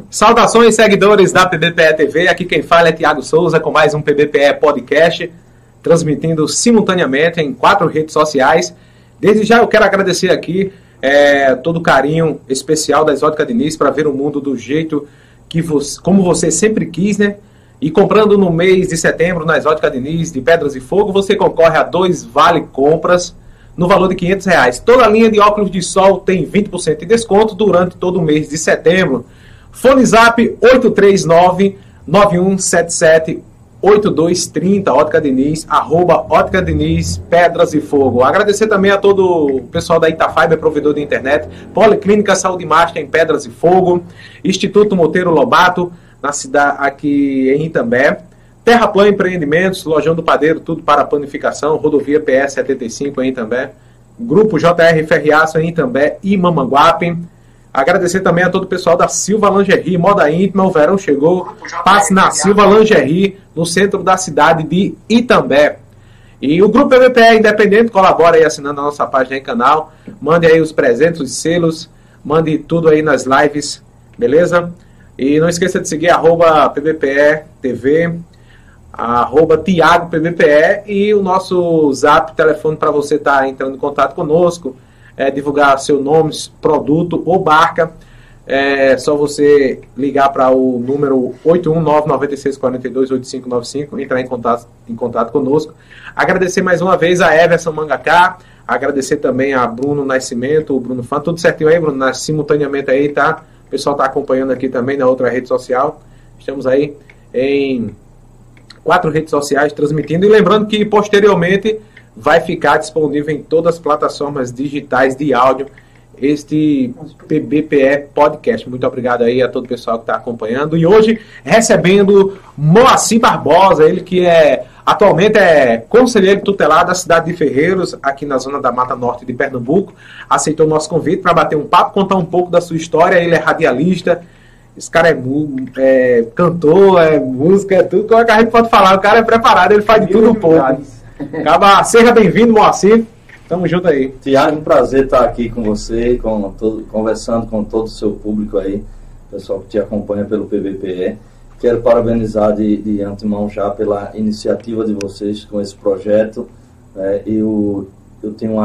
Saudações, seguidores da PBPE TV. Aqui quem fala é Thiago Souza com mais um PBPE Podcast, transmitindo simultaneamente em 4 redes sociais. Desde já eu quero agradecer aqui todo o carinho especial da Exótica Diniz para ver o mundo do jeito que como você sempre quis, né? E comprando no mês de setembro na Exótica Diniz de Pedras e Fogo, você concorre a 2 vale compras no valor de R$500. Toda a linha de óculos de sol tem 20% de desconto durante todo o mês de setembro. Fone Zap 839-9177-8230, Ótica Diniz, @Ótica Diniz, Pedras e Fogo. Agradecer também a todo o pessoal da Itafiber, provedor de internet, Policlínica Saúde Master em Pedras e Fogo, Instituto Monteiro Lobato, na cidade aqui em Itambé, Terraplan Empreendimentos, Lojão do Padeiro, tudo para panificação, Rodovia PS 75 em Itambé, Grupo JR Ferriaço em Itambé e Mamanguape. Agradecer também a todo o pessoal da Silva Lingerie, moda íntima, o verão chegou, passe na Silva Lingerie, no centro da cidade de Itambé. E o Grupo PBPE Independente colabora aí assinando a nossa página e canal, mande aí os presentes, os selos, mande tudo aí nas lives, beleza? E não esqueça de seguir @PBPE TV, @Thiago PBPE e o nosso zap, telefone para você estar entrando em contato conosco, divulgar seu nome, produto ou marca. É só você ligar para o número 819-9642-8595, entrar em contato conosco. Agradecer mais uma vez a Everson Mangaká, agradecer também a Bruno Nascimento, o Bruno Fã, tudo certinho aí, Bruno, simultaneamente aí, tá? O pessoal está acompanhando aqui também na outra rede social. Estamos aí em 4 redes sociais transmitindo. E lembrando que posteriormente vai ficar disponível em todas as plataformas digitais de áudio este PBPE Podcast. Muito obrigado aí a todo o pessoal que está acompanhando. E hoje recebendo Moacir Barbosa, ele que atualmente é conselheiro tutelar da cidade de Ferreiros, aqui na zona da Mata Norte de Pernambuco. Aceitou o nosso convite para bater um papo, contar um pouco da sua história. Ele é radialista, esse cara é cantor, é música, é tudo que a gente pode falar. O cara é preparado, ele faz de tudo um pouco. Seja bem-vindo, Moacir. Tamo junto aí. Tiago, um prazer estar aqui com você, conversando com todo o seu público aí, pessoal que te acompanha pelo PBPE. Quero parabenizar de antemão já pela iniciativa de vocês com esse projeto. Eu tenho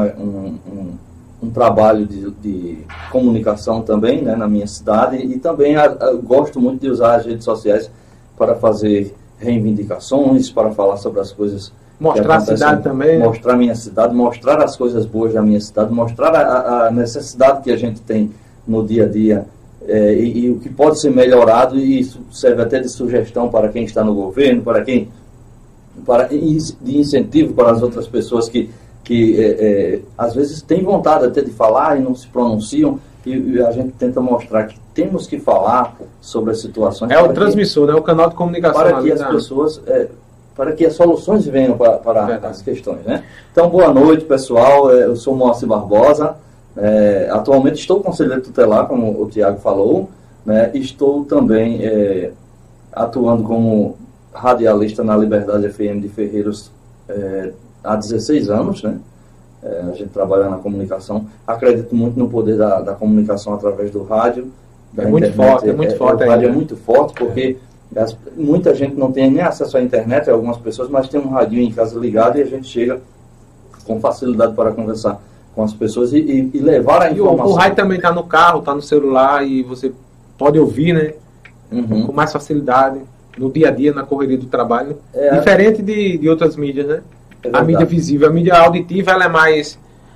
um trabalho de comunicação também, né, na minha cidade, e também gosto muito de usar as redes sociais para fazer reivindicações, para falar sobre as coisas. Mostrar a cidade também. Mostrar a minha cidade, mostrar as coisas boas da minha cidade, mostrar a necessidade que a gente tem no dia a dia e o que pode ser melhorado, e isso serve até de sugestão para quem está no governo, de incentivo para as outras pessoas que às vezes têm vontade até de falar e não se pronunciam, e a gente tenta mostrar que temos que falar sobre as situações. É o transmissor, né? O canal de comunicação. Para que as pessoas... para que as soluções venham para as questões, né? Então, boa noite, pessoal. Eu sou Moacir Barbosa. Atualmente estou conselheiro tutelar, como o Thiago falou, né? Estou também atuando como radialista na Liberdade FM de Ferreiros há 16 anos, né? A gente trabalha na comunicação. Acredito muito no poder da comunicação através do rádio. É muito forte. O rádio é muito forte porque... muita gente não tem nem acesso à internet, algumas pessoas, mas tem um radinho em casa ligado e a gente chega com facilidade para conversar com as pessoas e levar a informação. O rádio também está no carro, está no celular e você pode ouvir, né? Uhum. Com mais facilidade, no dia a dia, na correria do trabalho. Diferente de outras mídias, né? A mídia visível, a mídia auditiva, ela é mais...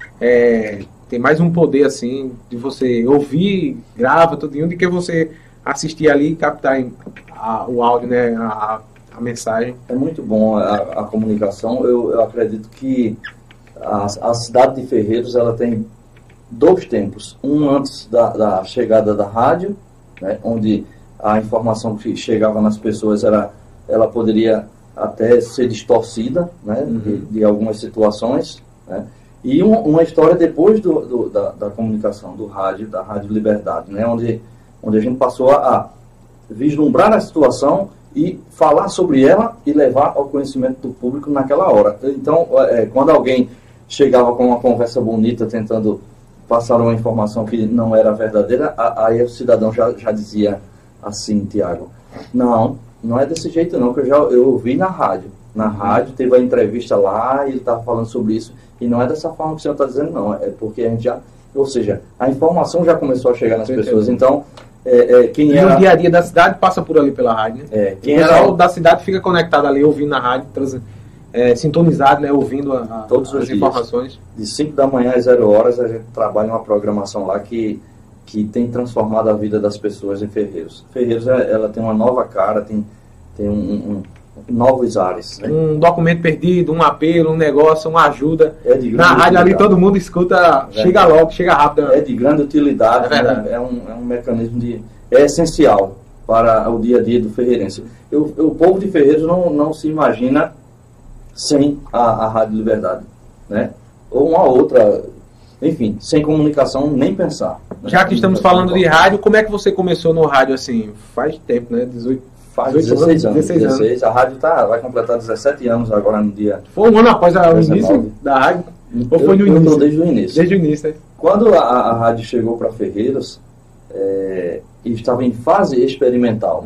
tem mais um poder, assim, de você ouvir, grava tudinho, do que você assistir ali e captar o áudio, né, a mensagem. É muito bom a comunicação. Eu acredito que a cidade de Ferreiros, ela tem 2 tempos. Um antes da chegada da rádio, né, onde a informação que chegava nas pessoas ela poderia até ser distorcida, né, de algumas situações, né, e uma história depois da comunicação, do rádio, da Rádio Liberdade, né, onde a gente passou a vislumbrar a situação e falar sobre ela e levar ao conhecimento do público naquela hora. Então, quando alguém chegava com uma conversa bonita, tentando passar uma informação que não era verdadeira, aí o cidadão já dizia: assim, Tiago. Não é desse jeito não, que eu ouvi na rádio. Na rádio teve a entrevista lá e ele estava falando sobre isso. E não é dessa forma que o senhor está dizendo, não. É porque a gente já... Ou seja, a informação já começou a chegar nas pessoas. Então, quem era... o dia a dia da cidade passa por ali pela rádio, né? O pessoal da cidade fica conectado ali, ouvindo na rádio, sintonizado, né? Ouvindo todos os as informações. De 5 da manhã às 0 horas, a gente trabalha uma programação lá que tem transformado a vida das pessoas em Ferreiros. Ferreiros, ela tem uma nova cara, tem novos ares. Né? Um documento perdido, um apelo, um negócio, uma ajuda. Na rádio ali todo mundo escuta, chega logo, chega rápido. É de grande utilidade, né? É um mecanismo é essencial para o dia a dia do ferreirense. O povo de Ferreiros não se imagina sem a Rádio Liberdade, né? Ou uma outra, enfim, sem comunicação nem pensar. Né? Já que estamos falando de rádio, como é que você começou no rádio assim? Faz tempo, né? 16 anos. A rádio vai completar 17 anos agora no dia... Foi um ano após o início da rádio? Ou foi no início? Desde o início. Desde o início, né? Quando a rádio chegou para Ferreiros, e estava em fase experimental,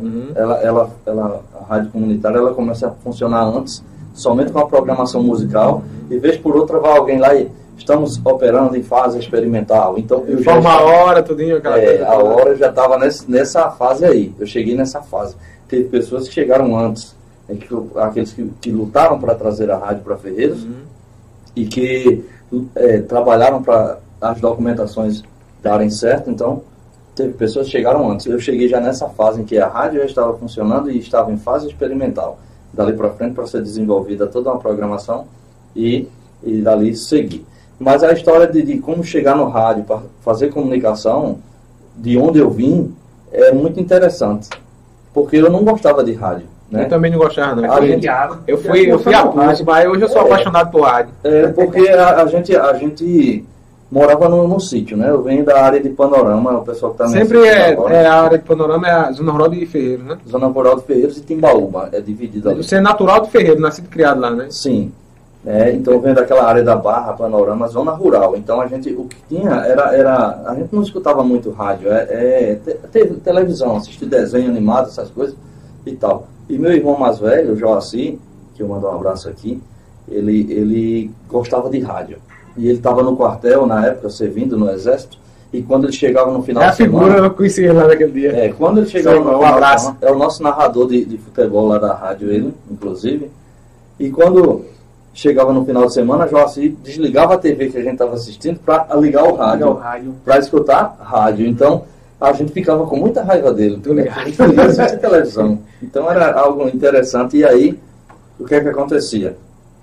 a rádio comunitária ela começa a funcionar antes, somente com a programação musical, e vez por outra vai alguém lá e estamos operando em fase experimental. Então, a hora, tudinho, aquela coisa. A hora já estava nessa fase aí. Eu cheguei nessa fase. Teve pessoas que chegaram antes, aqueles que lutaram para trazer a rádio para Ferreiros e que trabalharam para as documentações darem certo. Então, teve pessoas que chegaram antes. Eu cheguei já nessa fase em que a rádio já estava funcionando e estava em fase experimental. Dali para frente, para ser desenvolvida toda uma programação e dali seguir. Mas a história de como chegar no rádio para fazer comunicação, de onde eu vim, é muito interessante. Porque eu não gostava de rádio. Né? Eu também não gostava, não. Eu fui a curso, mas hoje eu sou apaixonado por rádio. Porque a gente morava no sítio, né? Eu venho da área de Panorama, o pessoal que está sempre a área de Panorama é a Zona Rural de Ferreiros, né? Zona Rural de Ferreiros e Timbaúba, é dividido ali. Você é natural de Ferreiros, nascido e criado lá, né? Sim. Então vem daquela área da Barra, Panorama, Zona Rural. Então o que tinha era a gente não escutava muito rádio, televisão, assistir desenho animado, essas coisas e tal. E meu irmão mais velho, o Joaci, que eu mando um abraço aqui, ele gostava de rádio. E ele estava no quartel, na época, servindo no Exército, e quando ele chegava no final de semana... É a figura, eu conheci ele lá naquele dia. Quando ele chegava no final de semana, é o nosso narrador de futebol lá da rádio, ele, inclusive. E quando chegava no final de semana, Joaci desligava a TV que a gente estava assistindo para ligar o rádio, para escutar rádio. Então, a gente ficava com muita raiva dele. A gente queria assistir televisão. Então, era algo interessante. E aí, o que é que acontecia?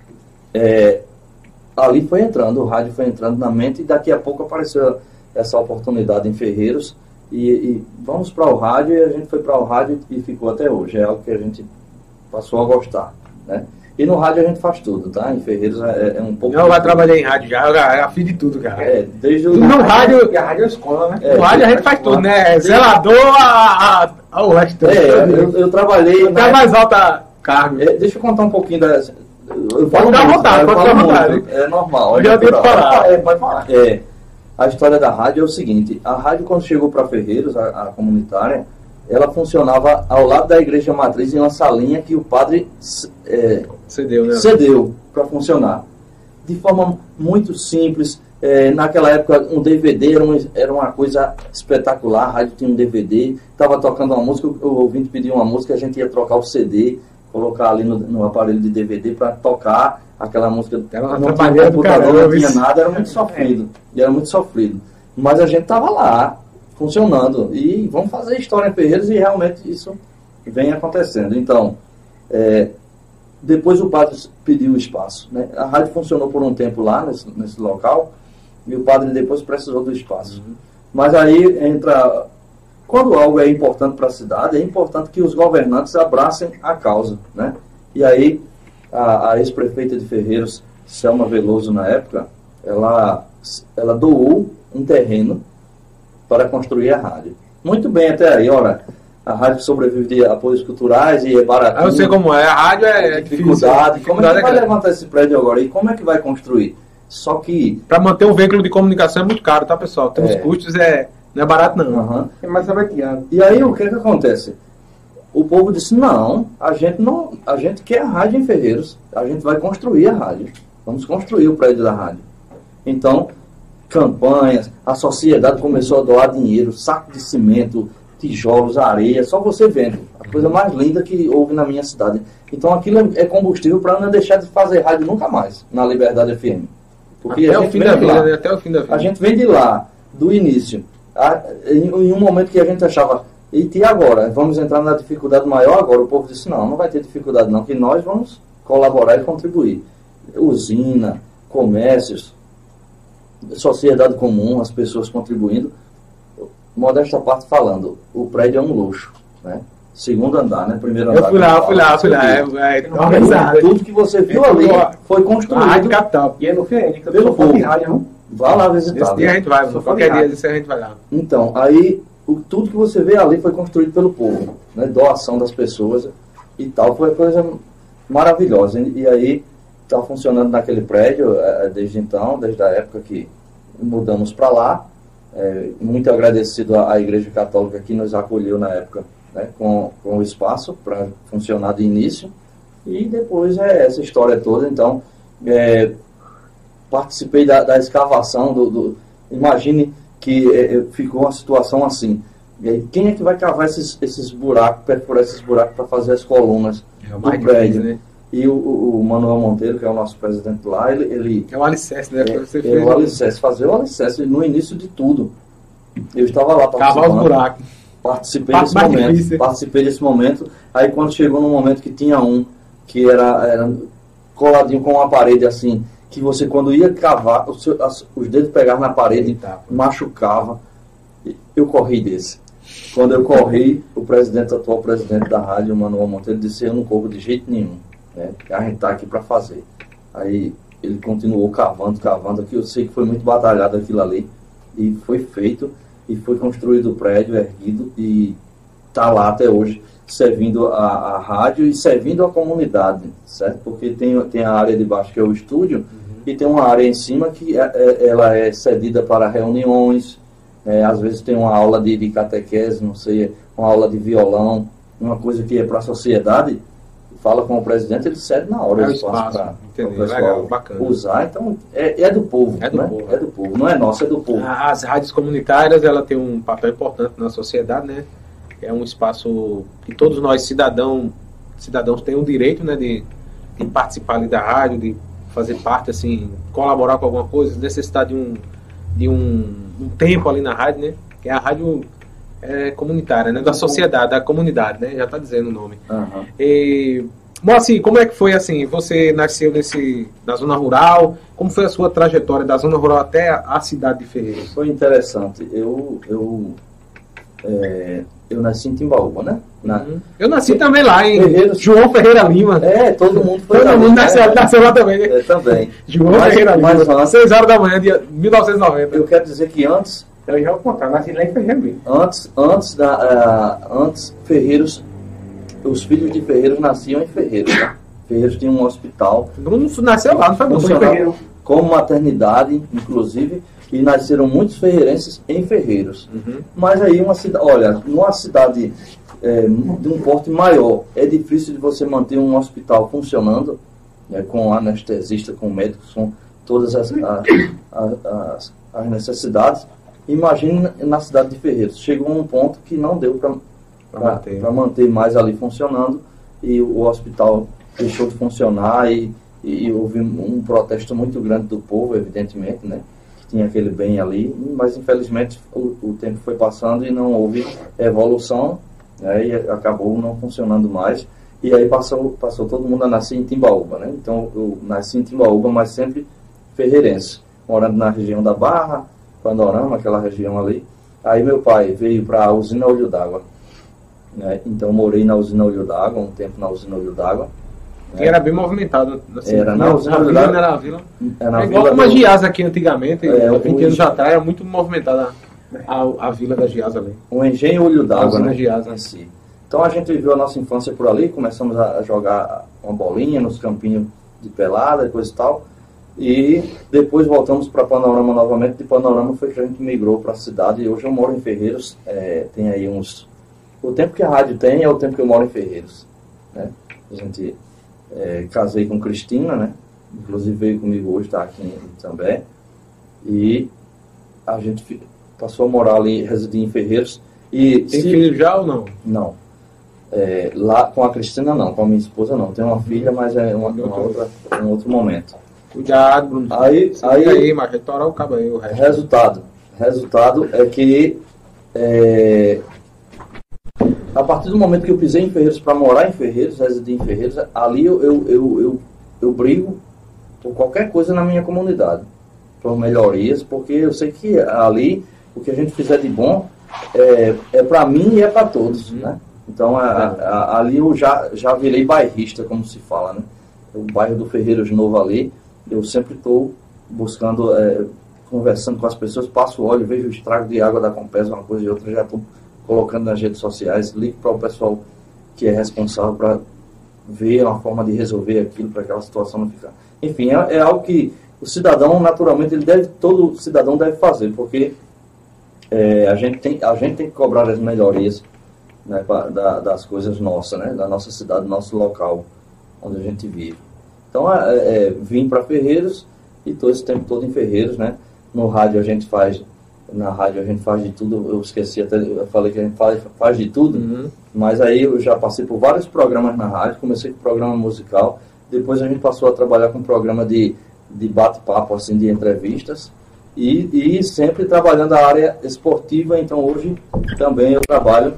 Ali foi entrando, o rádio foi entrando na mente e daqui a pouco apareceu essa oportunidade em Ferreiros e vamos para o rádio e a gente foi para o rádio e ficou até hoje. É algo que a gente passou a gostar, né? E no rádio a gente faz tudo, tá? Em Ferreiros é um pouco... Eu vai trabalhar em rádio já fiz de tudo, cara. Desde o... No rádio... E a rádio é escola, né? No rádio a gente faz tudo, né? Zelador ao resto. Eu trabalhei... Até mais alta cargo. Deixa eu contar um pouquinho das... Pode dar vontade, pode dar vontade. É normal. Eu já devo falar. Pode falar. A história da rádio é o seguinte, a rádio quando chegou para Ferreiros, a comunitária, ela funcionava ao lado da igreja matriz em uma salinha que o padre cedeu para funcionar. De forma muito simples, naquela época um DVD era uma coisa espetacular, a rádio tinha um DVD, estava tocando uma música, o ouvinte pediu uma música, a gente ia trocar o CD, colocar ali no aparelho de DVD para tocar aquela música. Não tinha computador, não tinha nada, era muito sofrido. E era muito sofrido. Mas a gente estava lá, funcionando. E vamos fazer história em Ferreiros e realmente isso vem acontecendo. Então, depois o padre pediu espaço. Né? A rádio funcionou por um tempo lá, nesse local, e o padre depois precisou do espaço. Mas aí entra... Quando algo é importante para a cidade, é importante que os governantes abracem a causa, né? E aí, a ex-prefeita de Ferreiros, Selma Veloso, na época, ela doou um terreno para construir a rádio. Muito bem até aí, ora, a rádio sobrevive de apoios culturais e é baratinho. Eu sei como é, a rádio é dificuldade. Como é que vai levantar esse prédio agora? E como é que vai construir? Só que... Para manter um veículo de comunicação é muito caro, tá, pessoal? Tem os custos, Não é barato, não. Uhum. É mais sabateado. E aí o que acontece? O povo disse, não, a gente quer a rádio em Ferreiros, a gente vai construir a rádio. Vamos construir o prédio da rádio. Então, campanhas, a sociedade começou a doar dinheiro, saco de cimento, tijolos, areia, só você vendo. A coisa mais linda que houve na minha cidade. Então aquilo é combustível para não deixar de fazer rádio nunca mais, na Liberdade FM. Porque até o fim da vida, né? Até o fim da vida. A gente vem de lá, do início, em um momento que a gente achava, e agora? Vamos entrar na dificuldade maior agora? O povo disse, não vai ter dificuldade não, que nós vamos colaborar e contribuir. Usina, comércios, sociedade comum, as pessoas contribuindo. Modesta parte falando, o prédio é um luxo, né? Segundo andar, né? Primeiro andar. Eu fui lá. Tudo que você viu ali foi construído. A Rádio Capital. E é no Ferreira, pelo povo. Rádio, vá lá visitar. Esse dia a gente vai, qualquer dia desse a gente vai lá. Então, aí, tudo que você vê ali foi construído pelo povo, né? Doação das pessoas e tal, foi coisa maravilhosa. E aí, está funcionando naquele prédio desde então, desde a época que mudamos para lá. Muito agradecido à Igreja Católica que nos acolheu na época, né, com o espaço para funcionar de início, e depois essa história toda. Então participei da escavação imagine que ficou uma situação assim, e aí, quem é que vai cavar esses buracos, perfurar esses buracos para fazer as colunas do prédio, né? E o Manuel Monteiro, que é o nosso presidente lá, ele é o alicerce, né? O alicerce, fazer o alicerce no início de tudo. Eu estava lá cavar os buracos. Participei desse momento. Aí quando chegou no momento que tinha um que era coladinho com uma parede assim, que você quando ia cavar, os dedos pegavam na parede, machucava. Eu corri desse. Quando eu corri, o atual presidente da rádio, o Manuel Monteiro, disse, eu não corro de jeito nenhum. A gente está aqui para fazer. Aí ele continuou cavando aqui. Eu sei que foi muito batalhado aquilo ali, e foi feito, e foi construído o prédio, erguido, e está lá até hoje, servindo a rádio e servindo a comunidade, certo? Porque tem a área de baixo que é o estúdio, e tem uma área em cima que ela é cedida para reuniões, às vezes tem uma aula de catequese, não sei, uma aula de violão, uma coisa que é para a sociedade. Fala com o presidente, ele cede na hora o espaço para o pessoal usar. Então, é do povo, é do né? povo. É do povo, não é nosso, é do povo. As rádios comunitárias, ela tem um papel importante na sociedade, né? É um espaço que todos nós cidadãos têm o direito, né, de participar ali da rádio, de fazer parte, assim, colaborar com alguma coisa, necessitar de um tempo ali na rádio, né? Que é a rádio comunitária, né? Da sociedade, da comunidade, né? Já está dizendo o nome. Uhum. E, Moacir, como é que foi assim? Você nasceu na zona rural? Como foi a sua trajetória da zona rural até a cidade de Ferreiros? Foi interessante. Eu nasci em Timbaúba, né? Eu nasci também lá em Ferreiros. João Ferreira Lima. Todo mundo foi todo mundo nasceu lá também. Também. João Ferreira Lima, 6 horas da manhã de 1990. Eu quero dizer que antes... Eu já vou contar, nasci lá em Ferreiros. Antes Ferreiros, os filhos de Ferreiros nasciam em Ferreiros, né? Ferreiros tinha um hospital. Todo mundo nasceu lá, não foi bom. Funcionava como maternidade, inclusive, e nasceram muitos ferreirenses em Ferreiros. Mas aí numa cidade de um porte maior, é difícil de você manter um hospital funcionando, né, com anestesista, com médicos, com todas as necessidades. Imagine na cidade de Ferreiros. Chegou um ponto que não deu para manter mais ali funcionando, e o hospital deixou de funcionar, e houve um protesto muito grande do povo, evidentemente, né? Que tinha aquele bem ali, mas infelizmente o tempo foi passando e não houve evolução, né? E acabou não funcionando mais. E aí passou todo mundo a nascer em Timbaúba, né? Então eu nasci em Timbaúba, mas sempre ferreirense, morando na região da Barra, Panorama, aquela região ali. Aí meu pai veio para a usina Olho d'Água, né? Então morei na usina Olho d'Água, um tempo na usina Olho d'Água. Que era bem movimentado. Assim, era na usina Olho d'Água. Era a vila. Era igual como a Giasa aqui antigamente, 20 anos já atrás, era muito movimentada a vila da Giasa ali. O engenho Olho d'Água, né? Giasa em si. Então a gente viveu a nossa infância por ali, começamos a jogar uma bolinha nos campinhos de pelada e coisa e tal. E depois voltamos para Panorama novamente. De Panorama foi que a gente migrou para a cidade. E hoje eu moro em Ferreiros. Tem aí uns... O tempo que a rádio tem é o tempo que eu moro em Ferreiros, né? A gente casei com Cristina, né? Inclusive veio comigo hoje, está aqui em Itambé. E a gente passou a morar ali, residir em Ferreiros. E tem filho já ou não? Não. Lá com a Cristina não, com a minha esposa não. Tem uma filha, mas é um outro momento. Cuidado, Bruno. Aí mas restaurar o cabo aí, o resto. Resultado é que a partir do momento que eu pisei em Ferreiros para morar em Ferreiros, residir em Ferreiros, ali eu brigo por qualquer coisa na minha comunidade, por melhorias, porque eu sei que ali o que a gente fizer de bom é para mim e é para todos, né? Então ali eu já virei bairrista, como se fala, né? O bairro do Ferreiros Novo ali, eu sempre estou buscando, conversando com as pessoas, passo o óleo, vejo o estrago de água da Compesa, uma coisa e outra, já estou colocando nas redes sociais, ligo para o pessoal que é responsável para ver uma forma de resolver aquilo, para aquela situação não ficar. Enfim, é algo que o cidadão, naturalmente, todo cidadão deve fazer, porque a gente tem que cobrar as melhorias, né, das coisas nossas, né, da nossa cidade, do nosso local onde a gente vive. Então, vim para Ferreiros e estou esse tempo todo em Ferreiros, né? No rádio a gente faz, na rádio a gente faz de tudo, eu esqueci até, eu falei que a gente faz de tudo, mas aí eu já passei por vários programas na rádio, comecei com programa musical, depois a gente passou a trabalhar com programa de bate-papo, assim, de entrevistas, e sempre trabalhando a área esportiva. Então hoje também eu trabalho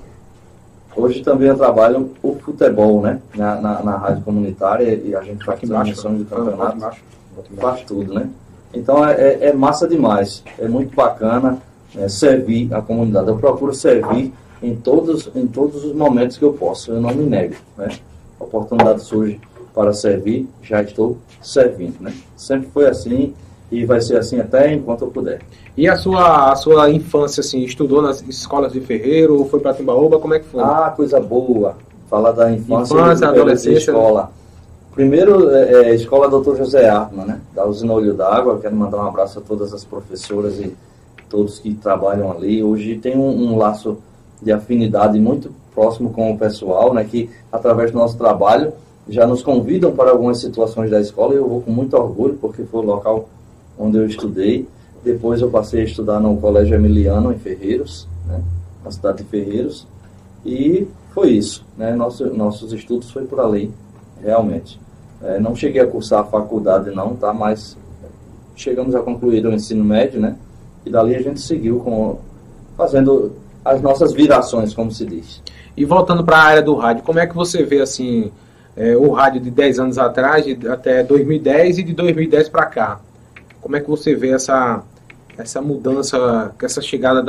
o futebol, né? Na rádio comunitária, e a gente faz transmissão de campeonato, faz tudo, né? Então é massa demais, é muito bacana servir a comunidade. Eu procuro servir em todos os momentos que eu posso, eu não me nego, né? A oportunidade surge para servir, já estou servindo, né? Sempre foi assim e vai ser assim até enquanto eu puder. E a sua infância, assim, estudou nas escolas de Ferreiro ou foi para Timbaúba, como é que foi? Ah, coisa boa, falar da infância e adolescência, escola. Primeiro, escola Dr. José Artman, né? Da usina Olho d'Água. Quero mandar um abraço a todas as professoras e todos que trabalham ali. Hoje tem um laço de afinidade muito próximo com o pessoal, né? Que através do nosso trabalho já nos convidam para algumas situações da escola, e eu vou com muito orgulho, porque foi o local onde eu estudei. Depois eu passei a estudar no Colégio Emiliano, em Ferreiros, né? Na cidade de Ferreiros, e foi isso, né? Nossos estudos foi por ali, realmente. Não cheguei a cursar a faculdade não, tá? Mas chegamos a concluir o ensino médio, né? E dali a gente seguiu fazendo as nossas virações, como se diz. E voltando para a área do rádio, como é que você vê, assim, o rádio de 10 anos atrás, até 2010 e de 2010 para cá? Como é que você vê essa mudança, essa chegada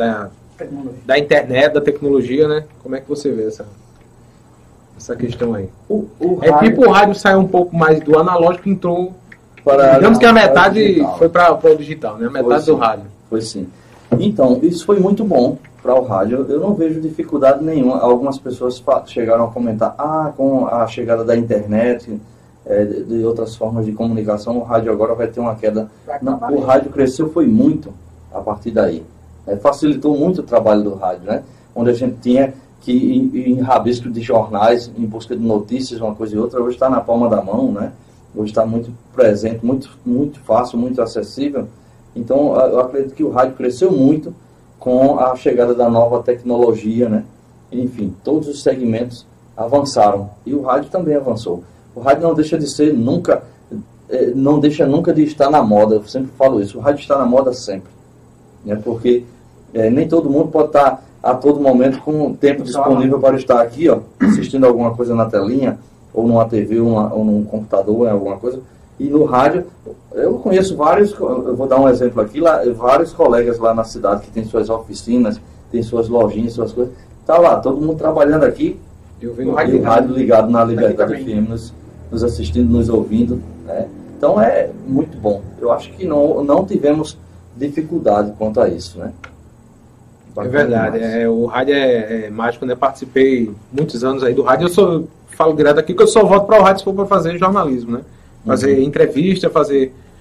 da internet, da tecnologia, né? Como é que você vê essa questão aí? O rádio saiu um pouco mais do analógico e entrou... digamos que a metade foi para o digital, né? A metade do rádio. Foi sim. Então, isso foi muito bom para o rádio. Eu não vejo dificuldade nenhuma. Algumas pessoas chegaram a comentar, com a chegada da internet, de outras formas de comunicação, o rádio agora vai ter uma queda. Não, o rádio cresceu foi muito a partir daí. Facilitou muito o trabalho do rádio, né? Onde a gente tinha que ir em rabisco de jornais, em busca de notícias, uma coisa e outra. Hoje está na palma da mão, né? Hoje está muito presente, muito, muito fácil, muito acessível. Então, eu acredito que o rádio cresceu muito com a chegada da nova tecnologia, né? Enfim, todos os segmentos avançaram. E o rádio também avançou. O rádio não deixa de ser nunca, não deixa nunca de estar na moda. Eu sempre falo isso. O rádio está na moda sempre, né? Porque nem todo mundo pode estar a todo momento com tempo disponível para estar aqui, ó, assistindo alguma coisa na telinha, ou numa TV, ou num computador, alguma coisa. E no rádio, eu conheço vários, eu vou dar um exemplo aqui, vários colegas lá na cidade que tem suas oficinas, tem suas lojinhas, suas coisas. Tá lá, todo mundo trabalhando aqui, e o rádio ligado na Liberdade FM, nos assistindo, nos ouvindo, né? Então é muito bom. Eu acho que não tivemos dificuldade quanto a isso, né? É verdade, o rádio é mágico, né? Participei muitos anos aí do rádio. Falo direto aqui que eu só volto para o rádio se for para fazer jornalismo, né? Fazer entrevista, fazer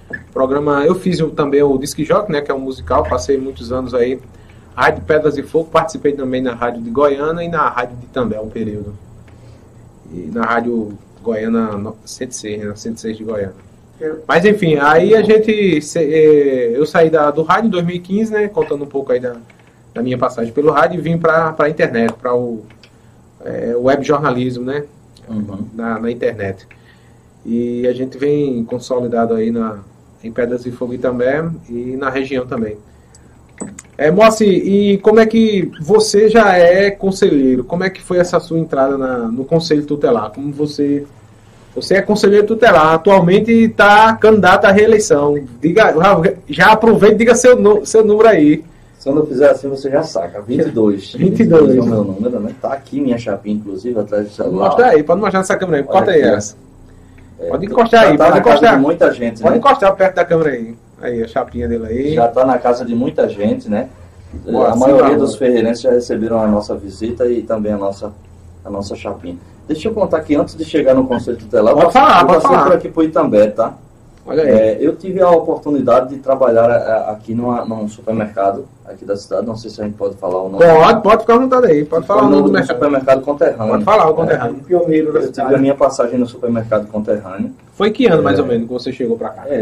Programa, eu fiz também o Disc Jockey, né, que é um musical, passei muitos anos aí. Rádio Pedras e Fogo, participei também na Rádio de Goiânia e na Rádio de Itambé, um período. E na Rádio Goiânia 106, né, 106 de Goiânia. Mas enfim, aí a gente, eu saí do rádio em 2015, né, contando um pouco aí da minha passagem pelo rádio e vim para a internet, para o web jornalismo, né, na internet. E a gente vem consolidado aí em Pedras e Fogo também e na região também. Moacir, e como é que você já é conselheiro? Como é que foi essa sua entrada no Conselho Tutelar? Como você é conselheiro tutelar, atualmente está candidato à reeleição. Já aproveita e diga seu número aí. Se eu não fizer assim, você já saca. 22. 22 é o meu número, né? Tá aqui minha chapinha, inclusive, atrás do celular. Mostra aí, pode mostrar nessa câmera aí. Corta aí essa. Pode encostar já aí, tá pode encostar. De muita gente, pode né? encostar perto da câmera aí. Aí, a chapinha dele aí. Já está na casa de muita gente, né? Boa, a maioria dos ferreirenses já receberam a nossa visita e também a nossa chapinha. Deixa eu contar que antes de chegar no Conselho Tutelar, pode falar. por aqui por Itambé, tá? Olha aí. Eu tive a oportunidade de trabalhar aqui num supermercado aqui da cidade. Não sei se a gente pode falar o nome. Pode ficar à vontade aí. Pode falar o nome do mercado. Supermercado Conterrâneo. Pode falar o Conterrâneo. Pioneiro da Eu tive cidade. a minha passagem no supermercado Conterrâneo. Foi que ano mais ou menos que você chegou para cá?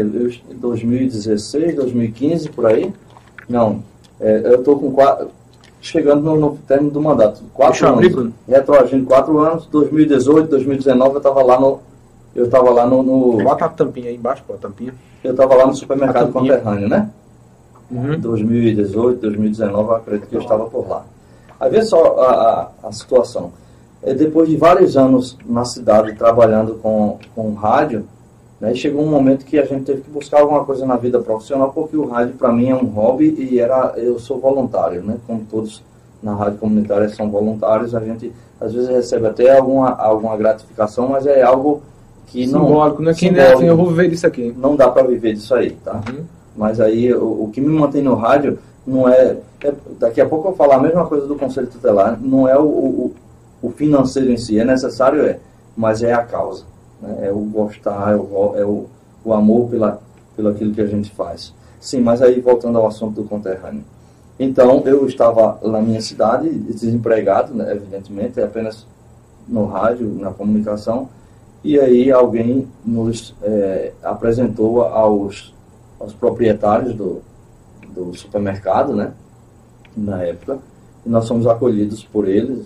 2016, 2015, por aí. Não, eu estou com chegando no término do mandato. 4 anos. Retroagindo 4 anos. 2018, 2019 eu estava lá no... Bota a tampinha aí embaixo, pô, a tampinha. Eu estava lá no supermercado Conterrâneo, né? Uhum. 2018, 2019, eu acredito que eu estava por lá. Aí vê só a situação. Depois de vários anos na cidade trabalhando com rádio, né, chegou um momento que a gente teve que buscar alguma coisa na vida profissional, porque o rádio para mim é um hobby e eu sou voluntário, né? Como todos na rádio comunitária são voluntários, a gente às vezes recebe até alguma gratificação, mas é algo que simbólico, não... né? Que nem assim, eu vou viver disso aqui. Não dá para viver disso aí, tá? Uhum. Mas aí o que me mantém no rádio não daqui a pouco eu vou falar a mesma coisa do Conselho Tutelar, não é o financeiro em si, é necessário, mas é a causa. Né? É o gostar, é o amor pelo aquilo que a gente faz. Sim, mas aí voltando ao assunto do Conterrâneo. Então, eu estava na minha cidade, desempregado, né, evidentemente, apenas no rádio, na comunicação, e aí alguém nos apresentou aos proprietários do supermercado, né, na época, e nós fomos acolhidos por eles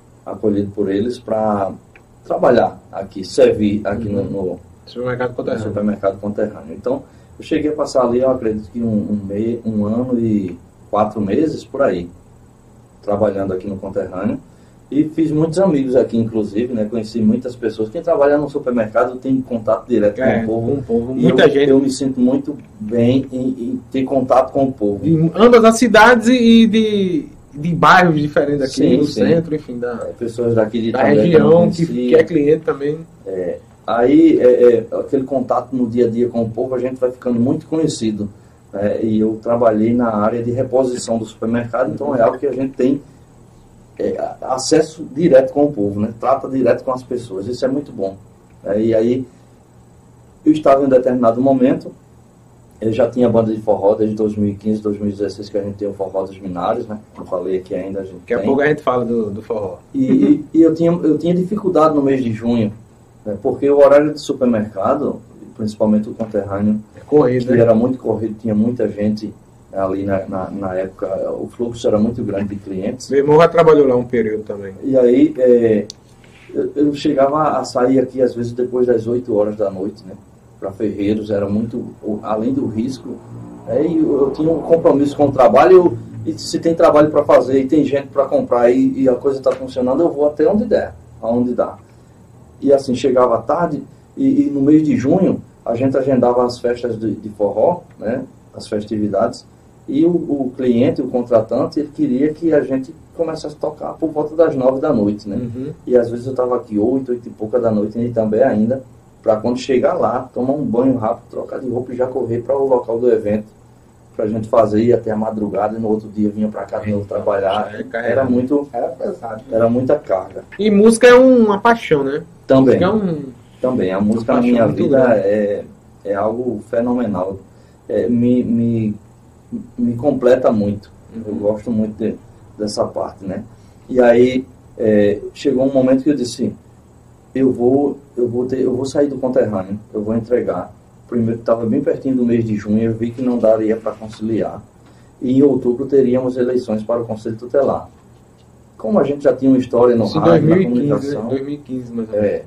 para trabalhar aqui, servir aqui no supermercado Conterrâneo. Então, eu cheguei a passar ali, eu acredito que um ano e 4 meses, por aí, trabalhando aqui no Conterrâneo. E fiz muitos amigos aqui, inclusive, né? Conheci muitas pessoas. Quem trabalha no supermercado tem contato direto com o povo. Muita gente. Eu me sinto muito bem em ter contato com o povo. De ambas as cidades e de bairros diferentes aqui, no centro, enfim, pessoas daqui da região, que é cliente também. Aí, aquele contato no dia a dia com o povo, a gente vai ficando muito conhecido. E eu trabalhei na área de reposição do supermercado, então é algo que a gente tem acesso direto com o povo, né? Trata direto com as pessoas, isso é muito bom. E aí, eu estava em um determinado momento, eu já tinha banda de forró desde 2015, 2016, que a gente tem o Forró dos Minários, né? Eu falei aqui ainda, a gente Daqui a pouco a gente fala do forró. E eu tinha dificuldade no mês de junho, né? Porque o horário de supermercado, principalmente o Conterrâneo, que era muito corrido, tinha muita gente ali na época, o fluxo era muito grande de clientes. Meu irmão já trabalhou lá um período também. E aí, eu chegava a sair aqui, às vezes, depois das 8 horas da noite, né? Para ferreiros, era muito, além do risco, eu tinha um compromisso com o trabalho, e se tem trabalho para fazer, e tem gente para comprar, e a coisa está funcionando, eu vou até onde der, aonde dá. E assim, chegava tarde, e no mês de junho, a gente agendava as festas de forró, né? As festividades, e o cliente, o contratante, ele queria que a gente começasse a tocar por volta das 9 da noite, né? Uhum. E às vezes eu estava aqui 8 e pouca da noite, e também ainda, para quando chegar lá, tomar um banho rápido, trocar de roupa e já correr para o local do evento, para a gente fazer, ir até a madrugada, e no outro dia vinha para cá de novo trabalhar. Era pesado. Era muita carga. E música é uma paixão, né? Também. Música Também. A música na minha vida é algo fenomenal. Me completa muito. Eu gosto muito dessa parte, né? E aí chegou um momento que eu disse, eu vou sair do conterrâneo, eu vou entregar. Primeiro estava bem pertinho do mês de junho, eu vi que não daria para conciliar. E em outubro teríamos eleições para o Conselho Tutelar. Como a gente já tinha uma história no rádio, na comunicação... 2015, mais ou menos.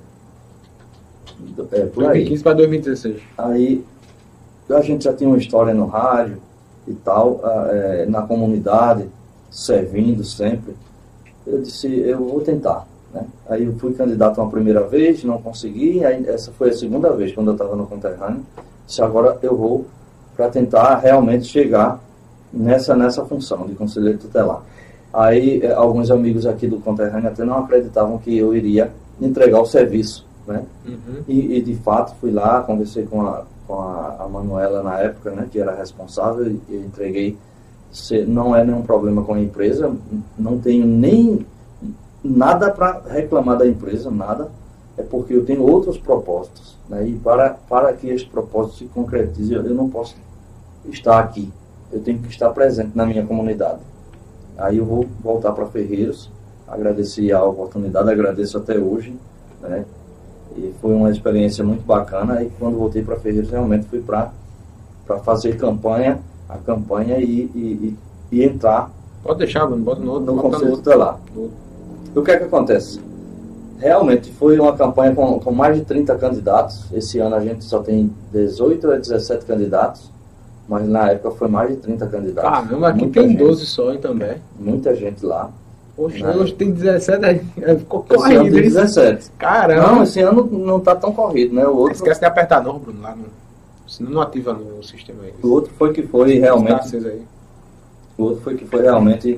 Por 2015 para 2016. Aí a gente já tinha uma história no rádio e tal, na comunidade, servindo sempre. Eu disse, eu vou tentar, né? Aí eu fui candidato uma primeira vez, não consegui, aí essa foi a segunda vez quando eu estava no conterrâneo. Disse, agora eu vou para tentar realmente chegar nessa função de conselheiro tutelar. Aí alguns amigos aqui do conterrâneo até não acreditavam que eu iria entregar o serviço, né? E de fato fui lá, conversei com a Manuela na época, né, que era responsável, e entreguei. Não é nenhum problema com a empresa, não tenho nem nada para reclamar da empresa, nada, é porque eu tenho outros propósitos, né? E para que esse propósito se concretize, eu não posso estar aqui, eu tenho que estar presente na minha comunidade. Aí eu vou voltar para Ferreiros, agradeci a oportunidade, agradeço até hoje, né? E foi uma experiência muito bacana, e quando voltei para Ferreiros realmente fui para fazer a campanha e entrar. Pode deixar, Bruno, bota no outro. No Conselho Tutelar. O que é que acontece? Realmente foi uma campanha com mais de 30 candidatos. Esse ano a gente só tem 18 a 17 candidatos, mas na época foi mais de 30 candidatos. Caramba, aqui tem gente. 12 só, hein, também. Muita gente lá. Poxa, hoje tem 17, ficou corrido. Esse ano tem 17. Caramba. Não, esse ano não está tão corrido, né? O outro... Esquece de apertar não, Bruno, lá no... Senão não ativa no sistema aí. O outro foi que foi realmente... O outro foi que foi realmente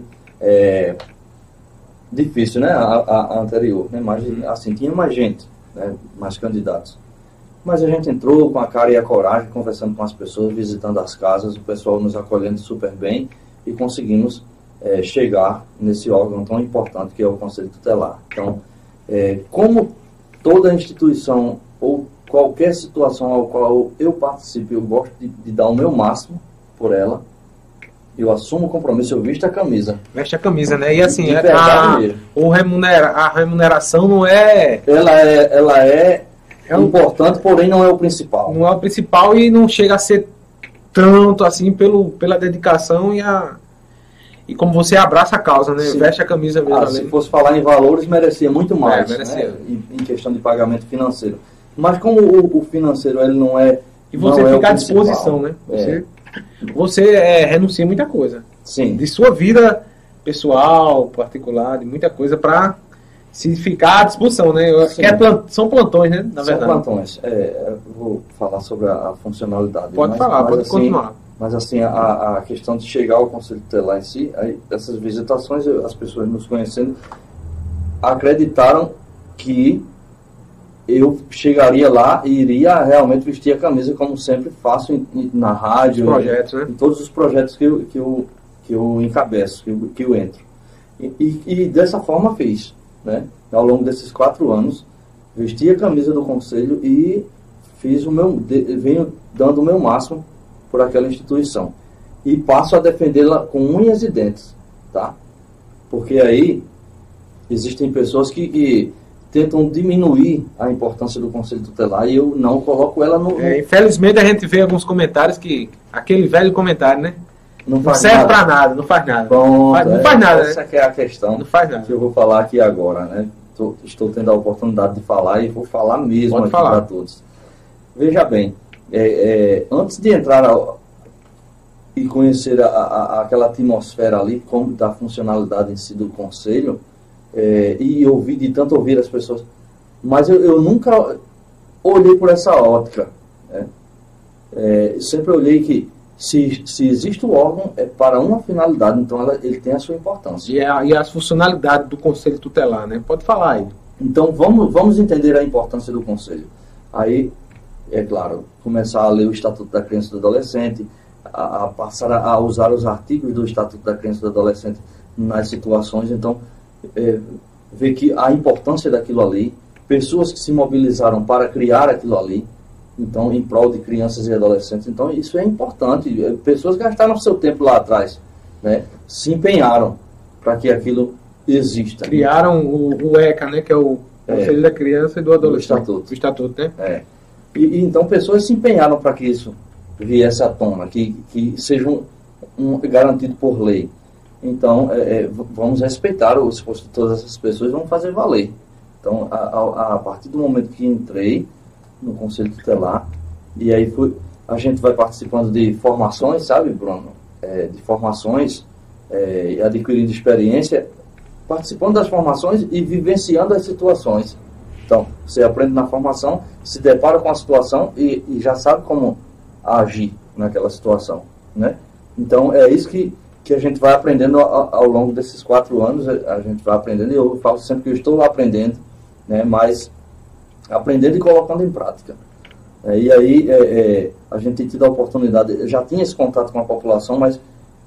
difícil, né? A anterior, né? Mas, assim, tinha mais gente, né? Mais candidatos. Mas a gente entrou com a cara e a coragem, conversando com as pessoas, visitando as casas, o pessoal nos acolhendo super bem, e conseguimos chegar nesse órgão tão importante que é o Conselho Tutelar. Então, como toda instituição ou qualquer situação ao qual eu participo, eu gosto de dar o meu máximo por ela. Eu assumo o compromisso, eu visto a camisa. Veste a camisa, né? E assim, a remuneração não é... Ela é importante, porém não é o principal. Não é o principal e não chega a ser tanto assim pela dedicação e como você abraça a causa, né? Sim. Veste a camisa mesmo. Se fosse falar em valores, merecia muito mais, merecia. Né? Em questão de pagamento financeiro. Mas como o financeiro ele não é... E você fica à disposição, né? Você renuncia muita coisa. Sim. De sua vida pessoal, particular, de muita coisa para se ficar à disposição, né? São plantões, né? Na verdade. São plantões. Eu vou falar sobre a funcionalidade. Pode falar, pode assim, continuar. Mas assim, a questão de chegar ao Conselho Tutelar em si, essas visitações, as pessoas nos conhecendo, acreditaram que eu chegaria lá e iria realmente vestir a camisa, como sempre faço na rádio, projetos, né? Em todos os projetos que eu encabeço, que eu entro. E dessa forma fiz, né? Ao longo desses 4 anos, vesti a camisa do Conselho e venho dando o meu máximo por aquela instituição. E passo a defendê-la com unhas e dentes, tá? Porque aí existem pessoas que tentam diminuir a importância do Conselho Tutelar e eu não coloco ela no... Infelizmente a gente vê alguns comentários que... Aquele velho comentário, né? Não serve nada. Pra nada, não faz nada. Pronto, não faz nada, essa né? que é a questão não faz nada. Que eu vou falar aqui agora, né? Estou tendo a oportunidade de falar e vou falar mesmo aqui para todos. Veja bem, antes de entrar e conhecer aquela atmosfera ali, como da funcionalidade em si do Conselho, e ouvir as pessoas, mas eu nunca olhei por essa ótica, né? Sempre olhei que se existe o órgão é para uma finalidade, então ele tem a sua importância. E as funcionalidades do Conselho Tutelar, né? Pode falar aí. Então vamos entender a importância do Conselho. Aí, é claro, começar a ler o Estatuto da Criança e do Adolescente, a passar a usar os artigos do Estatuto da Criança e do Adolescente nas situações, então ver que a importância daquilo ali, pessoas que se mobilizaram para criar aquilo ali, então, em prol de crianças e adolescentes. Então, isso é importante. Pessoas gastaram seu tempo lá atrás, né? Se empenharam para que aquilo exista. Criaram o ECA, né? Que é o Conselho da Criança e do Adolescente. O Estatuto, né? Então, pessoas se empenharam para que isso viesse à tona, que seja garantido por lei. Então, vamos respeitar o esforço de todas essas pessoas e vamos fazer valer. Então, a partir do momento que entrei no Conselho Tutelar, e aí a gente vai participando de formações, sabe, Bruno? De formações, adquirindo experiência, participando das formações e vivenciando as situações. Então, você aprende na formação, se depara com a situação e já sabe como agir naquela situação, né? Então, é isso que a gente vai aprendendo ao longo desses 4 anos, a gente vai aprendendo, e eu falo sempre que eu estou aprendendo, né? Mas aprendendo e colocando em prática. E aí, a gente tem tido a oportunidade, já tinha esse contato com a população, mas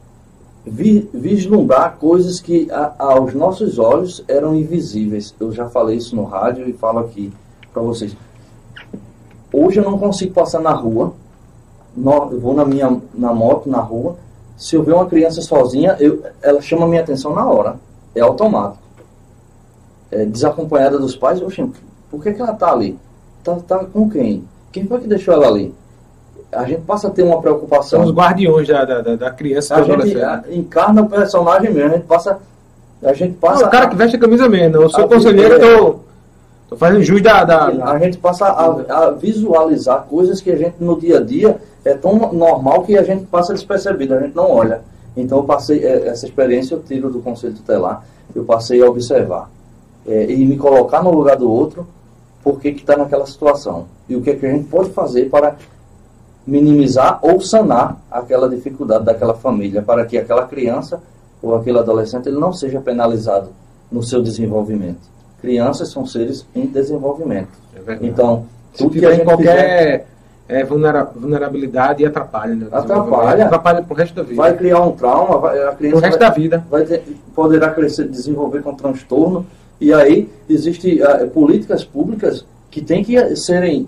vislumbrar coisas que aos nossos olhos eram invisíveis. Eu já falei isso no rádio e falo aqui para vocês. Hoje eu não consigo passar na rua, eu vou na moto, na rua, se eu ver uma criança sozinha, ela chama a minha atenção na hora, é automático. Desacompanhada dos pais, por que ela está ali? Tá com quem? Quem foi que deixou ela ali? A gente passa a ter uma preocupação. São os guardiões da criança. A gente encarna o personagem mesmo, a gente passa o cara que veste a camisa mesmo. Eu sou conselheiro, tô fazendo jus A gente passa a visualizar coisas que a gente no dia a dia é tão normal que a gente passa despercebido, a gente não olha. Então eu passei, essa experiência eu tiro do Conselho Tutelar, eu passei a observar e me colocar no lugar do outro, por que está naquela situação. E o que a gente pode fazer para minimizar ou sanar aquela dificuldade daquela família, para que aquela criança ou aquele adolescente ele não seja penalizado no seu desenvolvimento. Crianças são seres em desenvolvimento. Então, tudo que a gente qualquer vulnerabilidade atrapalha. Né? Atrapalha pro resto da vida. Vai criar um trauma, a criança pro resto da vida. Poderá crescer, desenvolver com transtorno. E aí, existem políticas públicas que têm que serem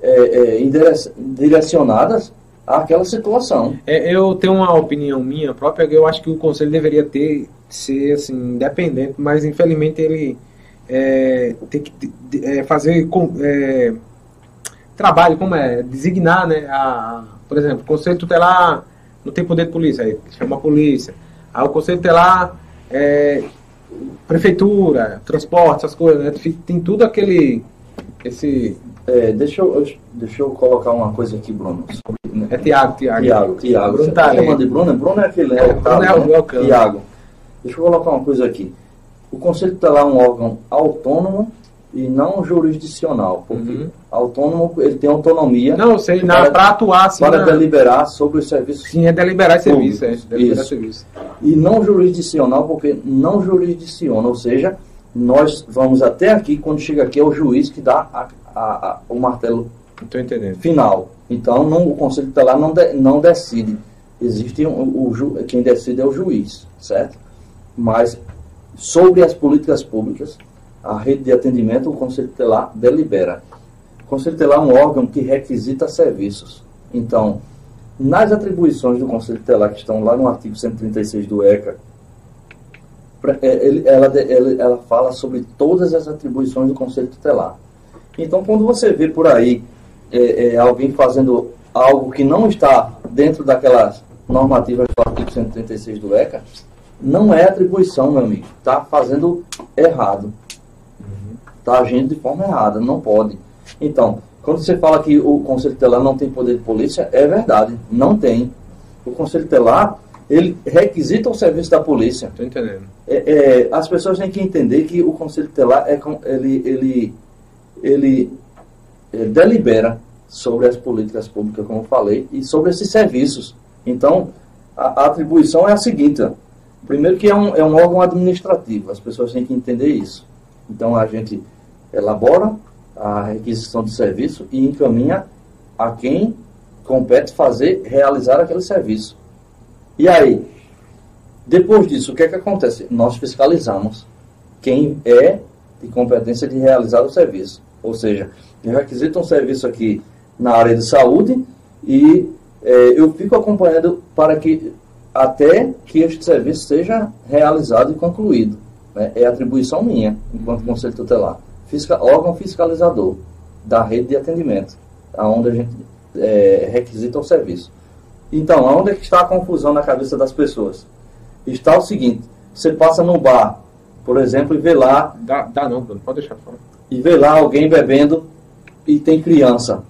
direcionadas àquela situação. Eu tenho uma opinião minha própria, eu acho que o Conselho deveria ser assim, independente, mas infelizmente ele tem que fazer trabalho, designar, né, por exemplo, o Conselho Tutelar não tem poder de polícia, aí chama a polícia. Aí o Conselho Tutelar prefeitura, transporte, essas coisas, né? Tem tudo deixa eu colocar uma coisa aqui, Bruno. É Tiago. Bruno tá chamando de Bruno? Bruno é aquele, né? Tiago. Deixa eu colocar uma coisa aqui. O Conselho Tutelar é um órgão autônomo e não jurisdicional, porque autônomo, ele tem autonomia. Não, sei, para atuar assim, para deliberar sobre os serviços. Sim, deliberar serviço, serviço. E não jurisdicional, porque não jurisdiciona, ou seja, nós vamos até aqui, quando chega aqui é o juiz que dá o martelo final. Então, o Conselho Tutelar não decide. Existe quem decide é o juiz, certo? Mas sobre as políticas públicas, a rede de atendimento, o Conselho Tutelar delibera. O Conselho Tutelar é um órgão que requisita serviços. Então, nas atribuições do Conselho Tutelar, que estão lá no artigo 136 do ECA, ela fala sobre todas as atribuições do Conselho Tutelar. Então, quando você vê por aí alguém fazendo algo que não está dentro daquelas normativas do artigo 136 do ECA, não é atribuição, meu amigo. Está fazendo errado. Está agindo de forma errada, não pode. Então, quando você fala que o Conselho Tutelar não tem poder de polícia, é verdade, não tem. O Conselho Tutelar, ele requisita o serviço da polícia. Estou entendendo. As pessoas têm que entender que o Conselho Tutelar, ele delibera sobre as políticas públicas, como eu falei, e sobre esses serviços. Então, a atribuição é a seguinte. Primeiro que é um órgão administrativo, as pessoas têm que entender isso. Então, a gente elabora a requisição de serviço e encaminha a quem compete realizar aquele serviço. E aí, depois disso, o que é que acontece? Nós fiscalizamos quem é de competência de realizar o serviço. Ou seja, eu requisito um serviço aqui na área de saúde e eu fico acompanhando para que até que este serviço seja realizado e concluído. Né? É atribuição minha, enquanto Conselho Tutelar. Órgão fiscalizador da rede de atendimento, onde a gente requisita o serviço. Então, onde é que está a confusão na cabeça das pessoas? Está o seguinte, você passa no bar, por exemplo, e vê lá... Dá não, Bruno, pode deixar fora. E vê lá alguém bebendo e tem criança.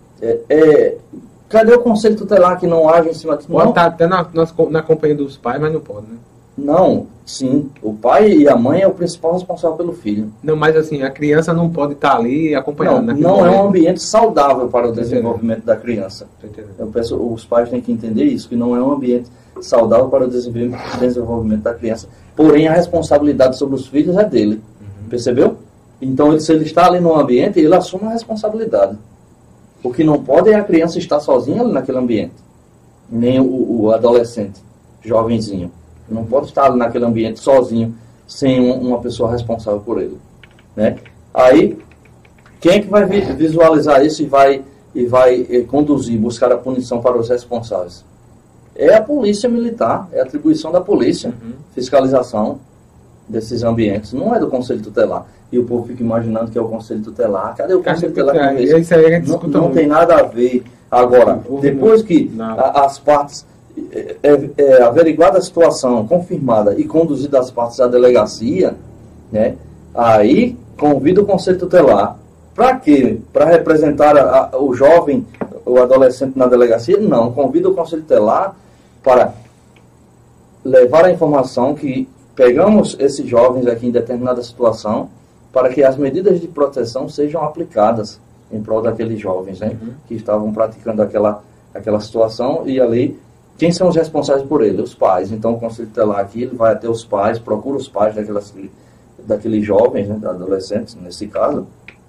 Cadê o Conselho Tutelar que não age em cima disso? Pode estar até na companhia dos pais, mas não pode, né? Não, sim. O pai e a mãe é o principal responsável pelo filho. Não, mas assim, a criança não pode estar ali acompanhando. Não é um ambiente saudável para o desenvolvimento da criança. Eu peço, os pais têm que entender isso, que não é um ambiente saudável para o desenvolvimento da criança. Porém, a responsabilidade sobre os filhos é dele. Percebeu? Então, se ele está ali no ambiente, ele assume a responsabilidade. O que não pode é a criança estar sozinha ali naquele ambiente. Nem o adolescente, jovenzinho. Não pode estar ali naquele ambiente sozinho, sem uma pessoa responsável por ele. Né? Aí, quem é que vai visualizar isso e vai conduzir, buscar a punição para os responsáveis? É a polícia militar, é a atribuição da polícia, fiscalização desses ambientes. Não é do Conselho Tutelar. E o povo fica imaginando que é o Conselho Tutelar. Cadê o Conselho Tutelar? Não tem nada a ver. Agora, depois que as partes... averiguada a situação, confirmada e conduzida as partes à delegacia, né, aí convida o Conselho Tutelar. Para quê? Para representar o jovem, o adolescente na delegacia? Não, convida o Conselho Tutelar para levar a informação que pegamos esses jovens aqui em determinada situação para que as medidas de proteção sejam aplicadas em prol daqueles jovens, né, que estavam praticando aquela situação e ali. Quem são os responsáveis por ele? Os pais. Então, o Conselho Tutelar aqui, ele vai até os pais, procura os pais daqueles jovens, né, adolescentes, nesse caso,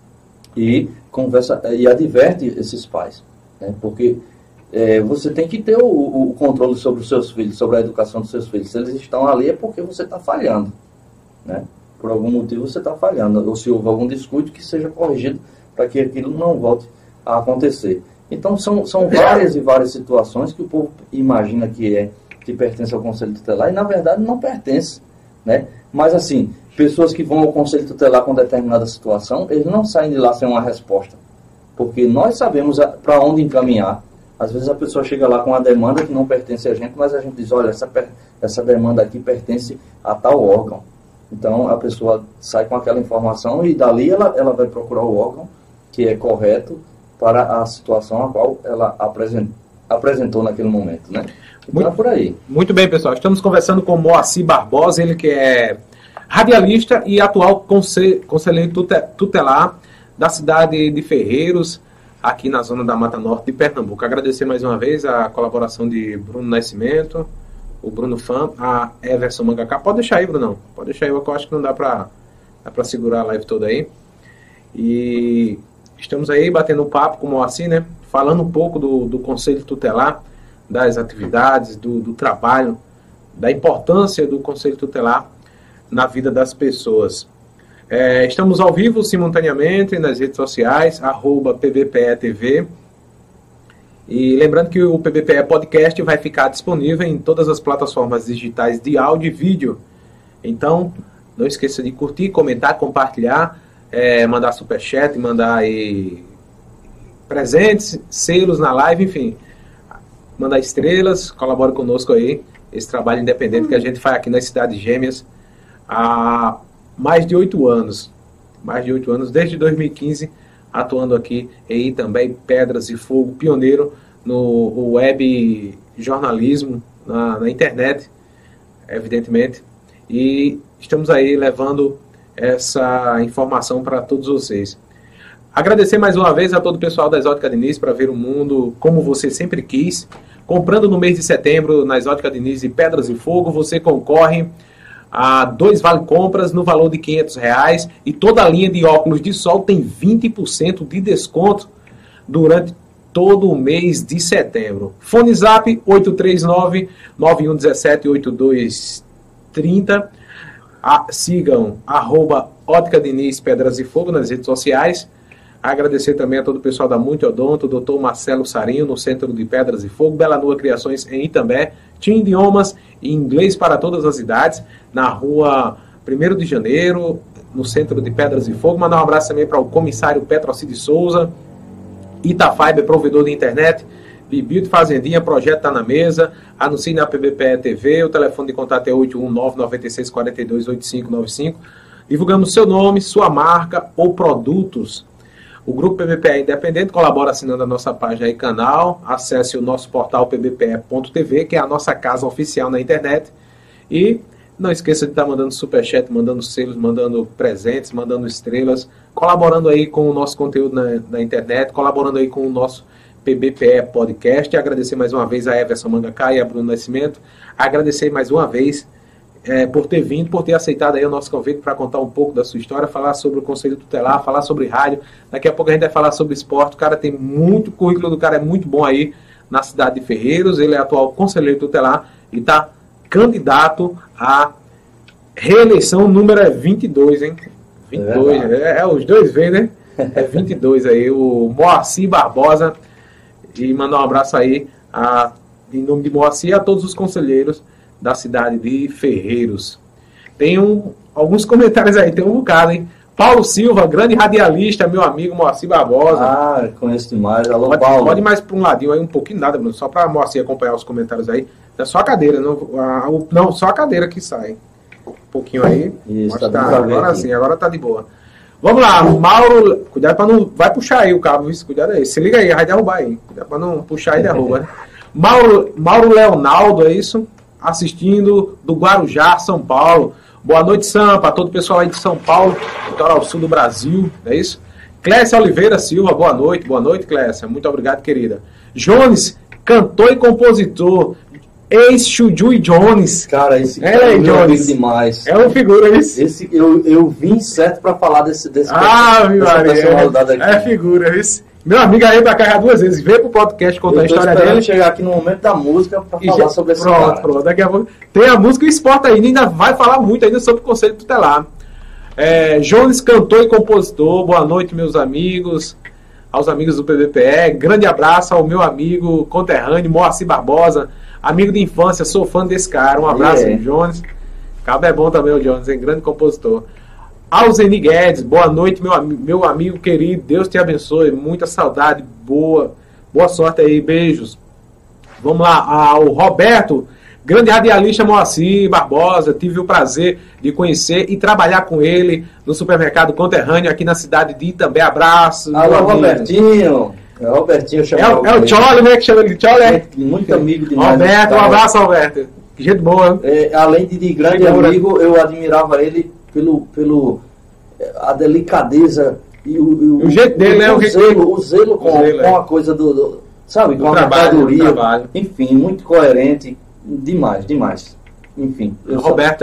e conversa e adverte esses pais. Né, porque você tem que ter o controle sobre os seus filhos, sobre a educação dos seus filhos. Se eles estão ali é porque você está falhando. Né? Por algum motivo você está falhando. Ou se houve algum descuido, que seja corrigido para que aquilo não volte a acontecer. Então, são várias e várias situações que o povo imagina que pertence ao Conselho Tutelar e, na verdade, não pertence. Né? Mas, assim, pessoas que vão ao Conselho Tutelar com determinada situação, eles não saem de lá sem uma resposta. Porque nós sabemos para onde encaminhar. Às vezes a pessoa chega lá com uma demanda que não pertence a gente, mas a gente diz, olha, essa demanda aqui pertence a tal órgão. Então, a pessoa sai com aquela informação e, dali, ela vai procurar o órgão que é correto para a situação a qual ela apresentou naquele momento, né? Então, por aí. Muito bem, pessoal. Estamos conversando com Moacir Barbosa, ele que é radialista e atual conselheiro tutelar da cidade de Ferreiros, aqui na zona da Mata Norte de Pernambuco. Agradecer mais uma vez a colaboração de Bruno Nascimento, o Bruno Fã, a Everson Mangaká. Pode deixar aí, Brunão. Pode deixar aí, eu acho que não dá para segurar a live toda aí. E... estamos aí batendo um papo com o Moacir, né? Falando um pouco do Conselho Tutelar, das atividades, do trabalho, da importância do Conselho Tutelar na vida das pessoas. Estamos ao vivo simultaneamente nas redes sociais, @PBPE-TV. E lembrando que o PBPE Podcast vai ficar disponível em todas as plataformas digitais de áudio e vídeo. Então, não esqueça de curtir, comentar, compartilhar, mandar superchat, mandar aí presentes, selos na live, enfim, mandar estrelas, colabore conosco aí, esse trabalho independente que a gente faz aqui nas Cidades Gêmeas há mais de 8 anos, desde 2015, atuando aqui em também Pedras e Fogo, pioneiro no web jornalismo, na internet, evidentemente, e estamos aí levando essa informação para todos vocês. Agradecer mais uma vez a todo o pessoal da Exótica Diniz para ver o mundo como você sempre quis. Comprando no mês de setembro na Exótica Diniz e Pedras e Fogo, você concorre a 2 vale-compras no valor de R$500 e toda a linha de óculos de sol tem 20% de desconto durante todo o mês de setembro. Fone Zap 839-9117-8230. Sigam @Ótica Diniz Pedras e Fogo nas redes sociais. Agradecer também a todo o pessoal da Muito Odonto, Dr. Marcelo Sarinho, no Centro de Pedras e Fogo, Bela Nua Criações em Itambé, Team Idiomas e Inglês para todas as idades, na rua 1º de Janeiro, no Centro de Pedras e Fogo. Mandar um abraço também para o comissário Petrocide Souza, Itafiber, provedor de internet, Bibi de Fazendinha, projeto está na mesa, anuncie na PBPE TV, o telefone de contato é 819-9642-8595. Divulgamos seu nome, sua marca ou produtos. O Grupo PBPE Independente colabora assinando a nossa página e canal. Acesse o nosso portal pbpe.tv, que é a nossa casa oficial na internet. E não esqueça de estar mandando superchat, mandando selos, mandando presentes, mandando estrelas, colaborando aí com o nosso conteúdo na internet, colaborando aí com o nosso PBPE Podcast. Agradecer mais uma vez a Everson Mangaká e a Bruno Nascimento. Agradecer mais uma vez por ter vindo, por ter aceitado aí o nosso convite para contar um pouco da sua história, falar sobre o Conselho Tutelar, falar sobre rádio. Daqui a pouco a gente vai falar sobre esporte. O cara tem muito, o currículo do cara é muito bom aí na cidade de Ferreiros. Ele é atual conselheiro tutelar e está candidato à reeleição. O número é 22, hein? 22, os dois vêm, né? É 22 aí, o Moacir Barbosa. E mandar um abraço aí em nome de Moacir a todos os conselheiros da cidade de Ferreiros. Tem alguns comentários aí, tem um bocado, hein? Paulo Silva, grande radialista, meu amigo Moacir Barbosa. Ah, conheço demais. Alô, Paulo. Pode ir mais para um ladinho aí, um pouquinho nada, Bruno, só para Moacir acompanhar os comentários aí. É só a cadeira, não, só a cadeira que sai. Um pouquinho aí. Isso, agora sim, agora tá de boa. Vamos lá, Mauro, cuidado para não... Vai puxar aí o cabo, isso, cuidado aí. Se liga aí, vai derrubar aí. Cuidado para não puxar e derruba, né? Mauro Leonaldo, é isso? Assistindo do Guarujá, São Paulo. Boa noite, Sampa, todo o pessoal aí de São Paulo, litoral sul do Brasil, é isso? Clécia Oliveira Silva, boa noite, Clécia, muito obrigado, querida. Jones, cantor e compositor, ex-Chuju e Jones. Cara, esse cara é meu amigo demais. É uma figura, isso. Eu vim certo pra falar dessa personalidade aqui. É figura, isso. Meu amigo aí pra cá 2 vezes, veio pro podcast contar a história dele. Chegar aqui no momento da música pra falar sobre esse cara. Pronto, daqui a pouco. Tem a música e o esporte ainda vai falar muito ainda sobre o Conselho Tutelar. Jones, cantor e compositor, boa noite, meus amigos, aos amigos do PBPE. Grande abraço ao meu amigo conterrâneo, Moacir Barbosa, amigo de infância, sou fã desse cara. Um abraço, Jones. Cabo é bom também, o Jones, é grande compositor. Alzeni Guedes, boa noite, meu amigo querido, Deus te abençoe, muita saudade, boa sorte aí, beijos. Vamos lá, o Roberto, grande radialista Moacir Barbosa, tive o prazer de conhecer e trabalhar com ele no supermercado conterrâneo aqui na cidade de Itambé. Abraço. Alô, Robertinho. Robertinho chama o Tchole, né, que chama ele de Tchole? Muito amigo demais. Roberto, um abraço, Roberto. Que jeito boa. Além de grande amigo, eu admirava ele pelo a delicadeza e o jeito dele, né? O zelo com a coisa sabe, com a mercadoria. Enfim, muito coerente, demais. Enfim. Roberto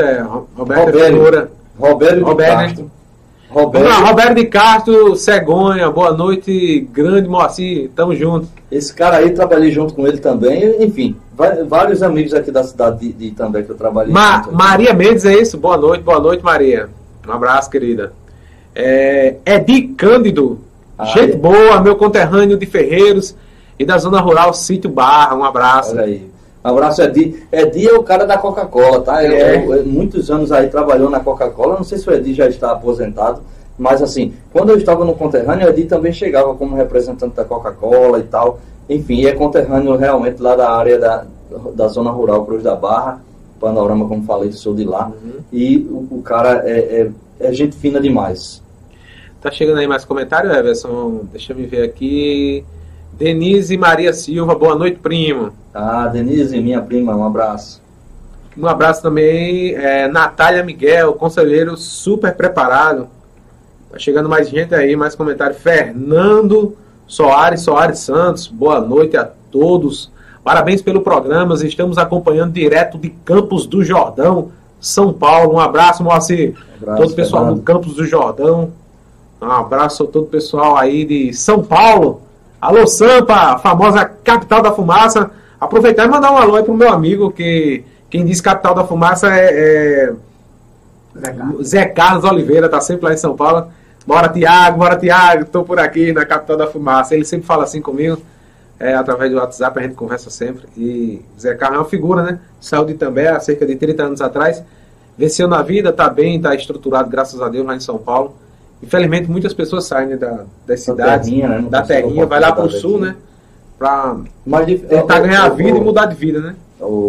de Castro, Cegonha, boa noite, grande Moacir, tamo junto. Esse cara aí, trabalhei junto com ele também, enfim, vários amigos aqui da cidade de Itambé que eu trabalhei junto. Maria Mendes, é isso? Boa noite, Maria. Um abraço, querida. Edi Cândido, gente boa, meu conterrâneo de Ferreiros e da zona rural Sítio Barra, um abraço. Olha aí. Um abraço, Edi. Edi é o cara da Coca-Cola, tá? Muitos anos aí trabalhou na Coca-Cola, não sei se o Edi já está aposentado, mas assim, quando eu estava no conterrâneo, o Edi também chegava como representante da Coca-Cola e tal. Enfim, é conterrâneo realmente lá da área da zona rural Cruz da Barra, Panorama, como falei, sou de lá. E o cara é gente fina demais. Tá chegando aí mais comentário, Everson? Deixa eu me ver aqui. Denise Maria Silva, boa noite, primo. Denise, minha prima, um abraço. Um abraço também, Natália Miguel, conselheiro super preparado. Tá chegando mais gente aí, mais comentário. Fernando Soares Santos, boa noite a todos. Parabéns pelo programa, estamos acompanhando direto de Campos do Jordão, São Paulo. Um abraço, Moacir. Todo o pessoal do Campos do Jordão. Um abraço a todo o pessoal aí de São Paulo. Alô, Sampa, famosa capital da fumaça. Aproveitar e mandar um alô aí pro meu amigo, que quem diz capital da fumaça é Zé Carlos Oliveira, tá sempre lá em São Paulo. Bora Tiago, tô por aqui na capital da fumaça. Ele sempre fala assim comigo, através do WhatsApp, a gente conversa sempre. E Zé Carlos é uma figura, né? Saiu de Itambé há cerca de 30 anos atrás, venceu na vida, tá bem, tá estruturado, graças a Deus, lá em São Paulo. Infelizmente, muitas pessoas saem, né, das cidades, da terrinha, vai lá pro sul, né? Pra tentar ganhar a vida e mudar de vida, né?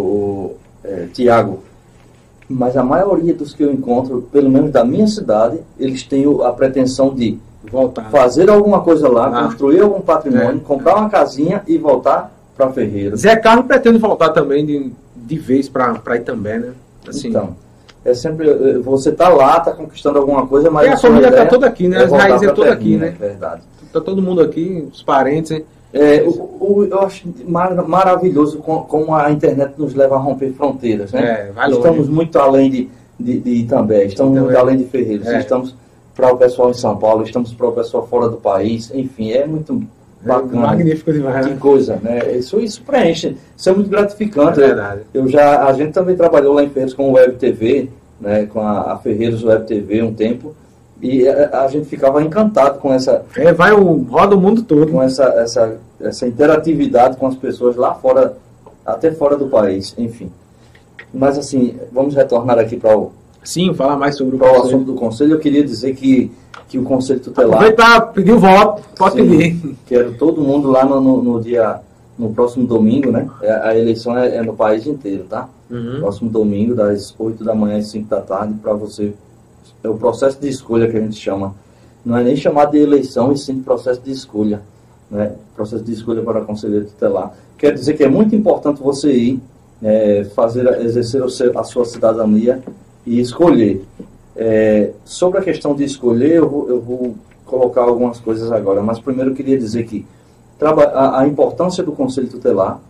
Tiago, mas a maioria dos que eu encontro, pelo menos da minha cidade, eles têm a pretensão de voltar, fazer alguma coisa lá, construir algum patrimônio, comprar uma casinha e voltar para Ferreiros. Zé Carlos pretende voltar também de vez para Itambé, né? Assim, então, é sempre, você tá lá, tá conquistando alguma coisa, mas a família tá toda aqui, né? As raízes é toda aqui, né? Verdade. Tá todo mundo aqui, os parentes, né? Eu acho maravilhoso como a internet nos leva a romper fronteiras, né? Estamos muito além de Itambé, estamos muito além de Ferreiros, estamos para o pessoal em São Paulo, estamos para o pessoal fora do país, enfim, é muito bacana. Magnífico demais. Que coisa, né? Isso preenche, isso é muito gratificante. É verdade. A gente também trabalhou lá em Ferreiros com o Web TV, né? Com a Ferreiros Web TV um tempo. E a gente ficava encantado com essa... roda o mundo todo. Com essa interatividade com as pessoas lá fora, até fora do país, enfim. Mas assim, vamos retornar aqui para o... Sim, falar mais sobre o assunto do Conselho. Eu queria dizer que o Conselho Tutelar... Aproveitar, pedir o voto, pode pedir. Quero todo mundo lá no próximo domingo, né? A eleição é no país inteiro, tá? Próximo domingo, das 8 da manhã às 5 da tarde, para você... É o processo de escolha que a gente chama. Não é nem chamado de eleição, e sim de processo de escolha. Né? Processo de escolha para conselheiro tutelar. Quer dizer que é muito importante você ir, exercer a sua cidadania e escolher. Sobre a questão de escolher, eu vou colocar algumas coisas agora, mas primeiro eu queria dizer que a importância do conselho tutelar,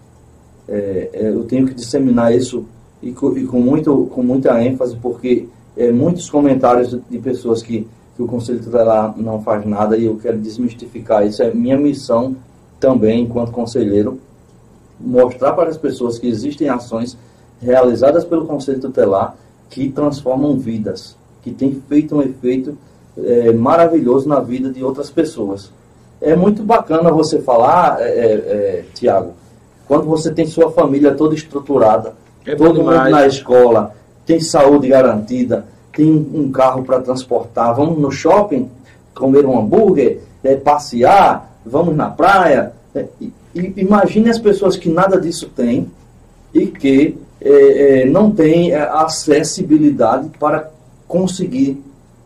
eu tenho que disseminar isso e com muita ênfase, porque muitos comentários de pessoas que o Conselho Tutelar não faz nada, e eu quero desmistificar isso. É minha missão também, enquanto conselheiro, mostrar para as pessoas que existem ações realizadas pelo Conselho Tutelar que transformam vidas, que têm feito um efeito maravilhoso na vida de outras pessoas. É muito bacana você falar, Tiago, quando você tem sua família toda estruturada, todo mundo na escola, tem saúde garantida, tem um carro para transportar, vamos no shopping comer um hambúrguer, passear, vamos na praia. Imagine as pessoas que nada disso têm e que não têm acessibilidade para conseguir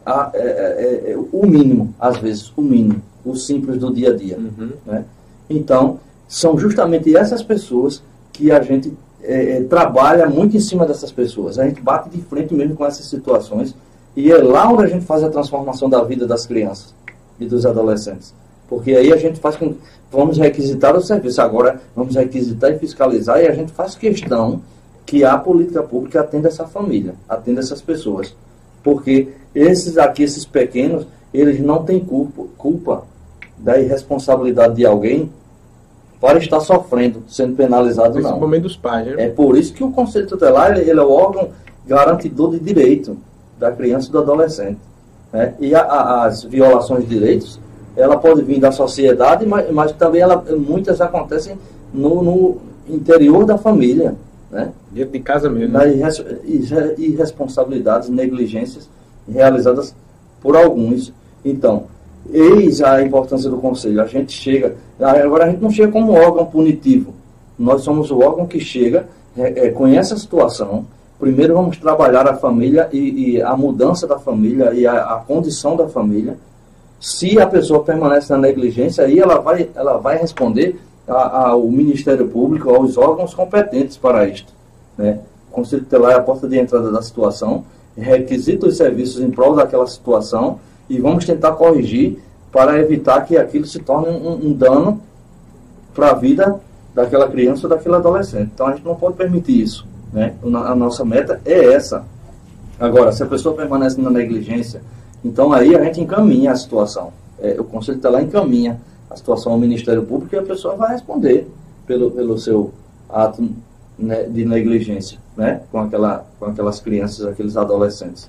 o mínimo, às vezes, o simples do dia a dia. Né? Então, são justamente essas pessoas que a gente trabalha muito em cima dessas pessoas. A gente bate de frente mesmo com essas situações, e é lá onde a gente faz a transformação da vida das crianças e dos adolescentes. Porque aí a gente vamos requisitar o serviço, agora vamos requisitar e fiscalizar, e a gente faz questão que a política pública atenda essa família, atenda essas pessoas. Porque esses pequenos, eles não têm culpa da irresponsabilidade de alguém para estar sofrendo, sendo penalizado, não. Principalmente dos pais, né? É por isso que o Conselho Tutelar ele é o órgão garantidor de direito da criança e do adolescente. Né? E as violações de direitos, ela pode vir da sociedade, mas também muitas acontecem no interior da família. Né? Dentro de casa mesmo. Irresponsabilidades, negligências realizadas por alguns. Então, eis a importância do Conselho. A gente chega... Agora, a gente não chega como órgão punitivo. Nós somos o órgão que chega, conhece a situação. Primeiro vamos trabalhar a família e a mudança da família e a condição da família. Se a pessoa permanece na negligência, aí ela vai responder ao Ministério Público, aos órgãos competentes para isto. Né? O Conselho Tutelar é a porta de entrada da situação, requisita os serviços em prol daquela situação, e vamos tentar corrigir para evitar que aquilo se torne um dano para a vida daquela criança ou daquele adolescente. Então a gente não pode permitir isso. Né? A nossa meta é essa. Agora, se a pessoa permanece na negligência, então aí a gente encaminha a situação. O Conselho Tutelar encaminha a situação ao Ministério Público, e a pessoa vai responder pelo seu ato, né, de negligência, né, com aquelas crianças, aqueles adolescentes.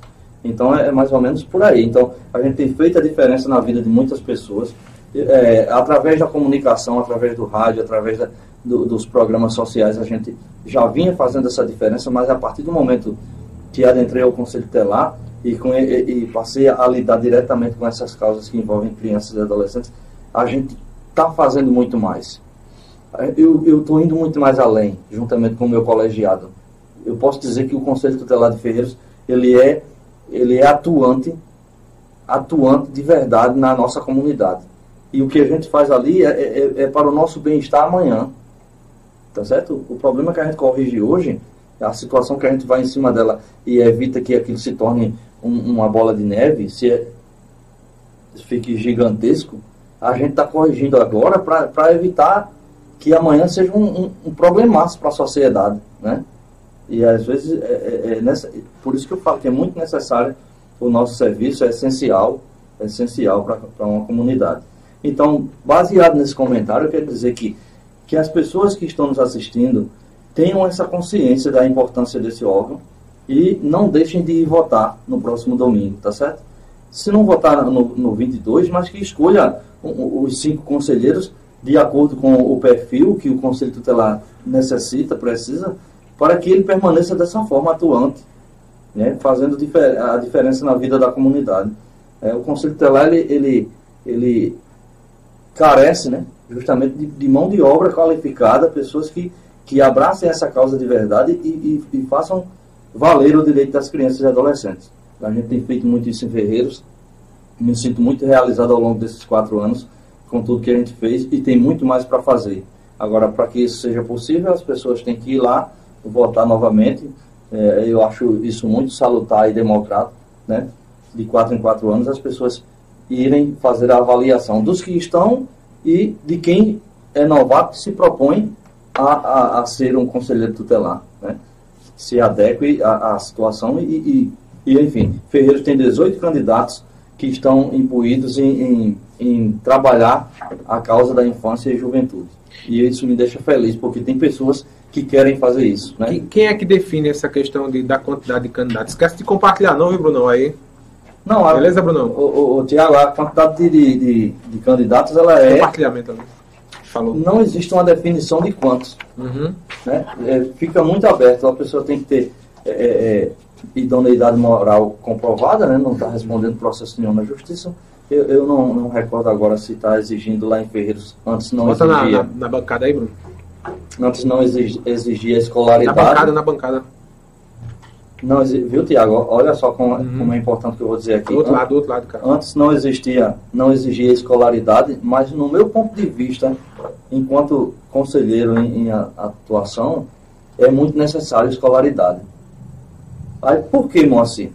Então é mais ou menos por aí. Então a gente tem feito a diferença na vida de muitas pessoas, através da comunicação, através do rádio, através dos programas sociais. A gente já vinha fazendo essa diferença, mas a partir do momento que adentrei ao Conselho Tutelar e passei a lidar diretamente com essas causas que envolvem crianças e adolescentes, a gente está fazendo muito mais. Eu estou indo muito mais além, juntamente com o meu colegiado. Eu posso dizer que o Conselho Tutelar de Ferreiros, ele é atuante de verdade na nossa comunidade. E o que a gente faz ali é para o nosso bem-estar amanhã. Tá certo? O problema que a gente corrige hoje, a situação que a gente vai em cima dela e evita que aquilo se torne uma bola de neve, fique gigantesco, a gente está corrigindo agora para evitar que amanhã seja um problemaço para a sociedade, né? E às vezes, por isso que eu falo que é muito necessário o nosso serviço, é essencial para uma comunidade. Então, baseado nesse comentário, eu quero dizer que as pessoas que estão nos assistindo tenham essa consciência da importância desse órgão e não deixem de ir votar no próximo domingo, tá certo? Se não votar no 22, mas que escolha os 5 conselheiros de acordo com o perfil que o Conselho Tutelar precisa, para que ele permaneça dessa forma atuante, né, fazendo a diferença na vida da comunidade. O Conselho Tutelar, ele carece, né, justamente de mão de obra qualificada, pessoas que abracem essa causa de verdade e façam valer o direito das crianças e adolescentes. A gente tem feito muito isso em Ferreiros, me sinto muito realizado ao longo desses 4 anos com tudo que a gente fez e tem muito mais para fazer. Agora, para que isso seja possível, as pessoas têm que ir lá, votar novamente. Eu acho isso muito salutar e democrático, né? De 4 em 4 anos, as pessoas irem fazer a avaliação dos que estão e de quem é novato se propõe a ser um conselheiro tutelar, né? Se adeque à situação e enfim, Ferreiros tem 18 candidatos que estão imbuídos em trabalhar a causa da infância e juventude. E isso me deixa feliz, porque tem pessoas que querem fazer isso, né? Quem é que define essa questão da quantidade de candidatos? Esquece de compartilhar não, viu, Brunão, aí? Não, beleza, Brunão? O Tiago, a quantidade de candidatos, ela compartilhamento ali. Falou. Não existe uma definição de quantos. Uhum. Né? Fica muito aberto. A pessoa tem que ter idoneidade moral comprovada, né? Não está respondendo processo nenhum na justiça. Eu não recordo agora se está exigindo lá em Ferreiros. Antes não bota exigia. Na bancada aí, Bruno. Antes não exigia escolaridade. Na bancada. Não, viu, Tiago? Olha só como é importante o que eu vou dizer aqui. Do outro lado, cara. Antes não exigia escolaridade, mas no meu ponto de vista, enquanto conselheiro em atuação, é muito necessário escolaridade. Aí, por que, Moacir?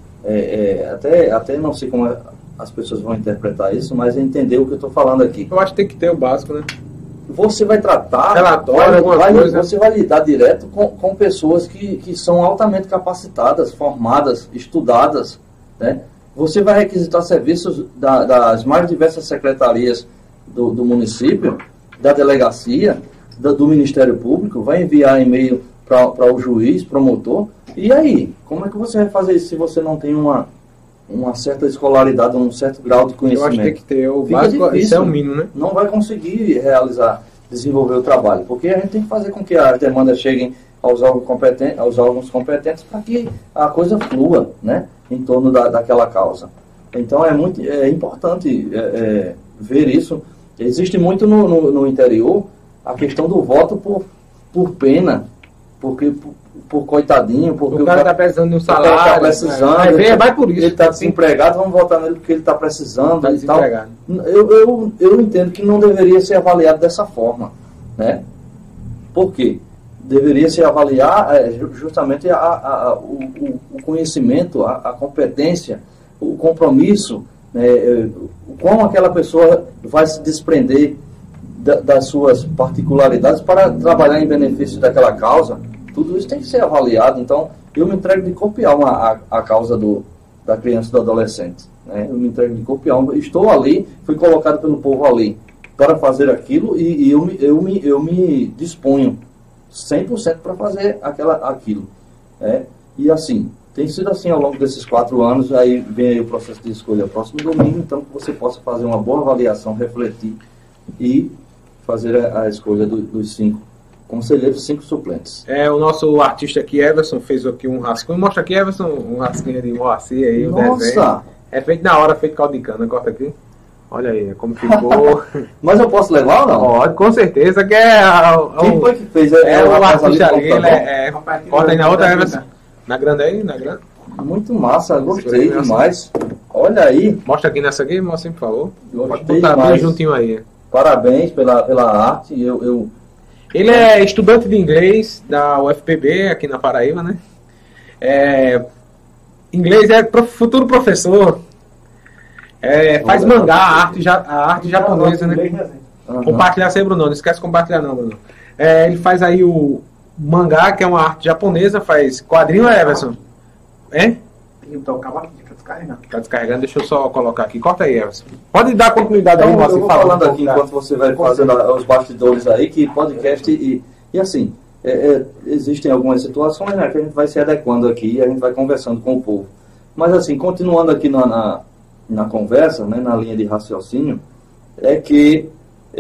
Até não sei como as pessoas vão interpretar isso, mas entender o que eu estou falando aqui. Eu acho que tem que ter o básico, né? Você vai tratar, relatório, você vai lidar direto com pessoas que são altamente capacitadas, formadas, estudadas, né? Você vai requisitar serviços das mais diversas secretarias do município, da delegacia, do Ministério Público, vai enviar e-mail para o juiz, promotor, e aí? Como é que você vai fazer isso se você não tem uma certa escolaridade, um certo grau de conhecimento? Eu acho que tem que ter o básico, difícil, isso é o mínimo, né? Não vai conseguir desenvolver o trabalho, porque a gente tem que fazer com que as demandas cheguem aos órgãos competentes para que a coisa flua, né, em torno daquela causa. Então é importante ver isso. Existe muito no interior a questão do voto por pena, porque por coitadinho, porque o cara está precisando de um salário, está precisando, vai por isso. Ele está desempregado, vamos votar nele porque ele está precisando. Tá desempregado. Eu entendo que não deveria ser avaliado dessa forma, né? Por quê? Deveria se avaliar justamente o conhecimento, a competência, o compromisso, né? Como aquela pessoa vai se desprender das suas particularidades para trabalhar em benefício daquela causa. Tudo isso tem que ser avaliado. Então, eu me entrego de corpo e alma a causa da criança e do adolescente, né? Eu me entrego de corpo e alma. Estou ali, fui colocado pelo povo ali para fazer aquilo e eu me disponho 100% para fazer aquilo. E assim, tem sido assim ao longo desses 4 anos. Aí vem aí o processo de escolha próximo domingo, então que você possa fazer uma boa avaliação, refletir e fazer a escolha dos 5 conselheiros, 5 suplentes. O nosso artista aqui, Everson, fez aqui um rascunho. Mostra aqui, Everson, um rascunho de Moacir aí, o desenho. É feito na hora, feito caldo de cana. Corta aqui. Olha aí, como ficou. Mas eu posso levar ou não? Pode, com certeza, que Quem foi que fez? O artista ali, corta aí na outra, Everson. Na grande aí, na grande. Muito massa, gostei demais. Olha aí. Mostra aqui nessa aqui, mostra, por favor. Gostei Pode botar demais. bem juntinho aí. Parabéns pela arte. Ele é estudante de inglês da UFPB, aqui na Paraíba, né? Inglês, futuro professor. Faz mangá, a arte japonesa, né? Uhum. Compartilhar sempre, Bruno. Não esquece de compartilhar não, Bruno. Ele faz aí o mangá, que é uma arte japonesa, faz quadrinho, Everson? Tá descarregando, deixa eu só colocar aqui. Corta aí, Everson. Pode dar continuidade aí, Então, eu Moacir, vou falando aqui enquanto você vai fazendo os bastidores aí, que podcast e assim, existem algumas situações, né, que a gente vai se adequando aqui e a gente vai conversando com o povo. Mas assim, continuando aqui na conversa, né, na linha de raciocínio, é que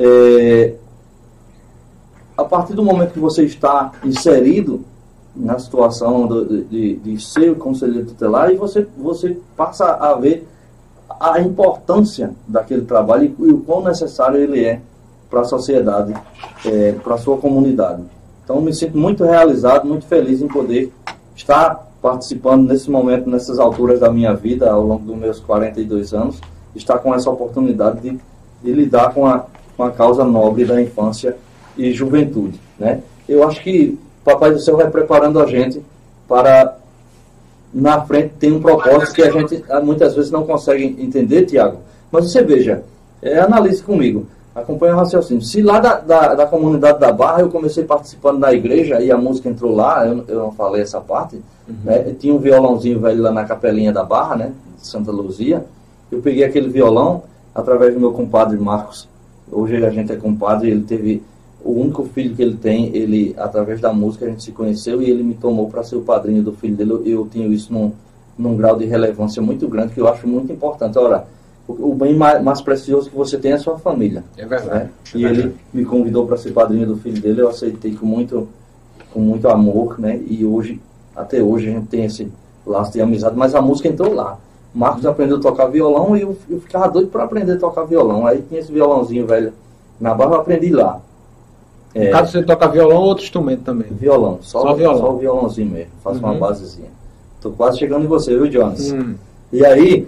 a partir do momento que você está inserido na situação de ser conselheiro tutelar, e você passa a ver a importância daquele trabalho e o quão necessário ele é para a sociedade, para a sua comunidade. Então, me sinto muito realizado, muito feliz em poder estar participando nesse momento, nessas alturas da minha vida, ao longo dos meus 42 anos, estar com essa oportunidade de lidar com a causa nobre da infância e juventude, né? Eu acho que o Papai do Céu vai preparando a gente para, na frente, tem um propósito que a gente muitas vezes não consegue entender, Tiago. Mas você veja, analise comigo, acompanhe o raciocínio. Se lá da comunidade da Barra eu comecei participando da igreja e a música entrou lá, eu não falei essa parte, né? Tinha um violãozinho velho lá na capelinha da Barra, né, de Santa Luzia. Eu peguei aquele violão através do meu compadre Marcos. Hoje a gente é compadre, ele teve o único filho que ele tem, ele, através da música, a gente se conheceu e ele me tomou para ser o padrinho do filho dele. Eu tenho isso num grau de relevância muito grande, que eu acho muito importante. Ora, o bem mais precioso que você tem é a sua família. É verdade. Né? E ele me convidou para ser padrinho do filho dele, eu aceitei com muito amor, né? E hoje, até hoje, a gente tem esse laço de amizade, mas a música entrou lá. Marcos aprendeu a tocar violão e eu ficava doido para aprender a tocar violão. Aí tinha esse violãozinho velho na Barra, eu aprendi lá. No caso, você toca violão ou outro instrumento também? Violão, só violão. Só o violãozinho mesmo, faço uma basezinha. Tô quase chegando em você, viu, Jonas? E aí,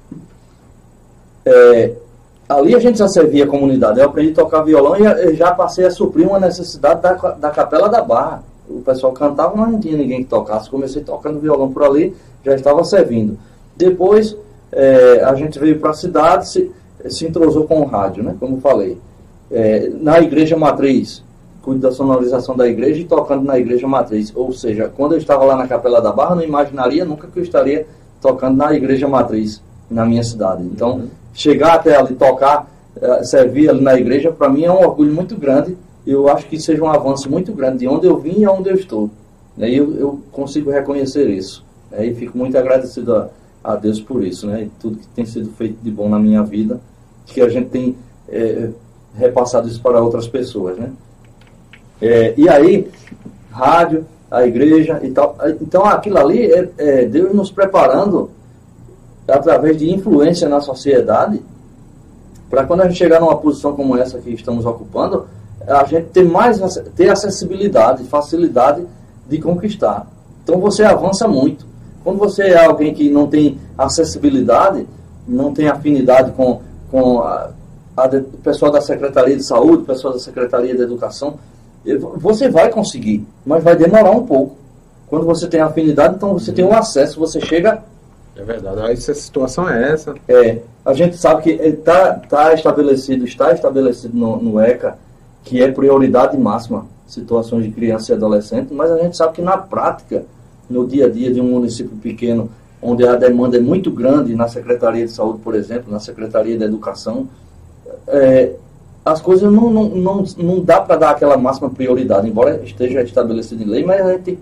ali a gente já servia a comunidade. Eu aprendi a tocar violão e já passei a suprir uma necessidade da Capela da Barra. O pessoal cantava, mas não tinha ninguém que tocasse. Comecei tocando violão por ali, já estava servindo. Depois, a gente veio para a cidade, se entrosou com o rádio, né? Como falei. Na igreja matriz, cuido da sonorização da igreja e tocando na igreja matriz. Ou seja, quando eu estava lá na Capela da Barra, não imaginaria nunca que eu estaria tocando na igreja matriz, na minha cidade. Então, chegar até ali, tocar, servir ali na igreja, para mim é um orgulho muito grande. Eu acho que seja um avanço muito grande de onde eu vim e aonde eu estou. E eu consigo reconhecer isso. E fico muito agradecido a Deus por isso, né? E tudo que tem sido feito de bom na minha vida, que a gente tem repassado isso para outras pessoas, né? E aí, rádio, a igreja e tal. Então aquilo ali é Deus nos preparando através de influência na sociedade para quando a gente chegar numa posição como essa que estamos ocupando, a gente ter acessibilidade, facilidade de conquistar. Então você avança muito. Quando você é alguém que não tem acessibilidade, não tem afinidade com o pessoal da Secretaria de Saúde, o pessoal da Secretaria de Educação, você vai conseguir, mas vai demorar um pouco. Quando você tem afinidade, então você tem um acesso, você chega... É verdade, aí essa situação é essa. A gente sabe que está estabelecido no ECA, que é prioridade máxima, situações de criança e adolescente, mas a gente sabe que na prática, no dia a dia de um município pequeno, onde a demanda é muito grande, na Secretaria de Saúde, por exemplo, na Secretaria de Educação, as coisas não dá para dar aquela máxima prioridade, embora esteja estabelecido em lei, mas a gente tem que ter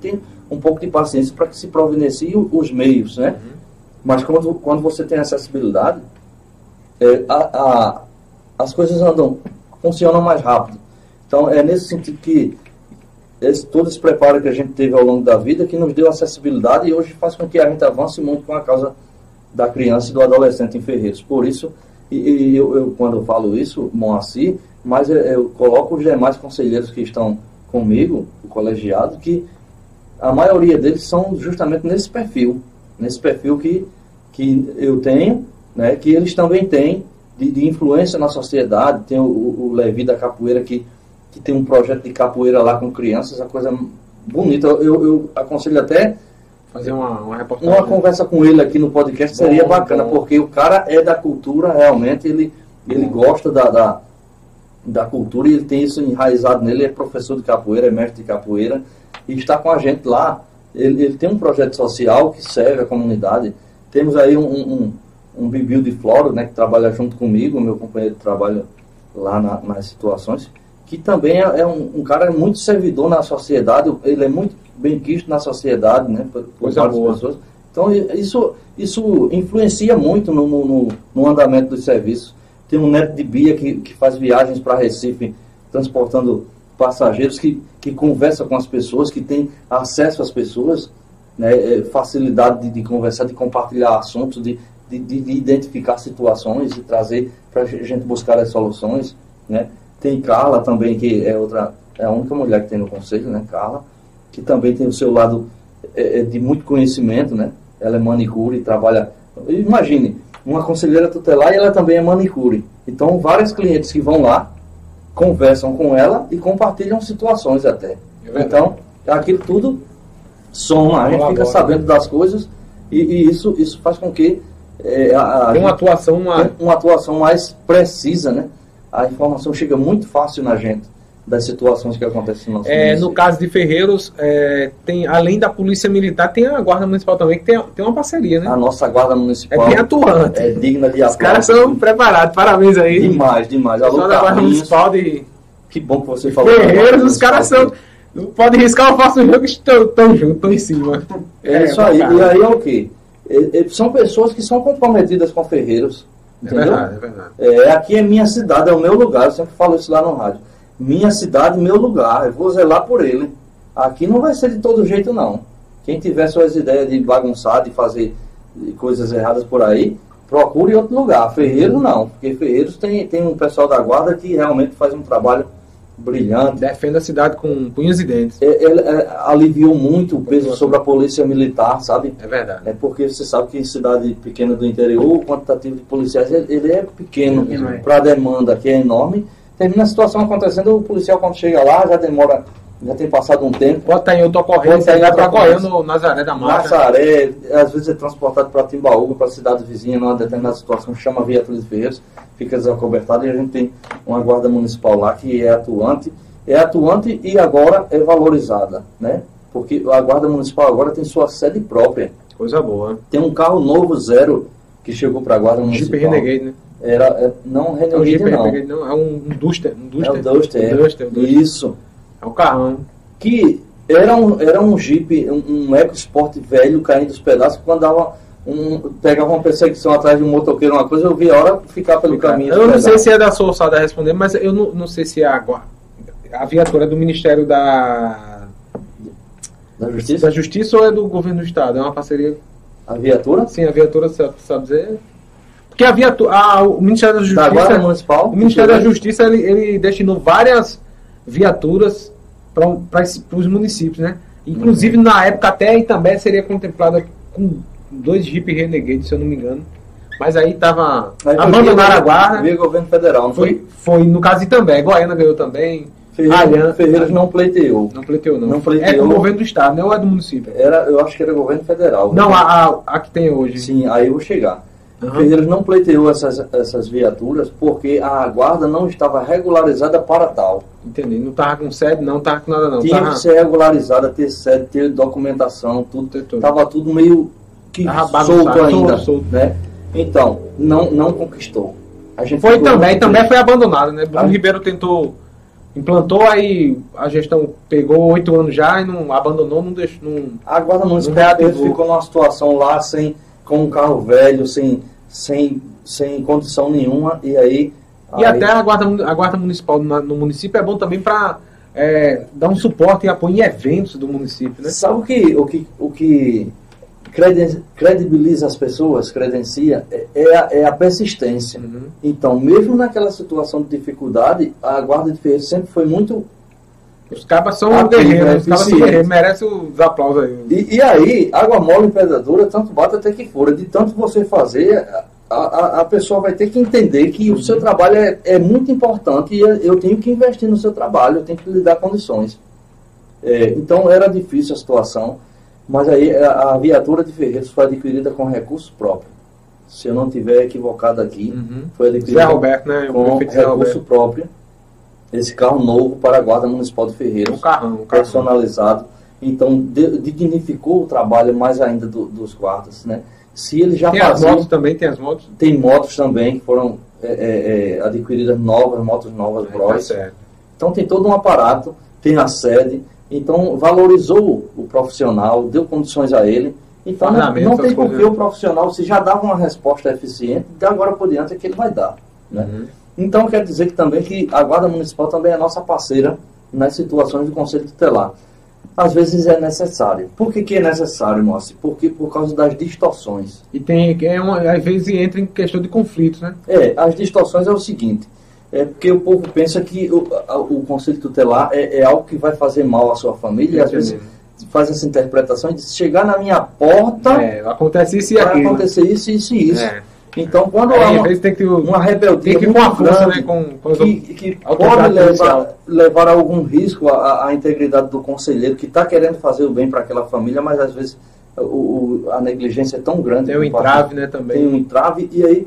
um pouco de paciência para que se providencie os meios, né? Mas quando você tem acessibilidade, as coisas funcionam mais rápido. Então, é nesse sentido que todo esse preparo que a gente teve ao longo da vida que nos deu acessibilidade e hoje faz com que a gente avance muito com a causa da criança e do adolescente em Ferreiros. Por isso, eu quando eu falo isso, Moacir, mas eu coloco os demais conselheiros que estão comigo, o colegiado, que a maioria deles são justamente nesse perfil que eu tenho, né, que eles também têm de influência na sociedade. Tem o Levi da Capoeira que tem um projeto de capoeira lá com crianças, a coisa bonita. Eu aconselho até fazer uma reportagem. Uma conversa com ele aqui no podcast seria bacana, porque o cara é da cultura, realmente, ele gosta da cultura e ele tem isso enraizado nele, é professor de capoeira, é mestre de capoeira, e está com a gente lá. Ele tem um projeto social que serve a comunidade. Temos aí um Bibil de Floro, né, que trabalha junto comigo, meu companheiro de trabalho lá nas situações, que também é um cara muito servidor na sociedade, ele é muito bem quisto na sociedade, né, por várias pessoas. Então isso influencia muito no andamento dos serviços. Tem um neto de Bia que faz viagens para Recife, transportando passageiros, que conversa com as pessoas, que tem acesso às pessoas, né, facilidade de conversar, de compartilhar assuntos, de identificar situações e trazer para a gente buscar as soluções, né. Tem Carla também, que é a única mulher que tem no conselho, né, Carla, que também tem o seu lado de muito conhecimento, né. Ela é manicure, trabalha... Imagine, uma conselheira tutelar e ela também é manicure. Então, vários clientes que vão lá, conversam com ela e compartilham situações até. Então, aquilo tudo soma, a gente fica sabendo das coisas e isso faz com que tem uma atuação mais precisa, né? A informação chega muito fácil na gente das situações que acontecem no nosso município. No caso de Ferreiros, tem, além da Polícia Militar, tem a Guarda Municipal também, que tem uma parceria, né? A nossa Guarda Municipal é bem atuante. É digna de aplauso. Os caras são preparados, parabéns aí. Demais. Só da Guarda Municipal de... Que bom que você falou. Ferreiros, os caras são... Não pode riscar, eu faço o jogo, estão juntos, estão em cima. É isso aí. E aí é o quê? São pessoas que são comprometidas com Ferreiros. Entendeu? É verdade. Aqui é minha cidade, é o meu lugar. Eu sempre falo isso lá no rádio. Minha cidade, meu lugar. Eu vou zelar por ele. Aqui não vai ser de todo jeito, não. Quem tiver suas ideias de bagunçar, de fazer coisas erradas por aí, procure outro lugar. Ferreiros não. Porque Ferreiros tem um pessoal da guarda que realmente faz um trabalho brilhante. Defende a cidade com punhos e dentes. Aliviou muito o peso sobre a polícia militar, sabe? É verdade. É porque você sabe que em cidade pequena do interior, o quantitativo de policiais ele é pequeno para a demanda, que é enorme. Termina a situação acontecendo, o policial quando chega lá já tem passado um tempo. Pode estar em outra ocorrência, vai para correr no Nazaré da Mata. Nazaré, às vezes é transportado para Timbaúba, para a cidade vizinha, numa determinada situação, chama a viatura de Ferreiros, fica desacobertado e a gente tem uma guarda municipal lá que é atuante e agora é valorizada, né? Porque a guarda municipal agora tem sua sede própria. Coisa boa. Tem um carro novo, zero, que chegou para a guarda municipal. Jeep Renegade, né? Não, Renegade não. É um Duster. É o Duster. Isso. É um carrão. Que era um Jeep, um EcoSport velho caindo dos pedaços, quando pegava uma perseguição atrás de um motoqueiro, uma coisa, eu vi a hora ficar pelo caminho. Eu não sei se é da sua ossada a responder, mas eu não sei se é a viatura do Ministério da Justiça? Da Justiça ou é do Governo do Estado? É uma parceria? A viatura? Sim, a viatura, você sabe dizer? Porque a viatura, o Ministério da Justiça... Da Guarda Municipal? O Ministério da Justiça, ele destinou várias viaturas para os municípios, né? Inclusive, na época, até Itambé seria contemplada com 2 Jeep Renegade, se eu não me engano. Mas aí estava... Abandonaram a guarda. Veio governo federal, não foi? Foi, no caso de Itambé. Goiânia ganhou também. Ferreiros não pleiteou. Não pleiteou, não. Não pleiteou. É do governo do estado, não é do município. Eu acho que era governo federal. Não, a que tem hoje. Sim, aí eu vou chegar. Ferreiros não pleiteou essas viaturas porque a guarda não estava regularizada para tal. Entendi. Não estava com sede, não estava com nada, não. Tinha que ser regularizada, ter sede, ter documentação, tudo. Estava tudo meio que solto ainda. Né? Então, não conquistou. A gente foi também foi abandonado, né? Bruno Ribeiro tentou implantou, aí a gestão pegou 8 anos já e não abandonou, não deixou. A Guarda Municipal reativou. ficou numa situação lá com um carro velho, sem condição nenhuma, e aí... E até a guarda municipal no município é bom também para dar um suporte e apoio em eventos do município, né? Sabe o que credibiliza as pessoas, credencia, é a persistência. Uhum. Então, mesmo naquela situação de dificuldade, a Guarda de Ferreiros sempre foi muito... Os cabas são Ativo, guerreiros, os cabas são eficiente. guerreiros, merecem os aplausos aí. E aí, água mole em pedra dura, tanto bate até que fora. De tanto você fazer, a pessoa vai ter que entender que o seu trabalho é muito importante e eu tenho que investir no seu trabalho, eu tenho que lhe dar condições. Então, era difícil a situação, mas aí a viatura de Ferreiros foi adquirida com recurso próprio. Se eu não estiver equivocado aqui, foi adquirida Zé Roberto, né? com recurso próprio. Esse carro novo para a Guarda Municipal de Ferreiros. Um carrão. Personalizado. Então, dignificou o trabalho mais ainda dos guardas, né? Se ele já tem fazia... as motos também, tem as motos. Tem motos também, que foram adquiridas motos novas, Bros. Tá certo. Então, tem todo um aparato, tem a sede. Então, valorizou o profissional, deu condições a ele. Então, não tem por que o profissional, se já dava uma resposta eficiente, de agora por diante é que ele vai dar, né? Então, quer dizer que também que a Guarda Municipal também é nossa parceira nas situações do Conselho Tutelar. Às vezes é necessário. Por que é necessário, Moacir? Porque por causa das distorções. E tem, às vezes entra em questão de conflitos, né? As distorções é o seguinte, porque o povo pensa que o Conselho Tutelar é algo que vai fazer mal à sua família, e às vezes faz essa interpretação e diz, chegar na minha porta, acontece isso e vai aquilo. acontecer isso, isso e isso. Então, quando há uma rebeldia tem que ir com a força, né, que pode levar a algum risco à integridade do conselheiro que está querendo fazer o bem para aquela família, mas às vezes a negligência é tão grande. Tem um entrave, né, também. Tem um entrave, e aí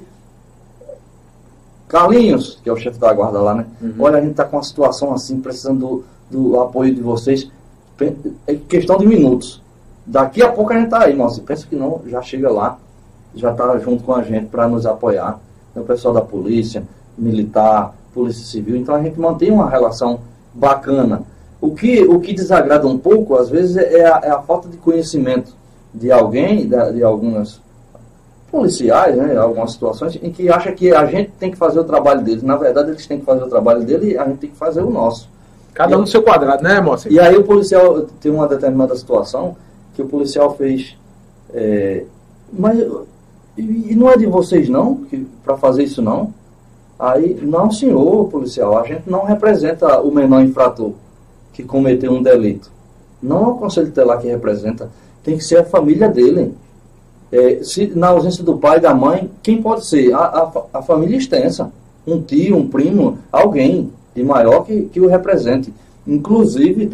Carlinhos, que é o chefe da guarda lá, né? Olha, a gente está com uma situação assim, precisando do apoio de vocês. É questão de minutos. Daqui a pouco a gente está aí, mas pensa que não, já chega lá, já está junto com a gente para nos apoiar. Tem o pessoal da polícia, militar, polícia civil, então a gente mantém uma relação bacana. O que desagrada um pouco, às vezes, é a falta de conhecimento de alguém, de algumas policiais, né, algumas situações, em que acha que a gente tem que fazer o trabalho deles. Na verdade, eles têm que fazer o trabalho dele e a gente tem que fazer o nosso. Cada um no seu quadrado, né, moça? E aí o policial, tem uma determinada situação que o policial fez, mas e não é de vocês não, para fazer isso não? Aí, não senhor policial, a gente não representa o menor infrator que cometeu um delito. Não é o Conselho Tutelar que representa, tem que ser a família dele. Se na ausência do pai e da mãe, quem pode ser? A família extensa, um tio, um primo, alguém de maior que o represente. Inclusive,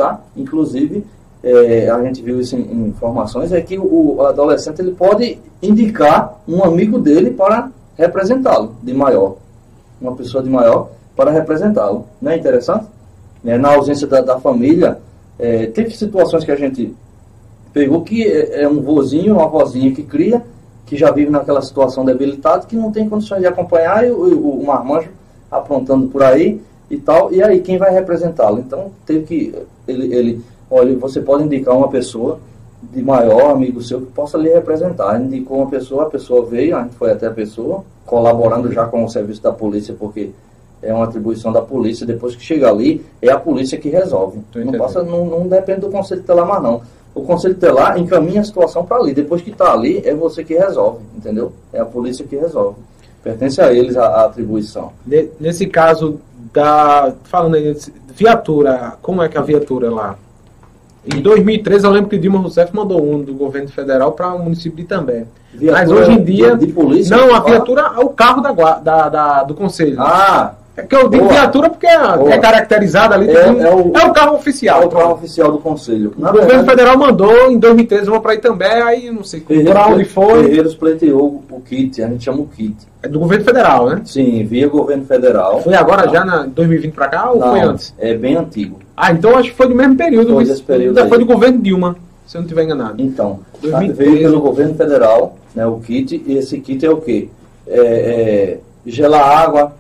a gente viu isso em informações, é que o adolescente ele pode indicar um amigo dele para representá-lo, de maior. Uma pessoa de maior para representá-lo. Não é interessante? Na ausência da família, teve situações que a gente pegou que é um vozinho, uma vozinha que cria, que já vive naquela situação debilitada, que não tem condições de acompanhar, e o marmanjo aprontando por aí e tal, e aí quem vai representá-lo? Então, teve que olha, você pode indicar uma pessoa de maior, amigo seu, que possa lhe representar. Indicou uma pessoa, a pessoa veio, a gente foi até a pessoa, colaborando já com o serviço da polícia, porque é uma atribuição da polícia, depois que chega ali, é a polícia que resolve. Não depende do Conselho Tutelar mais não. O Conselho Tutelar encaminha a situação para ali, depois que está ali, é você que resolve, entendeu? É a polícia que resolve. Pertence a eles a atribuição. Nesse caso, falando aí, viatura, como é que a viatura lá? Em 2013, eu lembro que Dilma Rousseff mandou um do governo federal para o município de Itambé. Mas hoje em dia... De polícia? Não, a viatura é o carro do conselho. É que eu digo viatura porque é caracterizado ali. É o carro oficial. É o carro oficial do conselho. O governo federal mandou, em 2013, eu vou para Itambé, aí não sei para onde foi. Ferreiros pleiteou o kit, a gente chama o kit. É do governo federal, né? Sim, via governo federal. Foi agora já, em 2020 para cá, ou foi antes? É bem antigo. Então acho que foi do mesmo período. Foi desse período. Foi do governo Dilma, se eu não estiver enganado. Então, 2013. veio pelo governo federal, né, o kit, e esse kit é o quê? Gelar água,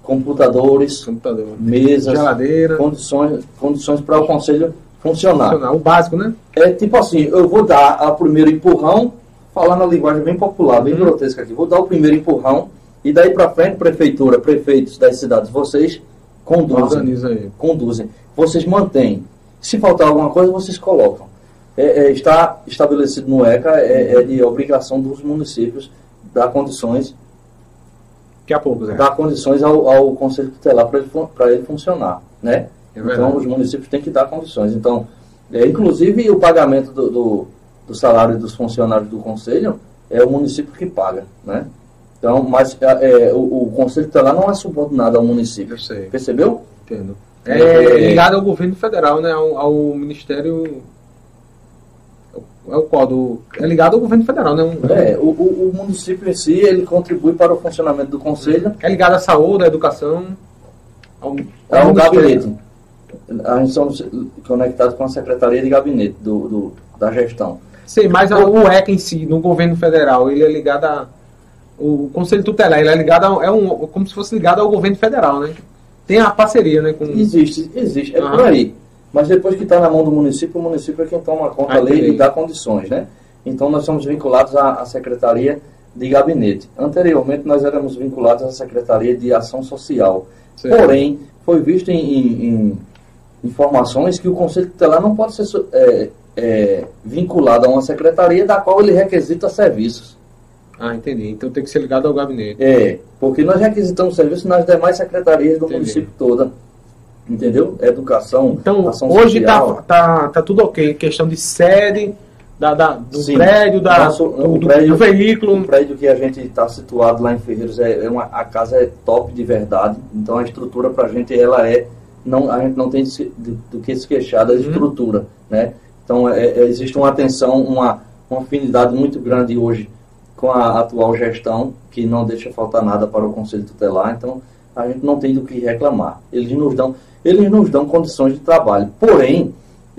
computadores, mesas, geladeira, condições para o conselho funcionar. O básico, né? É tipo assim, eu vou dar o primeiro empurrão, falar na linguagem bem popular, bem grotesca aqui, vou dar o primeiro empurrão e daí para frente, prefeitura, prefeitos das cidades, vocês conduzem. Vocês mantêm. Se faltar alguma coisa, vocês colocam. Está estabelecido no ECA, é de obrigação dos municípios dar condições, daqui a pouco, Zé. dar condições ao Conselho Tutelar para ele funcionar, né? Então, os municípios têm que dar condições. Então, inclusive, o pagamento do salário dos funcionários do Conselho é o município que paga, né? Então, mas o Conselho Tutelar não é subordinado ao município. Eu sei. Percebeu? Entendo. É ligado ao governo federal, né? Ao Ministério... É ligado ao governo federal, né? O município em si, ele contribui para o funcionamento do Conselho. É ligado à saúde, à educação... ao gabinete. A gente somos conectados com a Secretaria de Gabinete da Gestão. Sim, mas o ECA em si, no governo federal, ele é ligado o Conselho Tutelar, ele é ligado como se fosse ligado ao governo federal, né? Tem a parceria, né? Existe, é por aí. Mas depois que está na mão do município, o município é quem toma conta ali e dá condições, né? Então nós somos vinculados à Secretaria de Gabinete. Anteriormente nós éramos vinculados à Secretaria de Ação Social. Sim. Porém, foi visto em informações que o Conselho Tutelar não pode ser vinculado a uma secretaria da qual ele requisita serviços. Entendi. Então tem que ser ligado ao gabinete. Porque nós requisitamos serviços nas demais secretarias do município toda. Entendeu? Educação, então, ação hoje social. tá tudo ok. Questão de sede, do prédio, do veículo. O prédio que a gente está situado lá em Ferreiros, a casa é top de verdade. Então a estrutura para a gente, a gente não tem do que se queixar da estrutura, né? Então existe uma atenção, uma afinidade muito grande hoje com a atual gestão, que não deixa faltar nada para o Conselho Tutelar. Então a gente não tem do que reclamar. Eles nos dão condições de trabalho. Porém,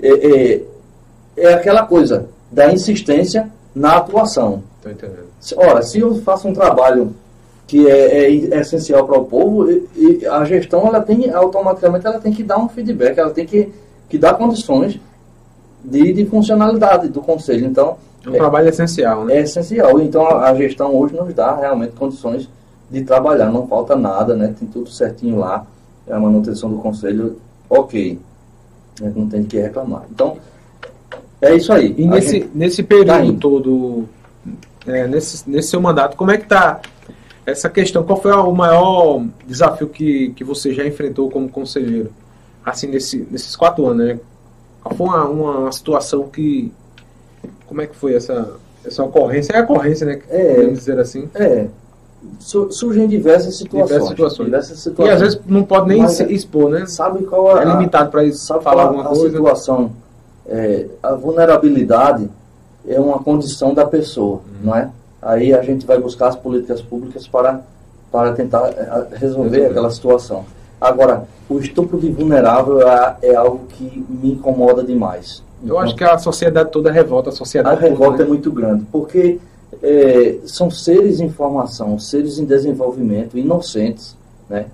é aquela coisa da insistência na atuação. Estou entendendo. Ora, se eu faço um trabalho que é essencial para o povo, a gestão automaticamente ela tem que dar um feedback, ela tem que dar condições de funcionalidade do Conselho. Então, um trabalho essencial, né? É essencial. Então a gestão hoje nos dá realmente condições de trabalhar, não falta nada, né? Tem tudo certinho lá, a manutenção do Conselho, ok, não tem que reclamar. Então, é isso aí. E nesse período todo, nesse seu mandato, como é que está essa questão? Qual foi o maior desafio que você já enfrentou como conselheiro, assim, nesses 4 anos, né? Qual foi uma situação que... Como é que foi essa ocorrência? É a ocorrência, né? Podemos dizer assim. Surgem diversas situações. E às vezes não pode nem expor, né? Sabe qual é limitado para falar alguma coisa. A situação, a vulnerabilidade é uma condição da pessoa, não é? Aí a gente vai buscar as políticas públicas para tentar resolver aquela situação. Agora, o estupro de vulnerável é algo que me incomoda demais. Eu acho que a sociedade toda revolta. A revolta é muito grande, porque são seres em formação, seres em desenvolvimento, inocentes, né?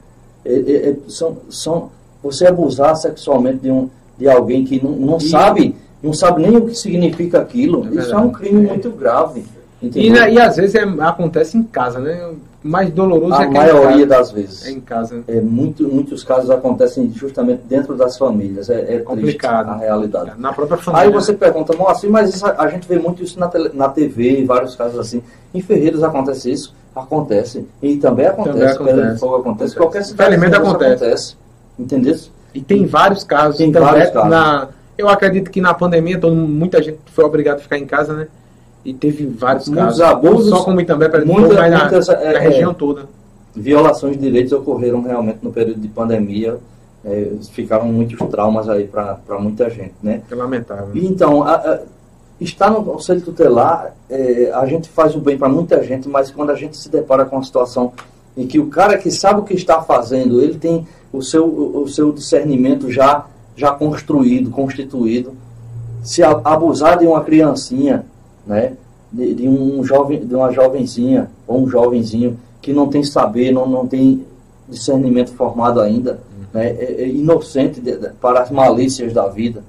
Você abusar sexualmente de alguém que não sabe nem o que significa aquilo, isso é um crime muito grave. E às vezes acontece em casa, né? O mais doloroso a maioria das vezes. É em casa. Muitos casos acontecem justamente dentro das famílias. É complicado a realidade. Na própria família. Aí você pergunta, assim, mas a gente vê muito isso na TV, em vários casos assim. Em Ferreiros acontece isso? Acontece. E também acontece. Pedra de Fogo acontece. Qualquer cidade acontece. Entendeu? E tem vários casos. Eu acredito que na pandemia muita gente foi obrigada a ficar em casa, né? E teve vários casos. Abusos, não só como também mas na região toda. Violações de direitos ocorreram realmente no período de pandemia. Ficaram muitos traumas aí para muita gente, né? É lamentável. E então, estar no Conselho Tutelar, a gente faz o bem para muita gente, mas quando a gente se depara com uma situação em que o cara que sabe o que está fazendo, ele tem o seu discernimento já constituído, se abusar de uma criancinha, né, de uma jovenzinha ou um jovenzinho que não tem saber, não tem discernimento formado ainda, né? É inocente para as malícias da vida.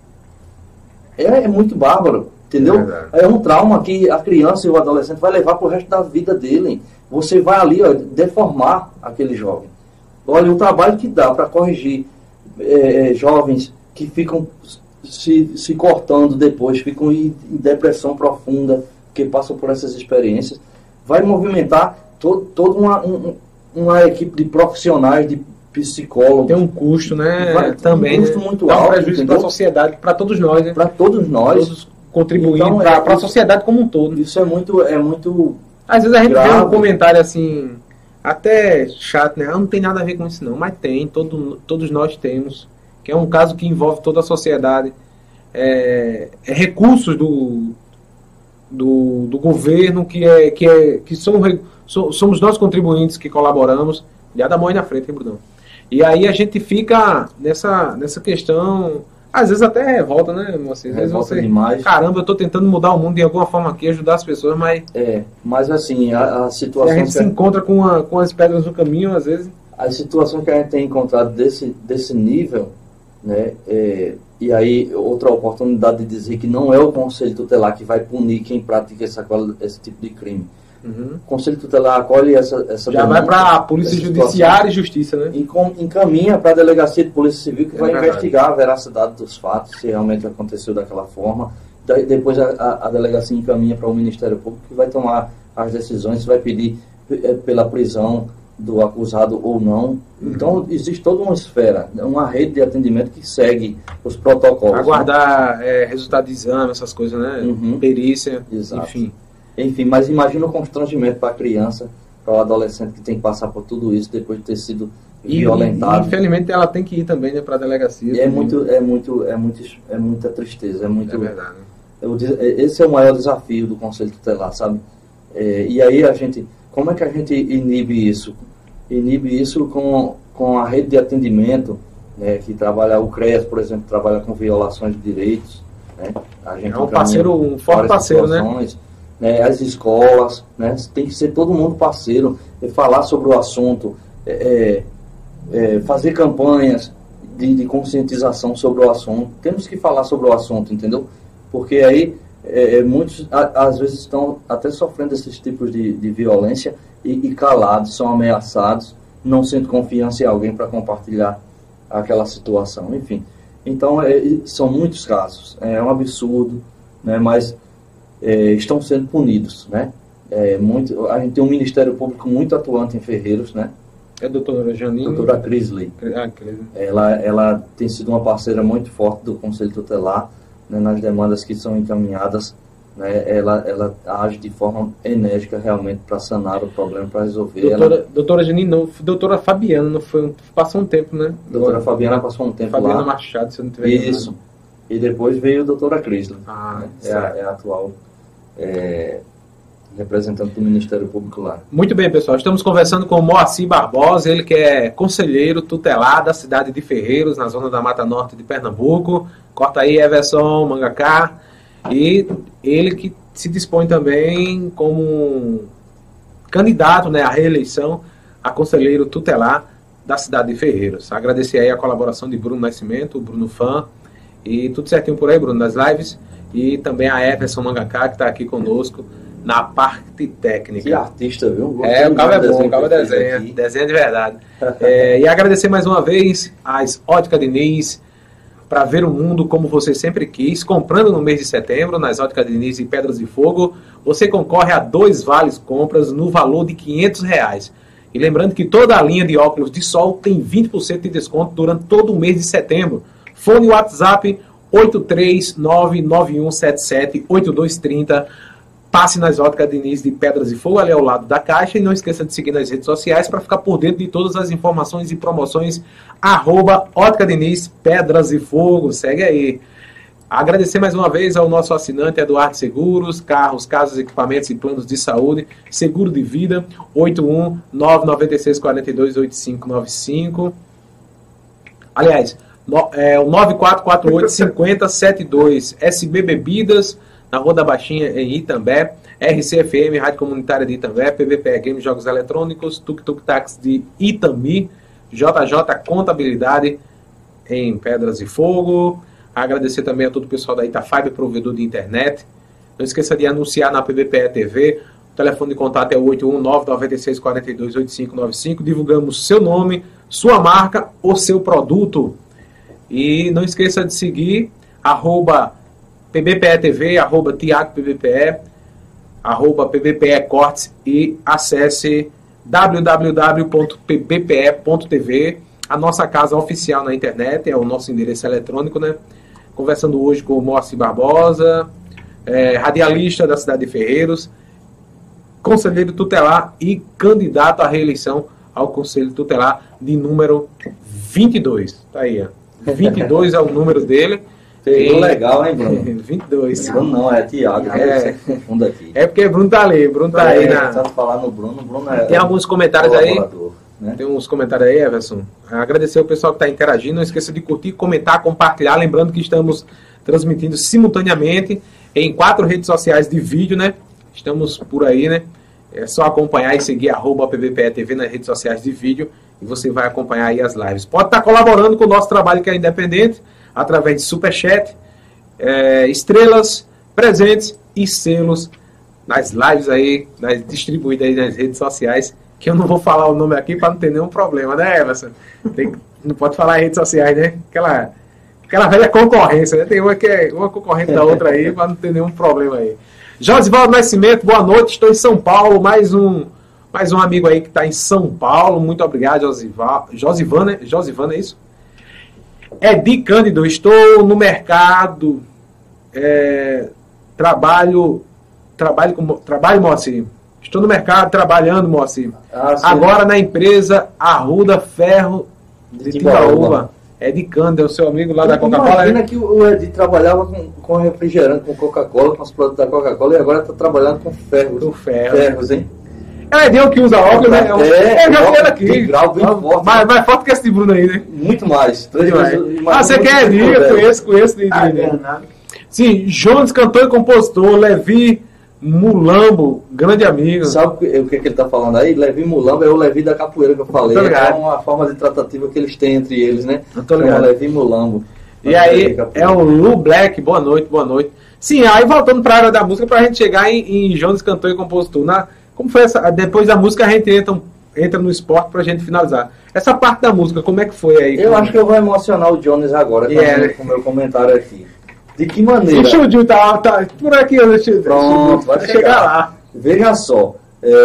É muito bárbaro, entendeu? É um trauma que a criança e o adolescente vai levar para o resto da vida dele. Você vai ali, ó, deformar aquele jovem. Olha, o trabalho que dá para corrigir jovens que ficam se cortando depois, ficam em depressão profunda, que passam por essas experiências, vai movimentar toda uma equipe de profissionais, de psicólogos. Tem um custo, né? Também. Um custo muito alto. Prejuízo para a sociedade, para todos nós, né? Para todos nós. Todos contribuindo então, para a sociedade como um todo. Isso é muito às vezes a gente grave. vê um comentário assim, até chato, né? Não tem nada a ver com isso não, mas tem, todos nós temos, que é um caso que envolve toda a sociedade. Recursos do governo que somos nós contribuintes que colaboramos. Já dá mão aí na frente, hein, Brunão? E aí a gente fica nessa questão, às vezes até revolta, né, você? Às vezes revolta demais. Caramba, eu estou tentando mudar o mundo de alguma forma aqui, ajudar as pessoas, mas... mas assim, a situação... A gente se encontra com as pedras no caminho, às vezes... As situações que a gente tem encontrado desse nível, né, e aí outra oportunidade de dizer que não é o Conselho Tutelar que vai punir quem pratica esse tipo de crime. O Conselho Tutelar acolhe essa já vai para a Polícia Judiciária e Justiça, né? E encaminha para a Delegacia de Polícia Civil, que vai investigar a veracidade dos fatos, se realmente aconteceu daquela forma. Depois a Delegacia encaminha para o Ministério Público, que vai tomar as decisões, se vai pedir pela prisão do acusado ou não. Então existe toda uma esfera, uma rede de atendimento que segue os protocolos. Aguardar resultado de exame, essas coisas, né? Perícia, exato. Enfim, mas imagina o constrangimento para a criança, para o adolescente que tem que passar por tudo isso depois de ter sido violentado. E infelizmente ela tem que ir também, né, para a delegacia. É muita tristeza. É verdade. Esse é o maior desafio do Conselho Tutelar, sabe? E aí como é que a gente inibe isso? Inibe isso com a rede de atendimento, né, que trabalha, o CREAS, por exemplo, trabalha com violações de direitos. Né? A gente um forte parceiro, né? As escolas, né? Tem que ser todo mundo parceiro, falar sobre o assunto, fazer campanhas de conscientização sobre o assunto. Temos que falar sobre o assunto, entendeu? Porque aí muitos às vezes estão até sofrendo esses tipos de violência e calados, são ameaçados, não sentem confiança em alguém para compartilhar aquela situação, enfim. Então são muitos casos, é um absurdo, né? Mas estão sendo punidos, né? A gente tem um Ministério Público muito atuante em Ferreiros, né? A doutora Janine. Doutora Crisley. Ela tem sido uma parceira muito forte do Conselho Tutelar, né, nas demandas que são encaminhadas, né? Ela age de forma enérgica realmente para sanar o problema, para resolver. Doutora Janine, não, doutora Fabiana, não foi, passou um tempo, né? Doutora Fabiana passou um tempo Fabiana lá. Machado, se eu não tiver Isso. Errado. E depois veio a doutora Crisley, é a atual representante do Ministério Público lá. Muito bem, pessoal. Estamos conversando com o Moacir Barbosa, ele que é conselheiro tutelar da cidade de Ferreiros, na zona da Mata Norte de Pernambuco. Corta aí, Everson Mangaká. E ele que se dispõe também como candidato, né, à reeleição a conselheiro tutelar da cidade de Ferreiros. Agradecer aí a colaboração de Bruno Nascimento, o Bruno Fã, e tudo certinho por aí, Bruno, nas lives. E também a Everson Mangaká, que está aqui conosco na parte técnica. Que artista, viu? O cara é bom, o cara desenha de verdade. E agradecer mais uma vez às Ótica Diniz, para ver o mundo como você sempre quis, comprando no mês de setembro, nas Ótica Diniz e Pedras de Fogo, você concorre a 2 vales compras no valor de R$500. E lembrando que toda a linha de óculos de sol tem 20% de desconto durante todo o mês de setembro. Fone WhatsApp 83991778230. Passe nas Óticas Diniz de Pedras de Fogo, ali ao lado da caixa, e não esqueça de seguir nas redes sociais para ficar por dentro de todas as informações e promoções. @Ótica Diniz Pedras de Fogo, segue aí. Agradecer mais uma vez ao nosso assinante Eduardo Seguros, carros, casas, equipamentos e planos de saúde, seguro de vida, 81996428595. Aliás, o 94485072, SB Bebidas, na Rua da Baixinha, em Itambé. RCFM, Rádio Comunitária de Itambé, PBPE Games, Jogos Eletrônicos, Tuk Tuk Táxi de Itami, JJ Contabilidade em Pedras e Fogo. Agradecer também a todo o pessoal da Itafiber, provedor de internet. Não esqueça de anunciar na PBPE TV. O telefone de contato é o 819-9642-8595. Divulgamos seu nome, sua marca ou seu produto. E não esqueça de seguir @PBPE TV, @TiagoPBPE, @PBPE Cortes e acesse www.pbpe.tv, a nossa casa oficial na internet, é o nosso endereço eletrônico, né? Conversando hoje com o Moacir Barbosa, radialista da cidade de Ferreiros, conselheiro tutelar e candidato à reeleição ao Conselho Tutelar de número 22. Tá aí, ó. 22 é o número dele. Pegou legal, hein, Bruno? 22. Bruno não, é Tiago, você confunda aqui. É porque Bruno tá ali, Bruno tá aí na... Tanto falar no Bruno, Tem alguns comentários aí. Né? Tem uns comentários aí, Everson. Agradecer o pessoal que está interagindo. Não esqueça de curtir, comentar, compartilhar. Lembrando que estamos transmitindo simultaneamente em 4 redes sociais de vídeo, né? Estamos por aí, né? É só acompanhar e seguir @PBPE TV nas redes sociais de vídeo e você vai acompanhar aí as lives. Pode estar colaborando com o nosso trabalho que é independente através de superchat, estrelas, presentes e selos nas lives aí, distribuídas aí nas redes sociais, que eu não vou falar o nome aqui para não ter nenhum problema, né, Everson? Não pode falar em redes sociais, né? Aquela velha concorrência, né? Tem uma que é uma concorrente da outra aí, para não ter nenhum problema aí. Josivaldo Nascimento, boa noite, estou em São Paulo, mais um amigo aí que está em São Paulo, muito obrigado, Josivana, é isso? Edi Cândido, estou no mercado, trabalho, Moacir. Estou no mercado trabalhando, Moacir. Agora na empresa Arruda Ferro de Timbaúba. Edi Cândido, é o seu amigo lá da Coca-Cola. Imagina que o Edi trabalhava com refrigerante, com Coca-Cola, com os produtos da Coca-Cola, e agora está trabalhando com ferros. Com ferros, hein? É Edinho que usa óculos, né? Eu já vi ele aqui. De grau bem forte. Mais forte que esse de Bruno aí, né? Muito mais. Você quer Edinho? Conheço. Sim, Jones, cantor e compositor. Levi Mulambo, grande amigo. Sabe o que ele está falando aí? Levi Mulambo é o Levi da capoeira que eu falei. É uma forma de tratativa que eles têm entre eles, né? Tô ligado. Levi Mulambo. E aí, é o Lu Black, boa noite. Sim, aí voltando para a área da música, para a gente chegar em Jones, cantor e compositor. Como foi essa? Depois da música a gente entra no esporte pra gente finalizar. Essa parte da música, como é que foi aí? Eu acho que eu vou emocionar o Jones agora com o meu comentário aqui. De que maneira? O Chudinho tá por aqui, pronto, vai chegar lá. Veja só,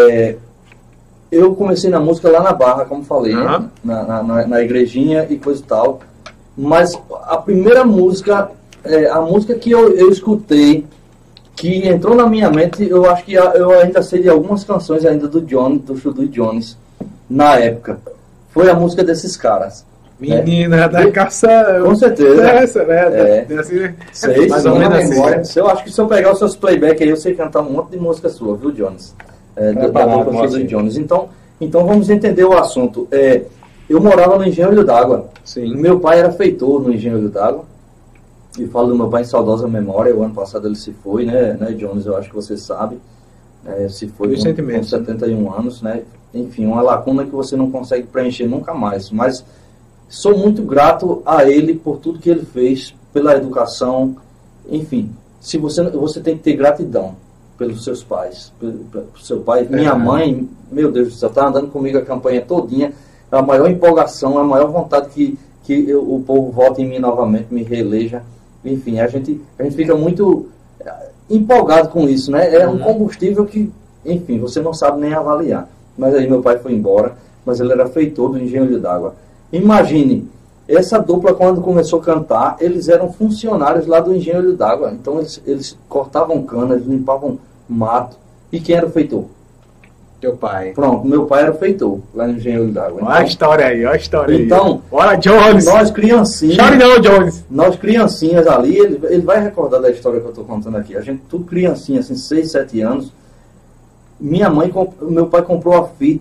eu comecei na música lá na Barra, como falei, né? na igrejinha e coisa e tal. Mas a primeira música, a música que eu escutei, que entrou na minha mente, eu acho que eu ainda sei de algumas canções ainda do Chudu Jones, na época. Foi a música desses caras. Menina da caça. Com certeza. Essa, né? Sei, mais ou menos assim. Eu acho que se eu pegar os seus playback aí, eu sei cantar um monte de música sua, viu, Jones? Da dupla Chudu Jones. Então vamos entender o assunto. Eu morava no Engenho d'Água. Sim. Meu pai era feitor no Engenho d'Água. E falo do meu pai em saudosa memória. O ano passado ele se foi, né, Jones? Eu acho que você sabe. Se foi com 71 anos, né? Enfim, uma lacuna que você não consegue preencher nunca mais. Mas sou muito grato a ele por tudo que ele fez, pela educação. Enfim, você tem que ter gratidão pelos seus pais. Pelo seu pai. Minha mãe, meu Deus do céu, está andando comigo a campanha todinha. A maior empolgação, a maior vontade que o povo vote em mim novamente, me reeleja. Enfim, a gente fica muito empolgado com isso, né? É um combustível que, enfim, você não sabe nem avaliar. Mas aí meu pai foi embora, mas ele era feitor do Engenho d'Água. Imagine, essa dupla quando começou a cantar, eles eram funcionários lá do Engenho d'Água. Então eles cortavam cana, eles limpavam mato. E quem era o feitor? Teu pai. Pronto, meu pai era o feitor lá no Engenho d'Água. Olha a história aí, Então, bora, Jones! Nós criancinhas. Chore não, Jones! Nós criancinhas ali, ele vai recordar da história que eu estou contando aqui. A gente, tudo criancinha, assim, 6, 7 anos. Meu pai comprou a fita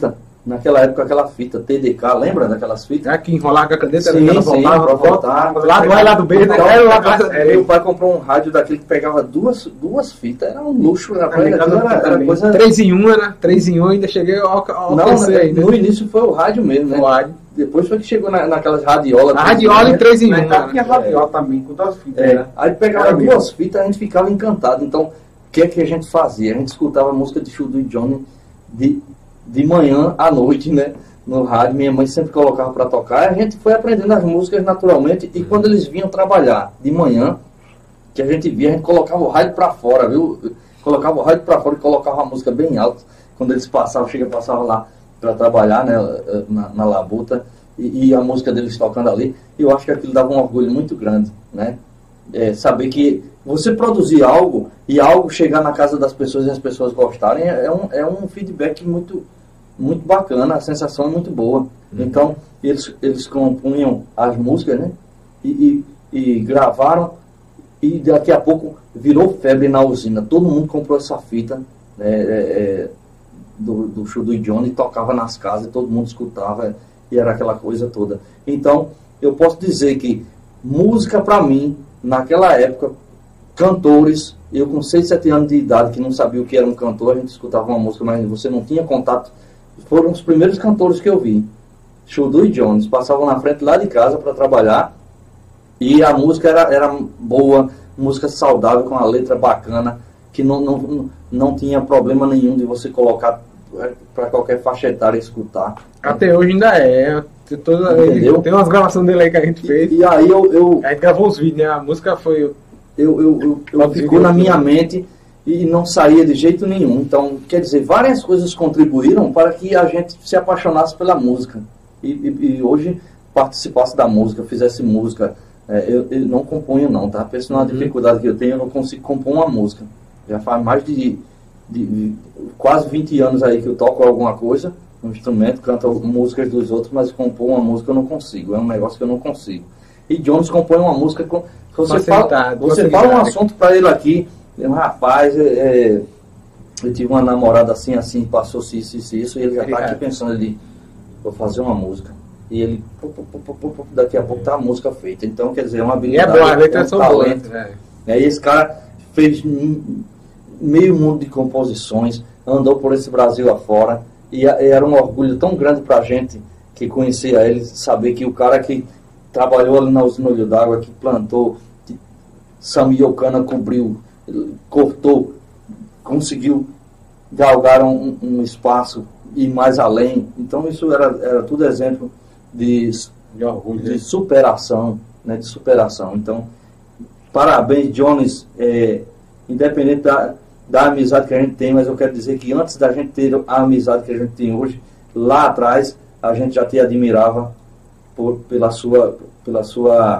naquela época, aquela fita TDK, lembra daquelas fitas? É que enrolava com a caneta, Sim, ela sim, voltava, pra voltar. lado A e lado B, né? Então, Era lá atrás. meu pai comprou um rádio daquele que pegava duas fitas, era um luxo, era coisa... 3 em 1, era 3 em 1, ainda cheguei ao PC ainda. No início foi o rádio mesmo, né? O rádio. Depois foi que chegou naquelas radiolas. A radiola em 3 em 1. Mas tinha radiola também, com 2 fitas. Aí pegava duas fitas, a gente ficava encantado. Então, o que é que a gente fazia? A gente escutava a música de Chudu e Johnny de manhã à noite, né? No rádio, minha mãe sempre colocava para tocar, e a gente foi aprendendo as músicas naturalmente, e quando eles vinham trabalhar de manhã, que a gente via, a gente colocava o rádio para fora, viu? Colocava o rádio para fora e colocava a música bem alta, quando eles passavam lá para trabalhar, né, na labuta, e a música deles tocando ali, e eu acho que aquilo dava um orgulho muito grande, né? Saber que você produzir algo, e algo chegar na casa das pessoas e as pessoas gostarem, é um feedback muito bacana, a sensação é muito boa. Então, eles compunham as músicas, né? E gravaram, e daqui a pouco virou febre na usina. Todo mundo comprou essa fita, né, do Chudu e Johnny, tocava nas casas, todo mundo escutava, e era aquela coisa toda. Então, eu posso dizer que música, para mim, naquela época, cantores, eu com 6, 7 anos de idade, que não sabia o que era um cantor, a gente escutava uma música, mas você não tinha contato. Foram os primeiros cantores que eu vi. Chudu e Jones passavam na frente lá de casa para trabalhar, e a música era boa, música saudável, com a letra bacana, que não tinha problema nenhum de você colocar para qualquer faixa etária escutar. Até hoje ainda é. Tem umas gravações dele aí que a gente fez. E aí a gente gravou os vídeos, né? A música foi... ficou na minha mente e não saía de jeito nenhum. Então, quer dizer, várias coisas contribuíram para que a gente se apaixonasse pela música. E hoje participasse da música, fizesse música. Eu não componho não, tá? Pensa numa dificuldade que eu tenho, eu não consigo compor uma música. Já faz mais de quase 20 anos aí que eu toco alguma coisa, um instrumento, canto músicas dos outros, mas compor uma música eu não consigo. É um negócio que eu não consigo. E Jones compõe uma música com... Você fala um assunto para ele aqui, rapaz, eu tive uma namorada assim, passou-se isso, e ele já está aqui pensando ali, vou fazer uma música. E ele, daqui a pouco tá a música feita. Então, quer dizer, é uma habilidade, é boa, a letra são talento. E esse cara fez meio mundo de composições, andou por esse Brasil afora, e era um orgulho tão grande pra gente que conhecia ele, saber que o cara que trabalhou ali na usina Olho d'Água, que plantou, sameou cana, cobriu, cortou, conseguiu galgar um espaço e mais além. Então isso era tudo exemplo de orgulho, de superação, né, de superação. Então, parabéns, Jones, independente da amizade que a gente tem, mas eu quero dizer que antes da gente ter a amizade que a gente tem hoje, lá atrás a gente já te admirava pela sua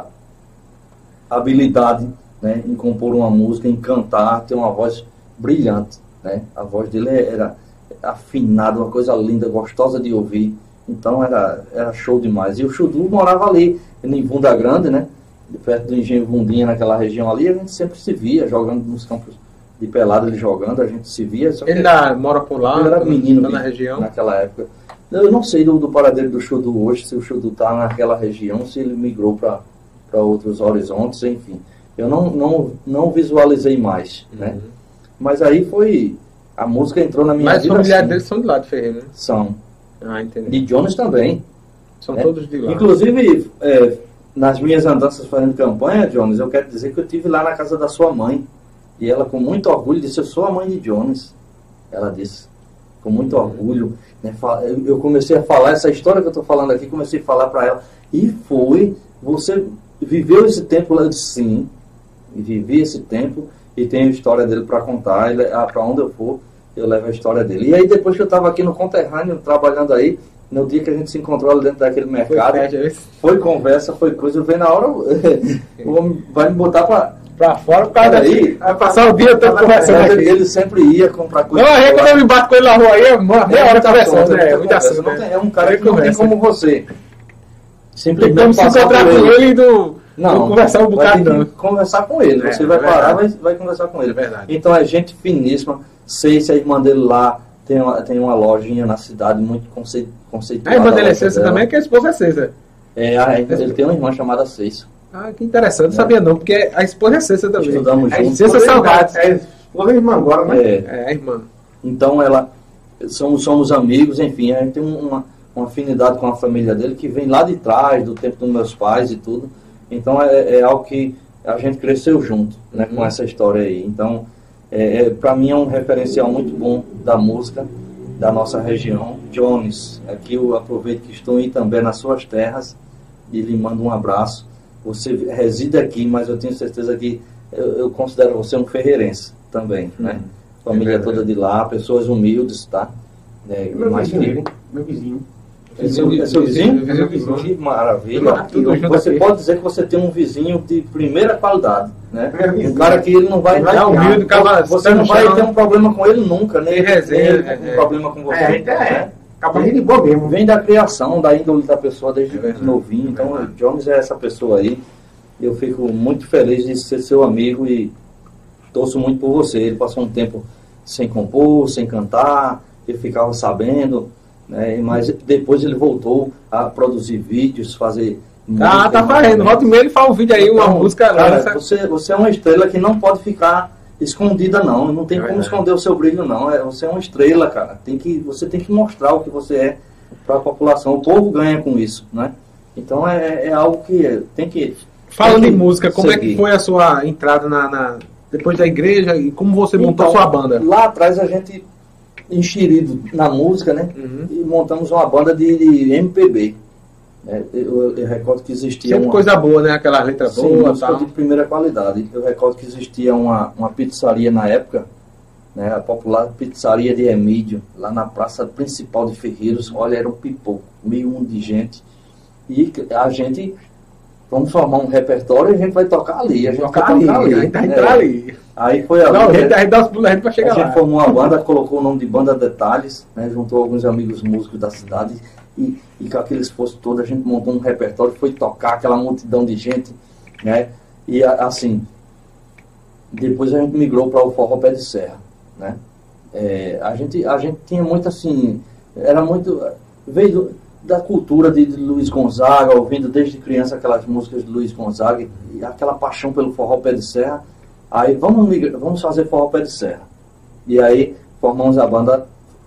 habilidade, né, em compor uma música, em cantar, ter uma voz brilhante, né? A voz dele era afinada, uma coisa linda, gostosa de ouvir. Então era show demais. E o Chudu morava ali em Bunda Grande, né, perto do Engenho Bundinha, naquela região ali. A gente sempre se via jogando nos campos de pelada, ele jogando, a gente se via. Só que ele mora por lá, ele era menino na região naquela época. Eu não sei do paradeiro do Chudu hoje, se o Chudu está naquela região, se ele migrou para outros horizontes, enfim. Eu não visualizei mais, né? Mas aí foi... A música entrou na minha vida. Mas os familiares deles são de lá de Ferreira, né? São. Ah, entendi. De Jones também. São todos de lá. Inclusive, nas minhas andanças fazendo campanha, Jones, eu quero dizer que eu estive lá na casa da sua mãe. E ela, com muito orgulho, disse: eu sou a mãe de Jones. Ela disse, com muito orgulho. Né? Eu comecei a falar, essa história que eu estou falando aqui, comecei a falar para ela. E você viveu esse tempo lá? Eu disse, sim. E vivi esse tempo. E tenho a história dele para contar. Para onde eu for, eu levo a história dele. E aí, depois que eu estava aqui no conterrâneo, trabalhando aí, no dia que a gente se encontrou ali dentro daquele mercado, foi conversa, foi coisa. Eu vejo na hora, o homem vai me botar para fora por causa daí. Vai passar o dia todo conversando. Ele sempre ia comprar coisa. Não, é quando eu me bato com ele na rua aí, é meia hora conversando. É um cara que não tem como você. Simplesmente se encontrar com ele não, conversar um bocado. Conversar com ele. Você vai parar, vai conversar com ele. Verdade. Então é gente finíssima. Sei se a irmã dele lá tem uma lojinha na cidade muito conceituada. A irmã dele é Cessa também, que a esposa é Cessa. Ele tem uma irmã chamada Cessa. Ah, que interessante, não sabia não, porque a esposa é Cessa também. Estudamos juntos. Cessa Salgados. É esposa e irmã agora, né? É, a irmã. Então, somos amigos, enfim, a gente tem uma afinidade com a família dele que vem lá de trás, do tempo dos meus pais e tudo. Então, é algo que a gente cresceu junto, né, com essa história aí. Então, para mim é um referencial muito bom da música da nossa região. Jones, aqui eu aproveito que estou aí também nas suas terras e lhe mando um abraço. Você reside aqui, mas eu tenho certeza que eu considero você um ferreirense também, né? Família toda de lá, pessoas humildes, tá? Meu vizinho. É seu vizinho? Que maravilha. Você pode dizer que você tem um vizinho de primeira qualidade, né? Um cara que ele não vai ter humilde, você não vai ter um problema com ele nunca, né? Tem resenha, um problema com você. Acaba de boa mesmo. Vem da criação, da índole da pessoa desde novinho. Então, o Jones é essa pessoa aí. Eu fico muito feliz de ser seu amigo e torço muito por você. Ele passou um tempo sem compor, sem cantar, ele ficava sabendo, né? Mas depois ele voltou a produzir vídeos, fazer música. Tá fazendo. Volta e meia ele faz um vídeo aí, uma música. Cara, você é uma estrela que não pode ficar escondida, não. Não tem como esconder o seu brilho, não. Você é uma estrela, cara. Você tem que mostrar o que você é para a população. O povo ganha com isso, né? Então é algo que tem que... Falando em música, como é que foi a sua entrada depois da igreja e como você montou sua banda? Lá atrás a gente, enxerido na música, né? E montamos uma banda de MPB. Eu recordo que existia sempre coisa boa, né? Aquela letra boa, música de primeira qualidade. Eu recordo que existia uma pizzaria na época, né? A popular pizzaria de Emídio, lá na praça principal de Ferreiros. Olha, era um pipoco, meio de gente. E a gente... Vamos formar um repertório e a gente vai tocar ali. A gente vai entrar ali. Aí foi ali. A gente dá os pulos pra chegar lá. A gente formou uma banda, colocou o nome de Banda Detalhes, né? Juntou alguns amigos músicos da cidade e com aquele esforço todo a gente montou um repertório, foi tocar aquela multidão de gente, né? E assim, depois a gente migrou para o Forró Pé de Serra, né? A gente tinha muito assim, era muito... veio da cultura de Luiz Gonzaga, ouvindo desde criança aquelas músicas de Luiz Gonzaga e aquela paixão pelo Forró Pé de Serra. Aí vamos fazer Forró Pé de Serra. E aí formamos a banda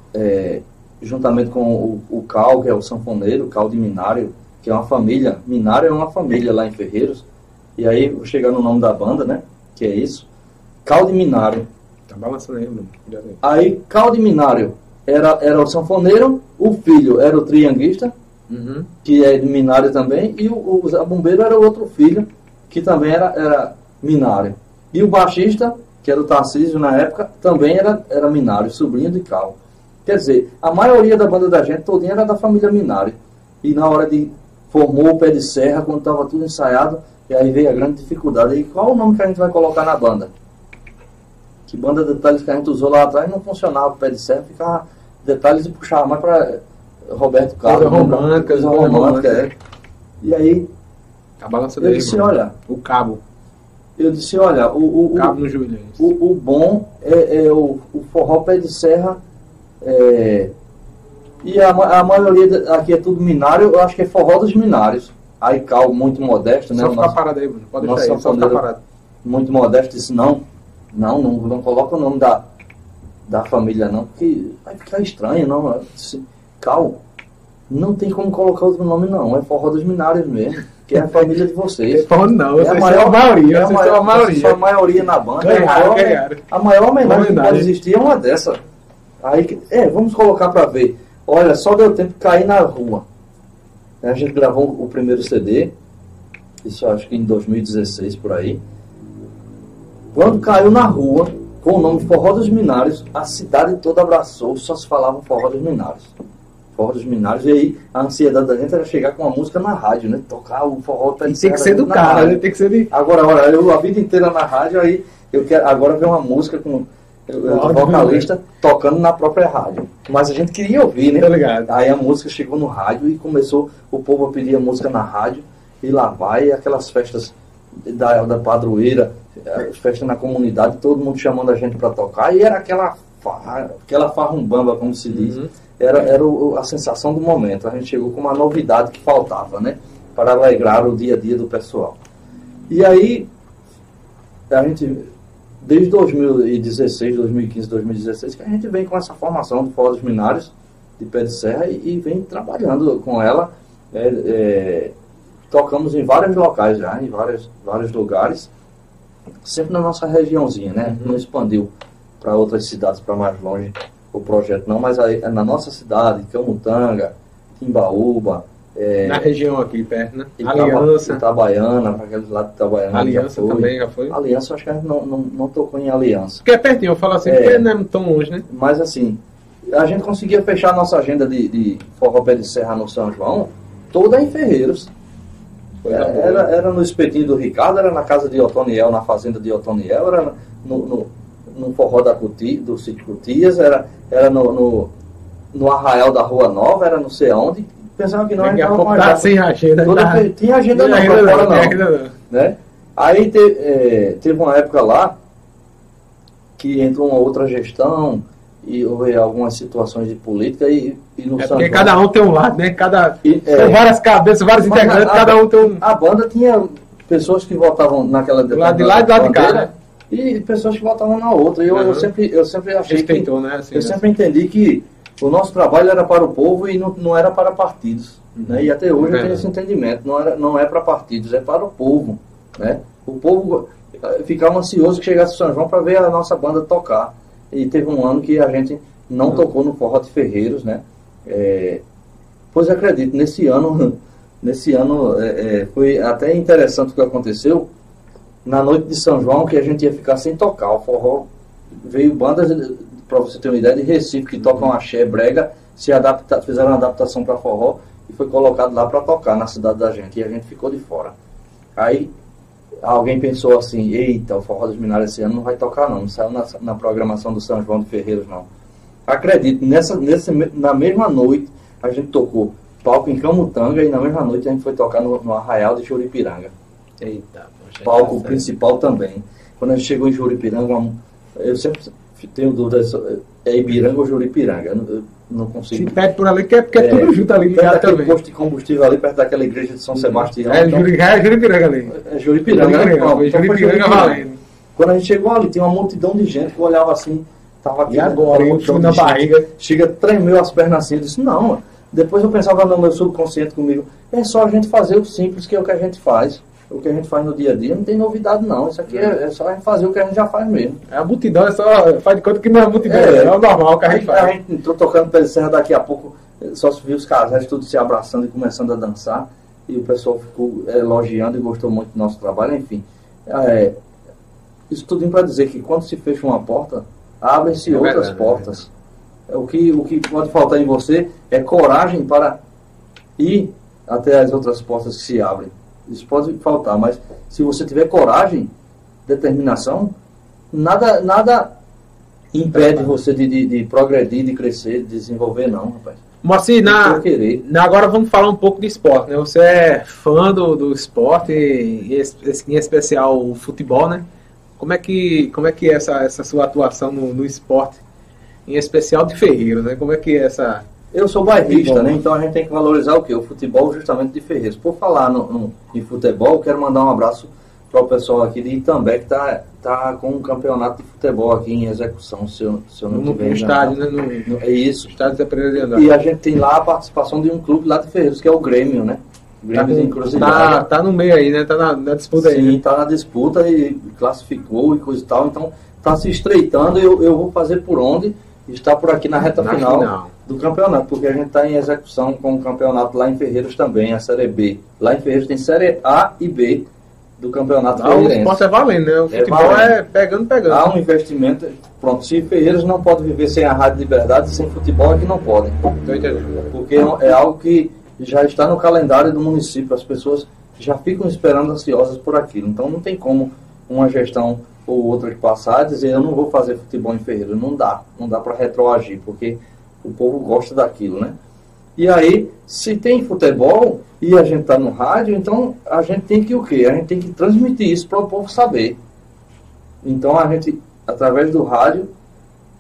juntamente com o Cal, que é o sanfoneiro, o Cal de Minário, que é uma família. Minário é uma família lá em Ferreiros. E aí vou chegar no nome da banda, né? Que é isso. Cal de Minário. Tá balançando aí, mano. Aí Cal de Minário era o sanfoneiro, o filho era o trianguista, que é de Minário também, e o zabumbeiro era o outro filho, que também era Minário. E o baixista, que era o Tarcísio na época, também era Minário, sobrinho de Cal. Quer dizer, a maioria da banda da gente todinha era da família Minário. E na hora de formou o Pé de Serra, quando estava tudo ensaiado, e aí veio a grande dificuldade. E qual o nome que a gente vai colocar na banda? Que Banda Detalhes que a gente usou lá atrás não funcionava o Pé de Serra, ficava Detalhes e puxava mais para Roberto Carlos. Coisa romântica. E aí a balança eu disse, olha... O cabo. Eu disse, olha, o cabo no joelho. O bom é o Forró Pé de Serra, e a maioria aqui é tudo Minário, eu acho que é Forró dos Minários. Aí Cal, muito modesto, né? Só ficar parado aí, Bruno. Pode deixar aí, só ficar parado. Muito modesto, disse, não coloca o nome da família não, porque vai ficar estranho, não. Eu disse, Cal, não tem como colocar outro nome não, é Forró dos Minários mesmo, que é a família de vocês. Não, vocês são a maioria, vocês são a maioria na banda. Ganharam. A maior homenagem que pode existir é uma dessa. Aí, vamos colocar pra ver. Olha, só deu tempo de cair na rua. A gente gravou o primeiro CD, isso acho que em 2016 por aí. Quando caiu na rua, com o nome Forró dos Minários, a cidade toda abraçou, só se falava Forró dos Minários. Forró dos Minários, e aí a ansiedade da gente era chegar com uma música na rádio, né? Tocar o forró e tem que ser do cara, né? Tem que ser de... Agora, olha, eu a vida inteira na rádio, aí eu quero agora ver uma música com o vocalista tocando na própria rádio. Mas a gente queria ouvir, né? Tá ligado. Aí a música chegou no rádio e começou o povo a pedir a música na rádio, e lá vai aquelas festas da padroeira, festas na comunidade, todo mundo chamando a gente para tocar, e era aquela aquela farrumbamba, como se diz, era a sensação do momento. A gente chegou com uma novidade que faltava, né? Para alegrar o dia a dia do pessoal. E aí, a gente, desde 2016, 2015, 2016, que a gente vem com essa formação do Forró dos Minários, de Pé de Serra, e vem trabalhando com ela. Tocamos em vários locais já, em vários lugares, sempre na nossa regiãozinha, né? Não expandiu para outras cidades, para mais longe o projeto não, mas aí, na nossa cidade, Camutanga, Timbaúba, na região aqui perto, né? Aliança. Itabaiana, para aqueles lados de Itabaiana. Aliança também já foi? Aliança, acho que a gente não tocou em Aliança. Porque é pertinho, eu falo assim, porque não é tão longe, né? Mas assim, a gente conseguia fechar a nossa agenda de Forró Pé de Serra no São João, toda em Ferreiros. Era no espetinho do Ricardo, era na casa de Otoniel, na fazenda de Otoniel, era no forró do sítio Cutias, era no arraial da Rua Nova, era não sei aonde. Pensava que não era sem agenda. Tinha agenda não, né? Aí teve uma época lá que entrou uma outra gestão e houve algumas situações de política e no São porque João, cada um tem um lado, né? São várias cabeças, vários integrantes, cada um tem um... A banda tinha pessoas que votavam naquela... Do lado de lá e do lado de cá, né? E pessoas que votavam na outra. Eu sempre achei respeitou, né? Assim, sempre entendi que o nosso trabalho era para o povo e não era para partidos. Né? E até hoje eu tenho esse entendimento. Não é para partidos, é para o povo. Né? O povo ficava ansioso que chegasse o São João para ver a nossa banda tocar. E teve um ano que a gente não tocou no Forró de Ferreiros, né? Pois acredito, nesse ano foi até interessante o que aconteceu. Na noite de São João, que a gente ia ficar sem tocar. O forró veio bandas, para você ter uma ideia, de Recife, que tocam axé, brega, fizeram uma adaptação para forró e foi colocado lá para tocar na cidade da gente. E a gente ficou de fora. Aí alguém pensou assim, eita, o Forró dos Minários esse ano não vai tocar não saiu na programação do São João de Ferreiros não. Acredito, na mesma noite a gente tocou palco em Camutanga e na mesma noite a gente foi tocar no Arraial de Juripiranga. Eita, palco principal também. Quando a gente chegou em Juripiranga, eu sempre tenho dúvida, é Ibiranga ou Juripiranga, eu não consigo. Se pede por ali, porque é tudo junto ali, ligado também. Posto de combustível ali, perto daquela igreja de São Sebastião. Juripiranga ali. É Juripiranga, Juripiranga valendo. Quando a gente chegou ali, tinha uma multidão de gente que olhava assim, tava aqui. E agora, na barriga. Chega, tremeu as pernas assim, eu disse, não. Depois eu pensava no meu subconsciente comigo, é só a gente fazer o simples, que é o que a gente faz. O que a gente faz no dia a dia não tem novidade não. Isso aqui é só a gente fazer o que a gente já faz mesmo. A multidão faz de conta que não é multidão, é o normal que a gente faz. A gente entrou tocando Pé de Serra, daqui a pouco só se viu os casais todos se abraçando e começando a dançar. E o pessoal ficou elogiando e gostou muito do nosso trabalho, enfim. Isso tudo para dizer que quando se fecha uma porta, abrem-se outras portas. O que pode faltar em você é coragem para ir até as outras portas que se abrem. Isso pode faltar, mas se você tiver coragem, determinação, nada impede você de progredir, de crescer, de desenvolver, não, rapaz. Moacir, agora vamos falar um pouco de esporte, né? Você é fã do esporte, em especial o futebol, né? Como é que é essa sua atuação no esporte, em especial de Ferreiros, né? Como é que é essa... Eu sou bairrista, né? Então a gente tem que valorizar o quê? O futebol justamente de Ferreiros. Por falar em futebol, quero mandar um abraço para o pessoal aqui de Itambé, que tá com um campeonato de futebol aqui em execução, se eu não tiver no estádio, né? É isso. Estádio Zé Pereira de Andrade. E a gente tem lá a participação de um clube lá de Ferreiros, que é o Grêmio, né? O Grêmio de Encruzilhada. Tá no meio aí, né? Tá na disputa. Sim, aí. Sim, tá na disputa e classificou e coisa e tal. Então tá se estreitando. Eu vou fazer por onde? Está por aqui na reta final do campeonato, porque a gente está em execução com o campeonato lá em Ferreiros também, a Série B. Lá em Ferreiros tem Série A e B do campeontado ferreirense. O esporte é valendo, né? O futebol é pegando. Há um investimento. Pronto, se Ferreiros não pode viver sem a Rádio Liberdade, sem futebol, aqui não podem. Porque é algo que já está no calendário do município. As pessoas já ficam esperando ansiosas por aquilo. Então não tem como uma gestão ou outra que passar e dizer, eu não vou fazer futebol em Ferreiros. Não dá para retroagir, porque o povo gosta daquilo, né? E aí, se tem futebol e a gente está no rádio, então a gente tem que o quê? A gente tem que transmitir isso para o povo saber. Então a gente, através do rádio,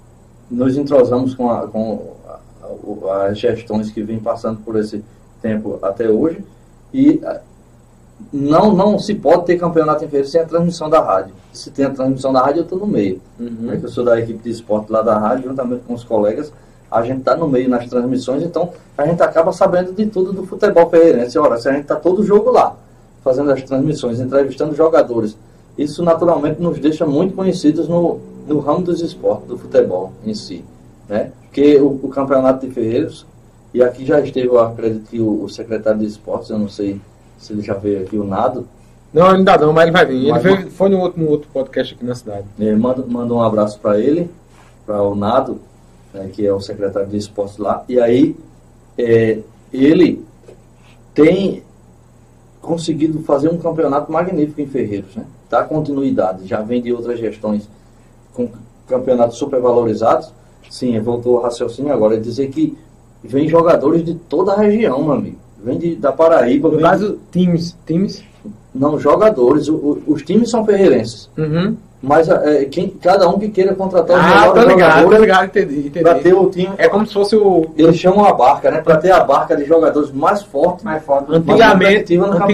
nos entrosamos com as gestões que vêm passando por esse tempo até hoje, e não se pode ter campeonato em Ferreiros sem a transmissão da rádio. Se tem a transmissão da rádio, eu estou no meio. Eu sou da equipe de esporte lá da rádio, juntamente com os colegas, a gente está no meio nas transmissões, então a gente acaba sabendo de tudo do futebol ferreirense. Ora, se a gente está todo jogo lá, fazendo as transmissões, entrevistando jogadores, isso naturalmente nos deixa muito conhecidos no ramo dos esportes, do futebol em si, né? Porque o campeonato de Ferreiros, e aqui já esteve, eu acredito que o secretário de esportes, eu não sei se ele já veio aqui, o Nado. Não, ainda não, mas ele vai vir. Foi no outro podcast aqui na cidade. Manda um abraço para ele, para o Nado, né, que é o secretário de esportes lá. E aí, ele tem conseguido fazer um campeonato magnífico em Ferreiros, né? Dá continuidade, já vem de outras gestões com campeonatos supervalorizados. Sim, voltou ao raciocínio agora, dizer que vem jogadores de toda a região, meu amigo. Vem da Paraíba. No caso, times? Não, jogadores. Os times são ferreirenses. Mas cada um que queira contratar os melhores jogadores. Tô ligado, entendi. Para ter o time. É como se fosse Eles chamam a barca, né? Para ter a barca de jogadores mais forte. Antigamente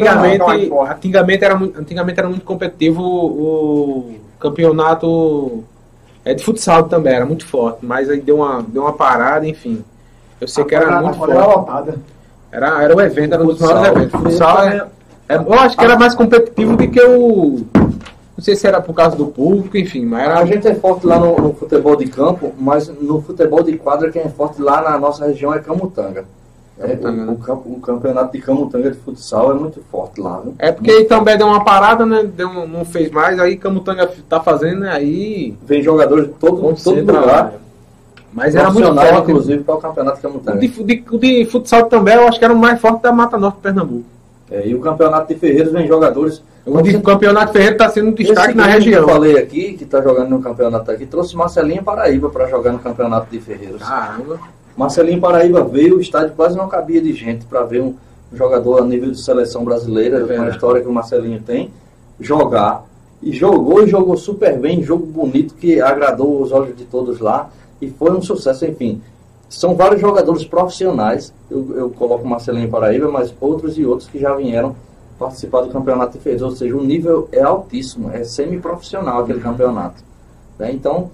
era muito competitivo o campeonato de futsal também, era muito forte. Mas aí deu uma parada, enfim. Eu sei que era muito forte. Era o evento, era um dos maiores eventos. O futsal eu acho que era mais competitivo do que não sei se era por causa do público, enfim. Mas a gente é forte lá no futebol de campo, mas no futebol de quadra quem é forte lá na nossa região é Camutanga. O campeonato de Camutanga de futsal é muito forte lá, né? É porque também deu uma parada, né? Não fez mais, aí Camutanga tá fazendo, né? Aí vem jogadores de todo lugar. Mas era muito forte, inclusive, para o campeonato de Camutanga. O de futsal também, eu acho que era o mais forte da Mata Norte de Pernambuco. E o campeonato de Ferreiros vem jogadores. O campeonato de Ferreiros está sendo um destaque na região. Que eu falei aqui, que está jogando no campeonato aqui, trouxe Marcelinho Paraíba para jogar no campeonato de Ferreiros. Caramba. Marcelinho Paraíba veio, o estádio quase não cabia de gente para ver um jogador a nível de seleção brasileira, com a história que o Marcelinho tem, jogar. E jogou super bem, jogo bonito que agradou os olhos de todos lá. E foi um sucesso, enfim. São vários jogadores profissionais. Eu coloco Marcelinho Paraíba, mas outros e outros que já vieram participar do campeonato de Ferreiros. Ou seja, o nível é altíssimo, é semi-profissional aquele campeonato. Né? Então,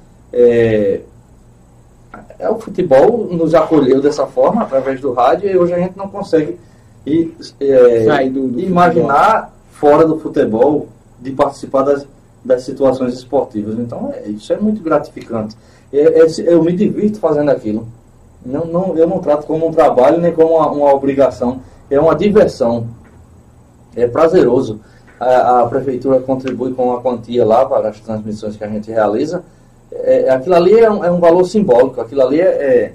o futebol nos acolheu dessa forma, através do rádio, e hoje a gente não consegue imaginar fora do futebol de participar das situações esportivas. Então, isso é muito gratificante. Eu me divirto fazendo aquilo. Eu não trato como um trabalho nem como uma obrigação. É uma diversão. É prazeroso. A prefeitura contribui com uma quantia lá para as transmissões que a gente realiza. Aquilo ali é um valor simbólico. Aquilo ali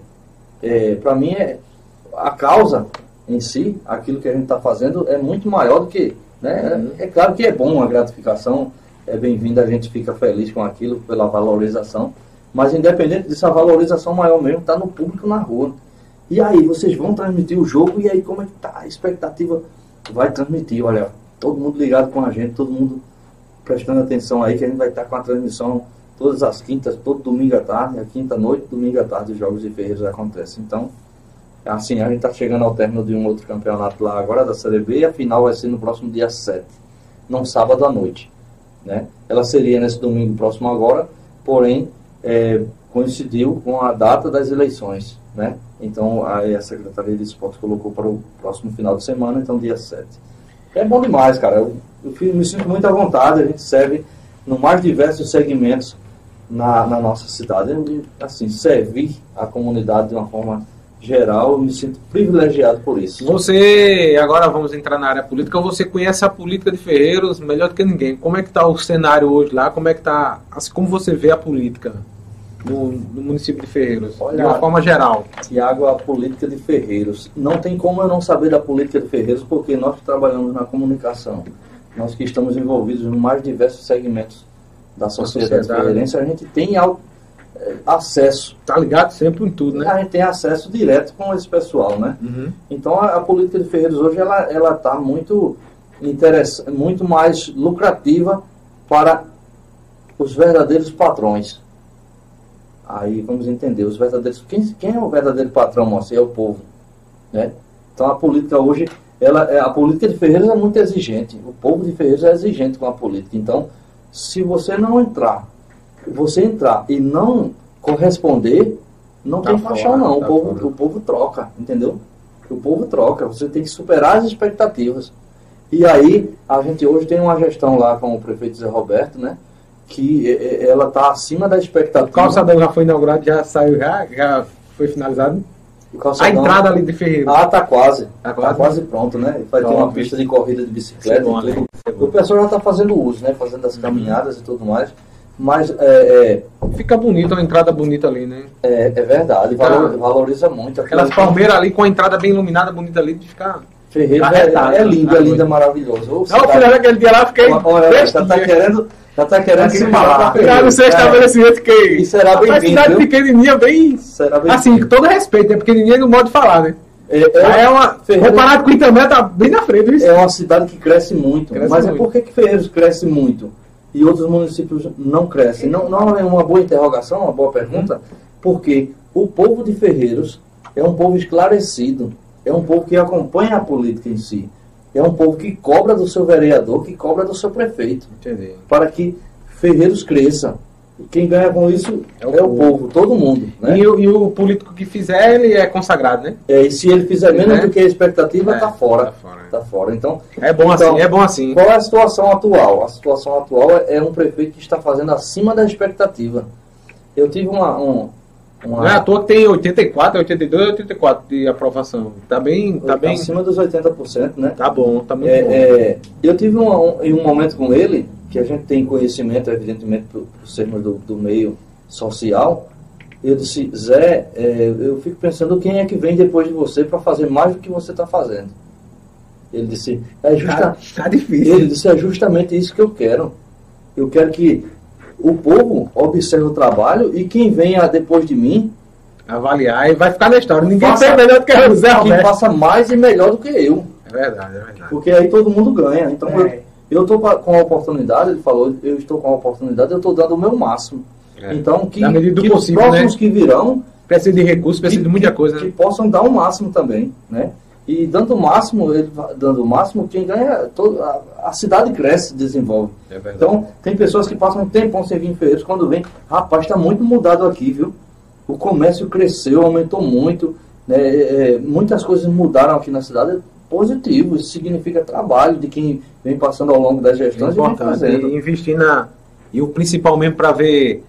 para mim, a causa em si, aquilo que a gente está fazendo é muito maior do que... Né? É claro que é bom a gratificação, é bem-vinda, a gente fica feliz com aquilo, pela valorização. Mas independente dessa valorização maior mesmo, está no público na rua. E aí, vocês vão transmitir o jogo, e aí como é que está a expectativa? Vai transmitir, olha, todo mundo ligado com a gente, todo mundo prestando atenção aí, que a gente vai estar com a transmissão todas as quintas, todo domingo à tarde, a quinta-noite, domingo à tarde, os Jogos de Ferreiros acontecem. Então, assim, a gente está chegando ao término de um outro campeonato lá agora, da Série B, e a final vai ser no próximo dia 7, num sábado à noite. Né? Ela seria nesse domingo próximo agora, porém, coincidiu com a data das eleições, né? Então a Secretaria de Esportes colocou para o próximo final de semana, então dia 7. É bom demais, cara. Eu me sinto muito à vontade, a gente serve no mais diversos segmentos na nossa cidade. Assim, servir a comunidade de uma forma geral, eu me sinto privilegiado por isso. Agora vamos entrar na área política, você conhece a política de Ferreiros melhor do que ninguém. Como é que está o cenário hoje lá? Como é que está, assim, como você vê a política no município de Ferreiros, de uma forma geral? Tiago, a política de Ferreiros, não tem como eu não saber da política de Ferreiros, porque nós que trabalhamos na comunicação, nós que estamos envolvidos em mais diversos segmentos da sociedade ferreirense, a gente tem acesso. Tá ligado sempre em tudo, né? A gente tem acesso direto com esse pessoal, né? Então a política de Ferreiros hoje ela está muito mais lucrativa para os verdadeiros patrões. Aí vamos entender, os verdadeiros, quem é o verdadeiro patrão, moço? É o povo, né? Então a política hoje, a política de Ferreiros é muito exigente, o povo de Ferreiros é exigente com a política. Então, se você não entrar, e não corresponder, não tem paixão não, o povo troca, entendeu? O povo troca, você tem que superar as expectativas. E aí, a gente hoje tem uma gestão lá com o prefeito Zé Roberto, né? Que ela está acima da expectativa. O calçadão já foi inaugurado, já saiu, já foi finalizado. A entrada ali de Ferreira. Tá quase. Tá quase pronto, né? Vai ter uma pista de corrida de bicicleta. Bom, e tudo. O pessoal já está fazendo uso, né? Fazendo as caminhadas e tudo mais. Mas fica bonito, uma entrada bonita ali, né? É verdade, valoriza muito. Aquelas palmeiras ali com a entrada bem iluminada, bonita ali, de ficar. Ferreira é lindo, é maravilhoso. Não, filho, naquele dia lá fiquei. Já tá querendo se falar. Já no seu estabelecimento que. E será bem-vindo. Cidade pequenininha, bem. Assim, com todo respeito, é pequenininha no modo de falar, né? Comparado com o Itamé, tá bem na frente. Isso. É uma cidade que cresce muito. Mas por que Ferreiros cresce muito e outros municípios não crescem? Não é uma boa interrogação, uma boa pergunta, porque o povo de Ferreiros é um povo esclarecido, é um povo que acompanha a política em si, é um povo que cobra do seu vereador, que cobra do seu prefeito. Entendi. Para que Ferreiros cresça. E quem ganha com isso é o povo, todo mundo. Né? E o político que fizer, ele é consagrado, né? E se ele fizer menos do que a expectativa, está fora. Tá fora. Então, é bom assim. Qual é a situação atual? A situação atual é um prefeito que está fazendo acima da expectativa. Eu tive uma... Não é à toa que tem 84, 82, 84 de aprovação. Tá bem acima dos 80%, né? Tá bom, tá muito bom. Eu tive um momento com ele, que a gente tem conhecimento, evidentemente, por sermos do meio social. Eu disse, Zé, eu fico pensando quem é que vem depois de você para fazer mais do que você está fazendo. Ele disse, tá difícil. Ele disse, é justamente isso que eu quero. Eu quero que o povo observe o trabalho e quem venha depois de mim avaliar e vai ficar na história. Ninguém fez melhor do que o Zé Roberto. Quem faça mais e melhor do que eu. É verdade. Porque aí todo mundo ganha. Então eu estou com a oportunidade, ele falou, eu estou com a oportunidade, eu estou dando o meu máximo. Então que os próximos, né, que virão precisa de recursos, precisa de muita coisa, que possam dar o máximo também, né? E dando o máximo, quem ganha, a cidade cresce, desenvolve. Então, tem pessoas que passam um tempão sem vir em Ferreiros, quando vem, rapaz, está muito mudado aqui, viu? O comércio cresceu, aumentou muito, né? Muitas coisas mudaram aqui na cidade, positivo, isso significa trabalho de quem vem passando ao longo das gestões e vem fazendo. E investir e o principal mesmo para ver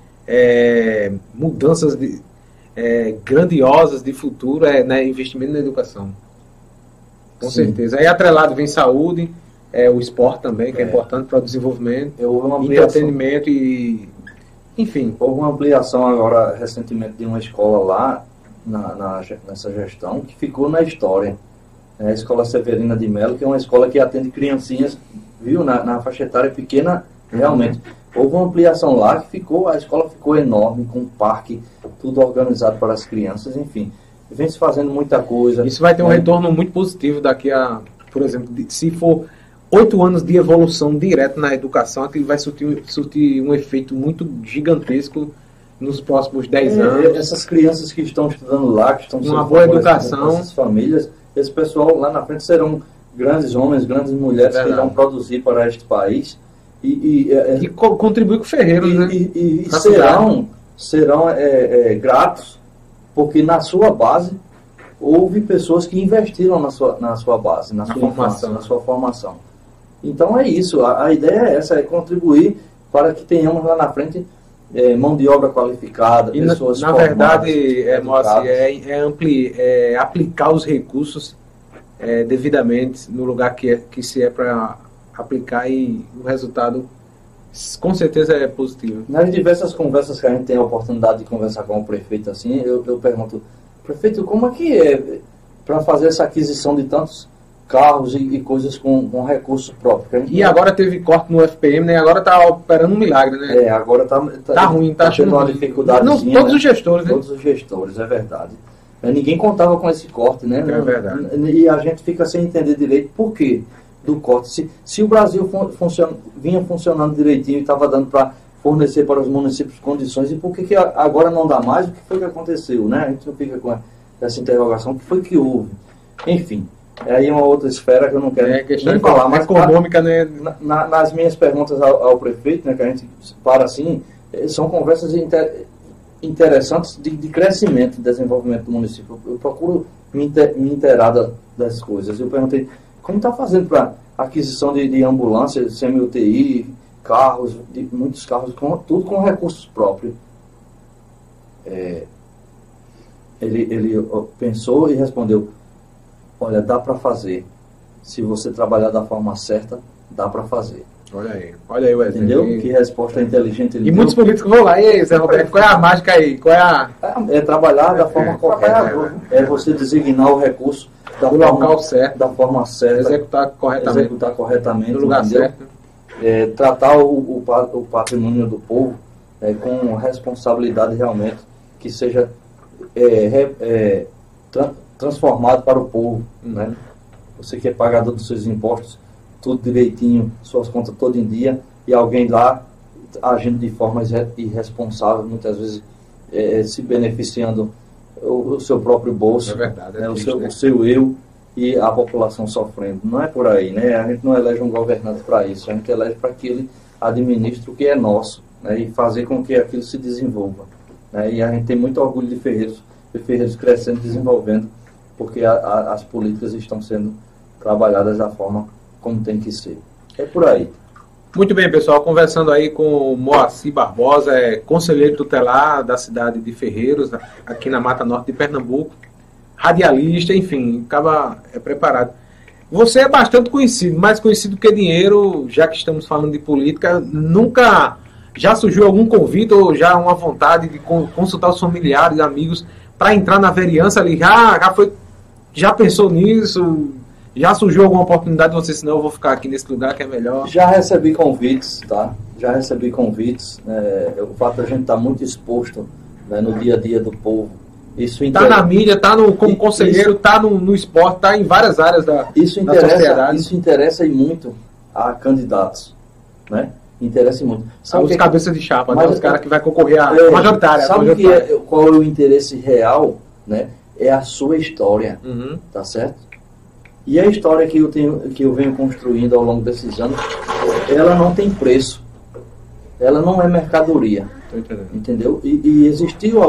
mudanças grandiosas de futuro né, investimento na educação. Com certeza. Aí atrelado vem saúde, o esporte também, que é importante para o desenvolvimento, entretenimento e... Enfim. Houve uma ampliação agora, recentemente, de uma escola lá, nessa gestão, que ficou na história. A Escola Severina de Melo, que é uma escola que atende criancinhas, viu, na faixa etária pequena, realmente. Houve uma ampliação lá, que a escola ficou enorme, com um parque, tudo organizado para as crianças, enfim. Vem se fazendo muita coisa. Isso vai ter um retorno muito positivo daqui a, por exemplo, se for 8 anos de evolução direto na educação, aquilo vai surtir um efeito muito gigantesco nos próximos 10 anos. Essas crianças que estão estudando lá, que estão uma boa educação, essas famílias, esse pessoal lá na frente serão grandes homens, grandes mulheres que vão produzir para este país e contribuir com o Ferreiros, né? E serão gratos, porque na sua base houve pessoas que investiram na sua base, na sua formação. Então é isso, a ideia é essa, é contribuir para que tenhamos lá na frente mão de obra qualificada, e pessoas na verdade, aplicar os recursos devidamente no lugar que se é para aplicar, e o resultado com certeza é positivo. Nas diversas conversas que a gente tem a oportunidade de conversar com o prefeito assim, eu pergunto, prefeito, como é que é para fazer essa aquisição de tantos carros e coisas com recursos próprios? E agora teve corte no FPM, né? Agora está operando um milagre, né? Agora tá ruim, tá achando uma dificuldade. Todos os gestores, né? Todos os gestores, é verdade. Ninguém contava com esse corte, né? É verdade. E a gente fica sem entender direito por quê do corte. Se o Brasil vinha funcionando direitinho e estava dando para fornecer para os municípios condições, e por que agora não dá mais, o que foi que aconteceu, né? A gente não fica com essa interrogação, o que foi que houve? Enfim, aí é uma outra esfera que eu não quero nem falar, mas econômica, né? Nas minhas perguntas ao prefeito, né, que a gente para assim, são conversas interessantes de crescimento e desenvolvimento do município. Eu procuro me inteirar das coisas. Eu perguntei, como está fazendo para aquisição de ambulâncias, semi-UTI, carros, muitos carros, tudo com recursos próprios? Ele pensou e respondeu, olha, dá para fazer. Se você trabalhar da forma certa, dá para fazer. Olha aí o exemplo. Entendeu? Que resposta inteligente ele deu. Muitos políticos vão lá, e aí, Zé Roberto, qual é a mágica aí? Qual é a... É trabalhar da forma correta. É você designar o recurso do local certo, da forma certa. Executar corretamente. No lugar entendeu? certo. Tratar o patrimônio do povo com responsabilidade realmente, que seja transformado para o povo, né? Você que é pagador dos seus impostos, tudo direitinho, suas contas todo em dia, e alguém lá agindo de forma irresponsável, muitas vezes se beneficiando o seu próprio bolso, verdade, né? O seu eu, e a população sofrendo. Não é por aí, né? A gente não elege um governante para isso, a gente elege para que ele administre o que é nosso, né? E fazer com que aquilo se desenvolva, né? E a gente tem muito orgulho de Ferreiros crescendo, desenvolvendo, porque as políticas estão sendo trabalhadas da forma como tem que ser. É por aí. Muito bem, pessoal. Conversando aí com o Moacir Barbosa, conselheiro tutelar da cidade de Ferreiros, aqui na Mata Norte de Pernambuco, radialista, enfim, acaba preparado. Você é bastante conhecido, mais conhecido que dinheiro, já que estamos falando de política. Nunca já surgiu algum convite ou já uma vontade de consultar os familiares, amigos, para entrar na vereança ali? Já pensou nisso? Já surgiu alguma oportunidade de você, senão eu vou ficar aqui nesse lugar que é melhor? Já recebi convites, tá? Já recebi convites. O fato de a gente estar muito exposto, né, no dia a dia do povo. Isso está na mídia, está como conselheiro, está no esporte, está em várias áreas da sociedade. Isso interessa e muito a candidatos, né? Interessa muito. Os cabeças de chapa, né? Os caras que vai concorrer à majoritária. Sabe qual é o interesse real, né? É a sua história, tá certo? E a história que eu venho construindo ao longo desses anos, ela não tem preço. Ela não é mercadoria. Entendeu? E existiu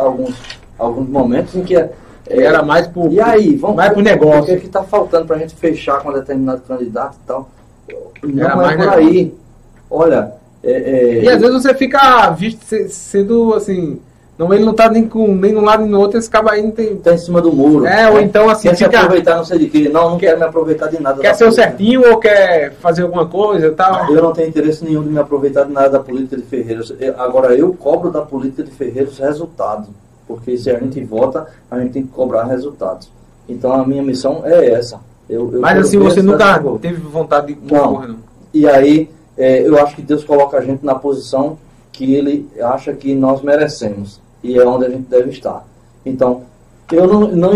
alguns momentos em que era mais por negócio. O que está faltando para a gente fechar com um determinado candidato e tal? Não é por aí. Olha... E às vezes você fica visto sendo assim... ele não está nem num lado nem no outro, esse cabo aí não tem... Está em cima do muro. Ou então assim... Quer se aproveitar não sei de quê. Não quero me aproveitar de nada. Quer ser o certinho ou quer fazer alguma coisa e tal? Eu não tenho interesse nenhum de me aproveitar de nada da política de Ferreiros. Agora, eu cobro da política de Ferreiros resultados. Porque se a gente vota, a gente tem que cobrar resultados. Então, a minha missão é essa. Mas assim, você nunca teve vontade de concorrer, não? E aí, eu acho que Deus coloca a gente na posição que Ele acha que nós merecemos. E é onde a gente deve estar. Então, eu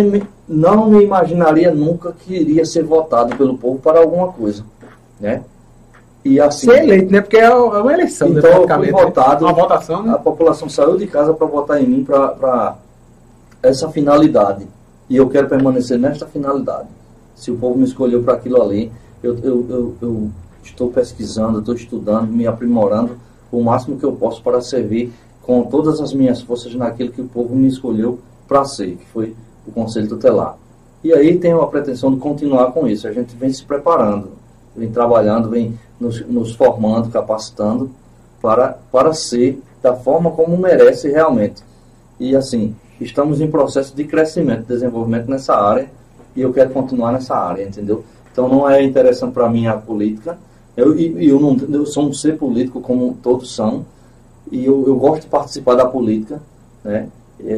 não me imaginaria nunca que iria ser votado pelo povo para alguma coisa, né? E assim, ser eleito, né? Porque é uma eleição, então, eu fui votado, uma votação, né? A população saiu de casa para votar em mim para essa finalidade. E eu quero permanecer nesta finalidade. Se o povo me escolheu para aquilo ali, eu estou pesquisando, estou estudando, me aprimorando o máximo que eu posso para servir com todas as minhas forças naquilo que o povo me escolheu para ser, que foi o Conselho Tutelar. E aí tenho a pretensão de continuar com isso. A gente vem se preparando, vem trabalhando, vem nos formando, capacitando para ser da forma como merece realmente. E assim, estamos em processo de crescimento, desenvolvimento nessa área, e eu quero continuar nessa área, entendeu? Então não é interessante para mim a política. Eu sou um ser político como todos são, e eu gosto de participar da política, né?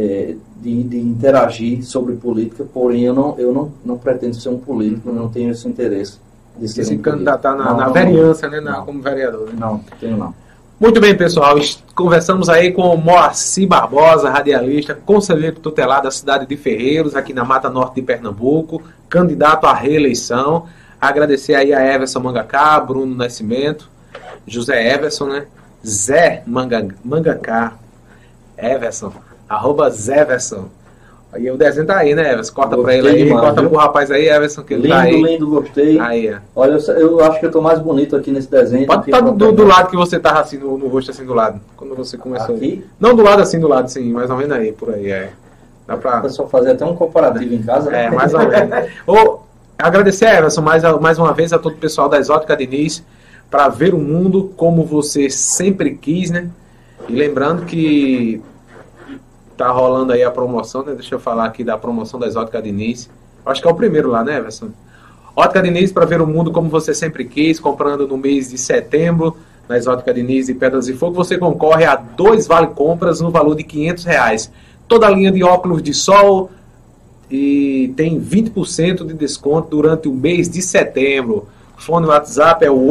De interagir sobre política, porém eu não pretendo ser um político, eu não tenho esse interesse de ser se candidatar na vereança, né? Como vereador. Né? Não, tenho não. Muito bem, pessoal. Conversamos aí com o Moacir Barbosa, radialista, conselheiro tutelar da cidade de Ferreiros, aqui na Mata Norte de Pernambuco, candidato à reeleição. Agradecer aí a Everson Mangacá, Bruno Nascimento, José Everson, né? Zé Mangaká, Everson, @Zéverson. E o desenho tá aí, né, Everson? Corta pra ele aí, demais, corta pro rapaz aí, Everson, que ele tá aí. Lindo, gostei. Aí, ó. Olha, eu acho que eu tô mais bonito aqui nesse desenho. Pode estar do lado que você tava assim, no rosto assim do lado, quando você começou. Aqui? Não do lado assim, do lado sim, mais ou menos aí, por aí, é. Dá pra... O pessoal fazer até um comparativo em casa, né? É, mais ou menos. Agradecer a Everson mais uma vez a todo o pessoal da Exótica Diniz, para ver o mundo como você sempre quis, né? E lembrando que tá rolando aí a promoção, né? Deixa eu falar aqui da promoção da Exótica Diniz. Acho que é o primeiro lá, né, Everson? Ótica Diniz, para ver o mundo como você sempre quis, comprando no mês de setembro na Exótica Diniz e Pedras e Fogo, você concorre a 2 vale-compras no valor de R$500. Toda a linha de óculos de sol e tem 20% de desconto durante o mês de setembro. O fone no WhatsApp é o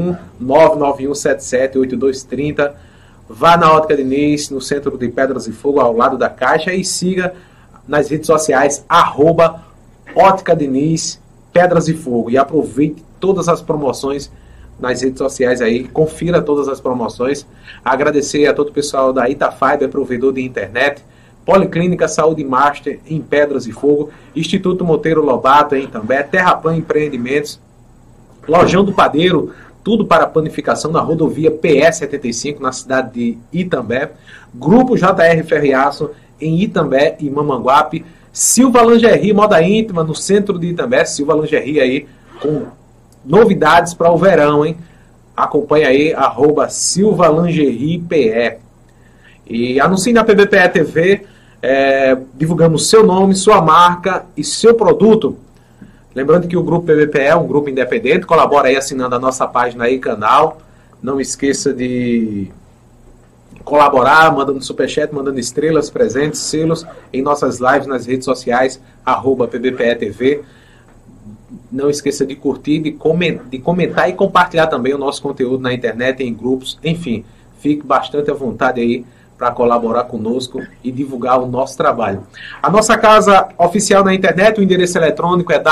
81991778230. Vá na Ótica Diniz, no centro de Pedras e Fogo, ao lado da Caixa, e siga nas redes sociais, @Ótica Diniz, Pedras e Fogo. E aproveite todas as promoções nas redes sociais aí, confira todas as promoções. Agradecer a todo o pessoal da Itafiber, provedor de internet, Policlínica Saúde Master em Pedras e Fogo, Instituto Monteiro Lobato em Itambé, Terraplan Empreendimentos, Lojão do Padeiro, tudo para panificação na rodovia PS-75, na cidade de Itambé. Grupo JR Ferriaço, em Itambé e Mamanguape. Silva Lingerie, moda íntima, no centro de Itambé. Silva Lingerie aí, com novidades para o verão, hein? Acompanhe aí, @Silva Lingerie PE. E anuncie na PBPE TV, divulgamos seu nome, sua marca e seu produto. Lembrando que o Grupo PBPE é um grupo independente, colabora aí assinando a nossa página e canal. Não esqueça de colaborar, mandando superchat, mandando estrelas, presentes, selos em nossas lives nas redes sociais, @PBPE TV. Não esqueça de curtir, de comentar e compartilhar também o nosso conteúdo na internet, em grupos, enfim. Fique bastante à vontade aí para colaborar conosco e divulgar o nosso trabalho. A nossa casa oficial na internet, o endereço eletrônico é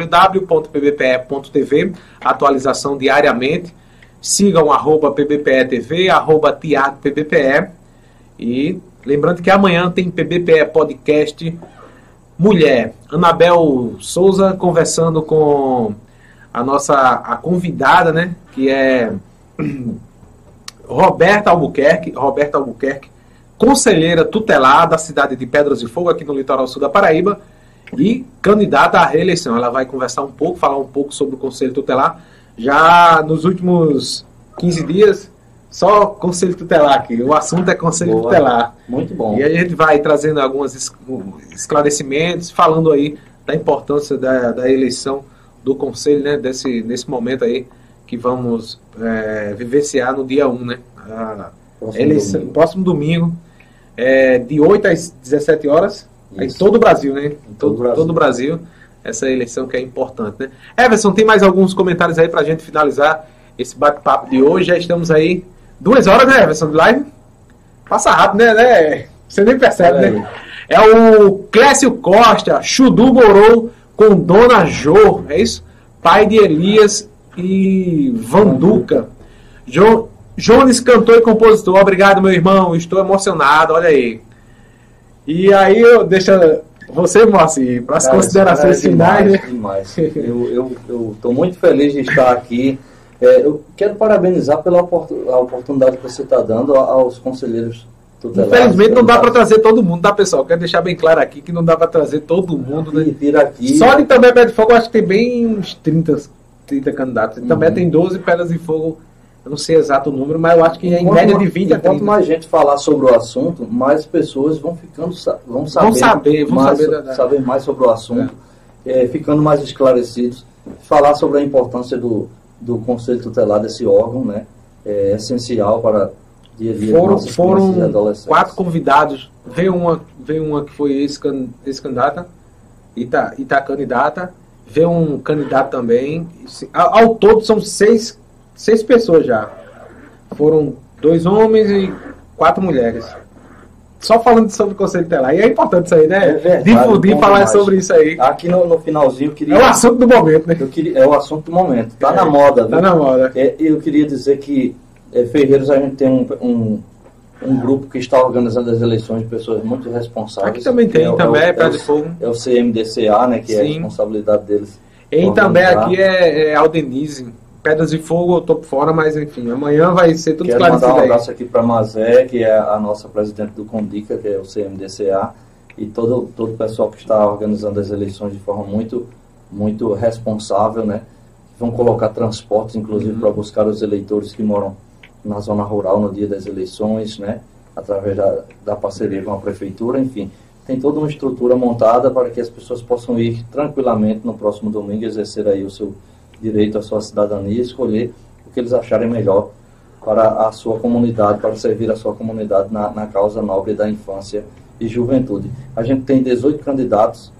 www.pbpe.tv, atualização diariamente. Sigam @PBPE TV, @TiagoPBPE. E lembrando que amanhã tem PBPE Podcast Mulher. Anabel Souza conversando com a convidada, né, que é Roberta Albuquerque, conselheira tutelar da cidade de Pedras de Fogo, aqui no litoral sul da Paraíba, e candidata à reeleição. Ela vai conversar um pouco, falar um pouco sobre o conselho tutelar. Já nos últimos 15 dias, só conselho tutelar aqui. O assunto é conselho tutelar. Muito bom. E aí a gente vai trazendo alguns esclarecimentos, falando aí da importância da eleição do conselho, né, nesse momento aí que vamos vivenciar no dia 1, né? Próximo domingo, de 8 às 17 horas, em todo o Brasil, né? Todo o Brasil, essa eleição que é importante, né? Everson, tem mais alguns comentários aí pra gente finalizar esse bate-papo de hoje. Já estamos aí 2 horas, né, Everson, de live? Passa rápido, né? Você nem percebe, né? É o Clécio Costa, Chudu morou com Dona Jô, é isso? Pai de Elias e Vanduca. Jones, cantor e compositor. Obrigado, meu irmão. Estou emocionado, olha aí. E aí eu deixo você, Moacir, para as considerações finais. Demais. Eu estou muito feliz de estar aqui. Eu quero parabenizar pela oportunidade que você está dando aos conselheiros tutelares. Infelizmente não dá para trazer todo mundo, tá, pessoal? Quero deixar bem claro aqui que não dá para trazer todo mundo, né? Vir aqui. Só de também Pedra de Fogo, eu acho que tem bem uns 30 candidatos. Também tem 12 Pedras de Fogo. Eu não sei exato o número, mas eu acho que é em média de 20 a 30. Quanto mais gente falar sobre o assunto, mais pessoas vão saber mais sobre o assunto, ficando mais esclarecidos. Falar sobre a importância do Conselho Tutelar, desse órgão, né? É essencial para dia a dia foram 4 convidados. Veio uma que foi ex-candidata e tá candidata. Veio um candidato também. Ao todo são 6 pessoas já. Foram 2 homens e 4 mulheres. Só falando sobre o Conselho Tutelar. E é importante isso aí, né? É verdade, difundir, falar sobre isso aí. Aqui no finalzinho eu queria... É o assunto do momento, né? É o assunto do momento. Tá na moda. Tá na moda. Eu queria dizer que Ferreiros, a gente tem um grupo que está organizando as eleições de pessoas muito responsáveis. Aqui também tem, também é Pedras e Fogo. É o CMDCA, né, que é a Sim. responsabilidade deles. E também aqui é Aldenise. Pedras e Fogo eu tô por fora, mas enfim, amanhã vai ser tudo esclarecido. Quero mandar um abraço aí. aqui para Mazé, que é a nossa presidente do Condica, que é o CMDCA, e todo o pessoal que está organizando as eleições de forma muito responsável, né? Vão colocar transportes, inclusive, para buscar os eleitores que moram na zona rural no dia das eleições, né? Através da parceria com a prefeitura, enfim. Tem toda uma estrutura montada para que as pessoas possam ir tranquilamente no próximo domingo, exercer aí o seu direito à sua cidadania e escolher o que eles acharem melhor para a sua comunidade, para servir a sua comunidade na causa nobre da infância e juventude. A gente tem 18 candidatos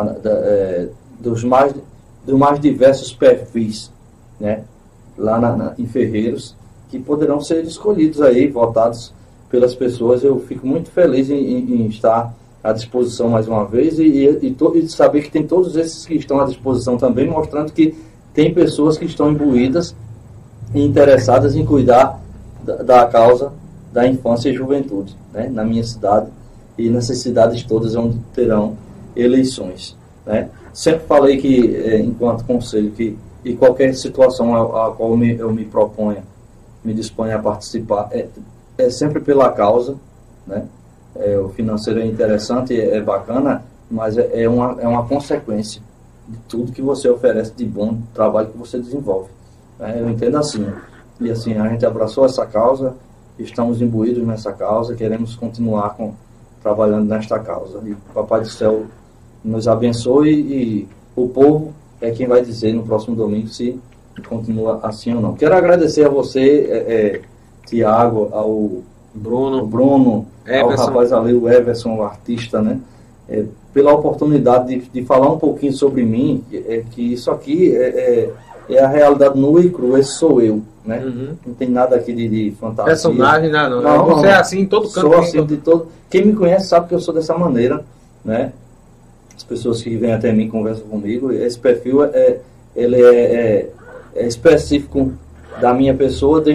dos mais diversos perfis, né, lá em Ferreiros, que poderão ser escolhidos aí, votados pelas pessoas. Eu fico muito feliz em estar à disposição mais uma vez e saber que tem todos esses que estão à disposição também, mostrando que tem pessoas que estão imbuídas e interessadas em cuidar da causa da infância e juventude, né, na minha cidade e nessas cidades todas onde terão eleições, né. Sempre falei que, enquanto conselho, que em qualquer situação a qual eu me proponha, me disponho a participar, é sempre pela causa, né. O financeiro é interessante, é bacana, mas é uma consequência de tudo que você oferece de bom trabalho que você desenvolve. Eu entendo assim. E assim, a gente abraçou essa causa, estamos imbuídos nessa causa, queremos continuar trabalhando nesta causa. E o Papai do Céu nos abençoe e o povo é quem vai dizer no próximo domingo se continua assim ou não. Quero agradecer a você, Tiago, ao Bruno, ao rapaz ali, o Everson, o artista, né? Pela oportunidade de falar um pouquinho sobre mim, que isso aqui é a realidade nua e crua, esse sou eu, né? Uhum. Não tem nada aqui de fantasia. Personagem, não. Você é assim em todo canto. Sou assim de todo. Quem me conhece sabe que eu sou dessa maneira, né? As pessoas que vêm até mim conversam comigo. Esse perfil ele é específico da minha pessoa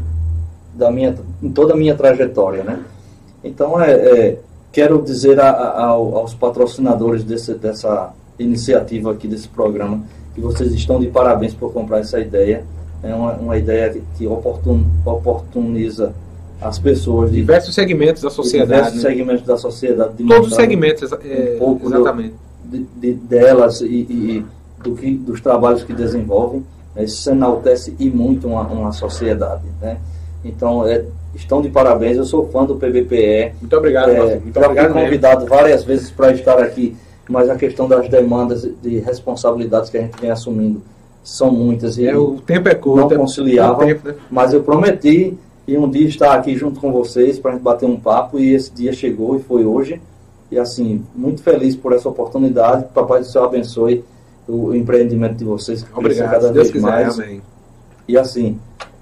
em toda a minha trajetória, né? Então quero dizer aos patrocinadores dessa iniciativa aqui, desse programa, que vocês estão de parabéns por comprar essa ideia. É uma ideia que oportuniza as pessoas de diversos segmentos da sociedade. Diversos segmentos da sociedade. Todos os segmentos, um pouco exatamente. Delas e dos trabalhos que desenvolvem. Isso enaltece e muito uma sociedade, né? Então, estão de parabéns. Eu sou fã do PBPE. Muito obrigado. Já fui convidado várias vezes para estar aqui, mas a questão das demandas de responsabilidades que a gente vem assumindo são muitas. E o tempo é curto. Não conciliava, tempo, né? Mas eu prometi e um dia estar aqui junto com vocês para a gente bater um papo, e esse dia chegou e foi hoje. E assim, muito feliz por essa oportunidade. Papai do Céu abençoe o empreendimento de vocês. Obrigado. Cada Deus vez quiser, mais. amém. E assim,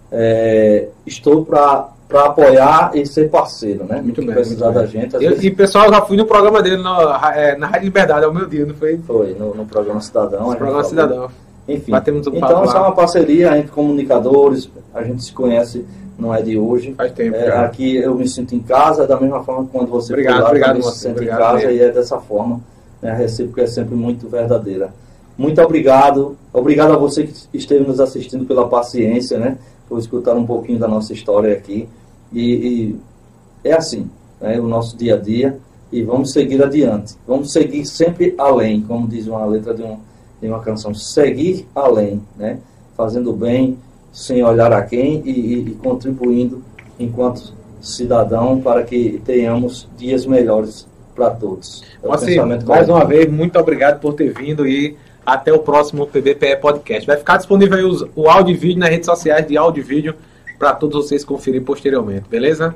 estou para apoiar e ser parceiro, né? Muito bem. Precisar da gente. E pessoal, já fui no programa dele na Rádio Liberdade, é o meu dia, não foi? Foi, no programa Cidadão. No programa Cidadão. Enfim, batemos um papo então lá. Essa é uma parceria entre comunicadores, a gente se conhece, não é de hoje. Faz tempo. Aqui eu me sinto em casa, da mesma forma que quando você obrigado, se sente em casa, e é dessa forma, né? A recíproca é sempre muito verdadeira. Muito obrigado. Obrigado a você que esteve nos assistindo pela paciência, né? Por escutar um pouquinho da nossa história aqui. E é assim, né? O nosso dia a dia. E vamos seguir adiante. Vamos seguir sempre além, como diz uma letra de uma canção. Seguir além, né? Fazendo bem, sem olhar a quem e contribuindo enquanto cidadão para que tenhamos dias melhores para todos. Assim, mais uma vez, muito obrigado por ter vindo e até o próximo PBPE Podcast. Vai ficar disponível aí o áudio e vídeo nas redes sociais de áudio e vídeo para todos vocês conferirem posteriormente, beleza?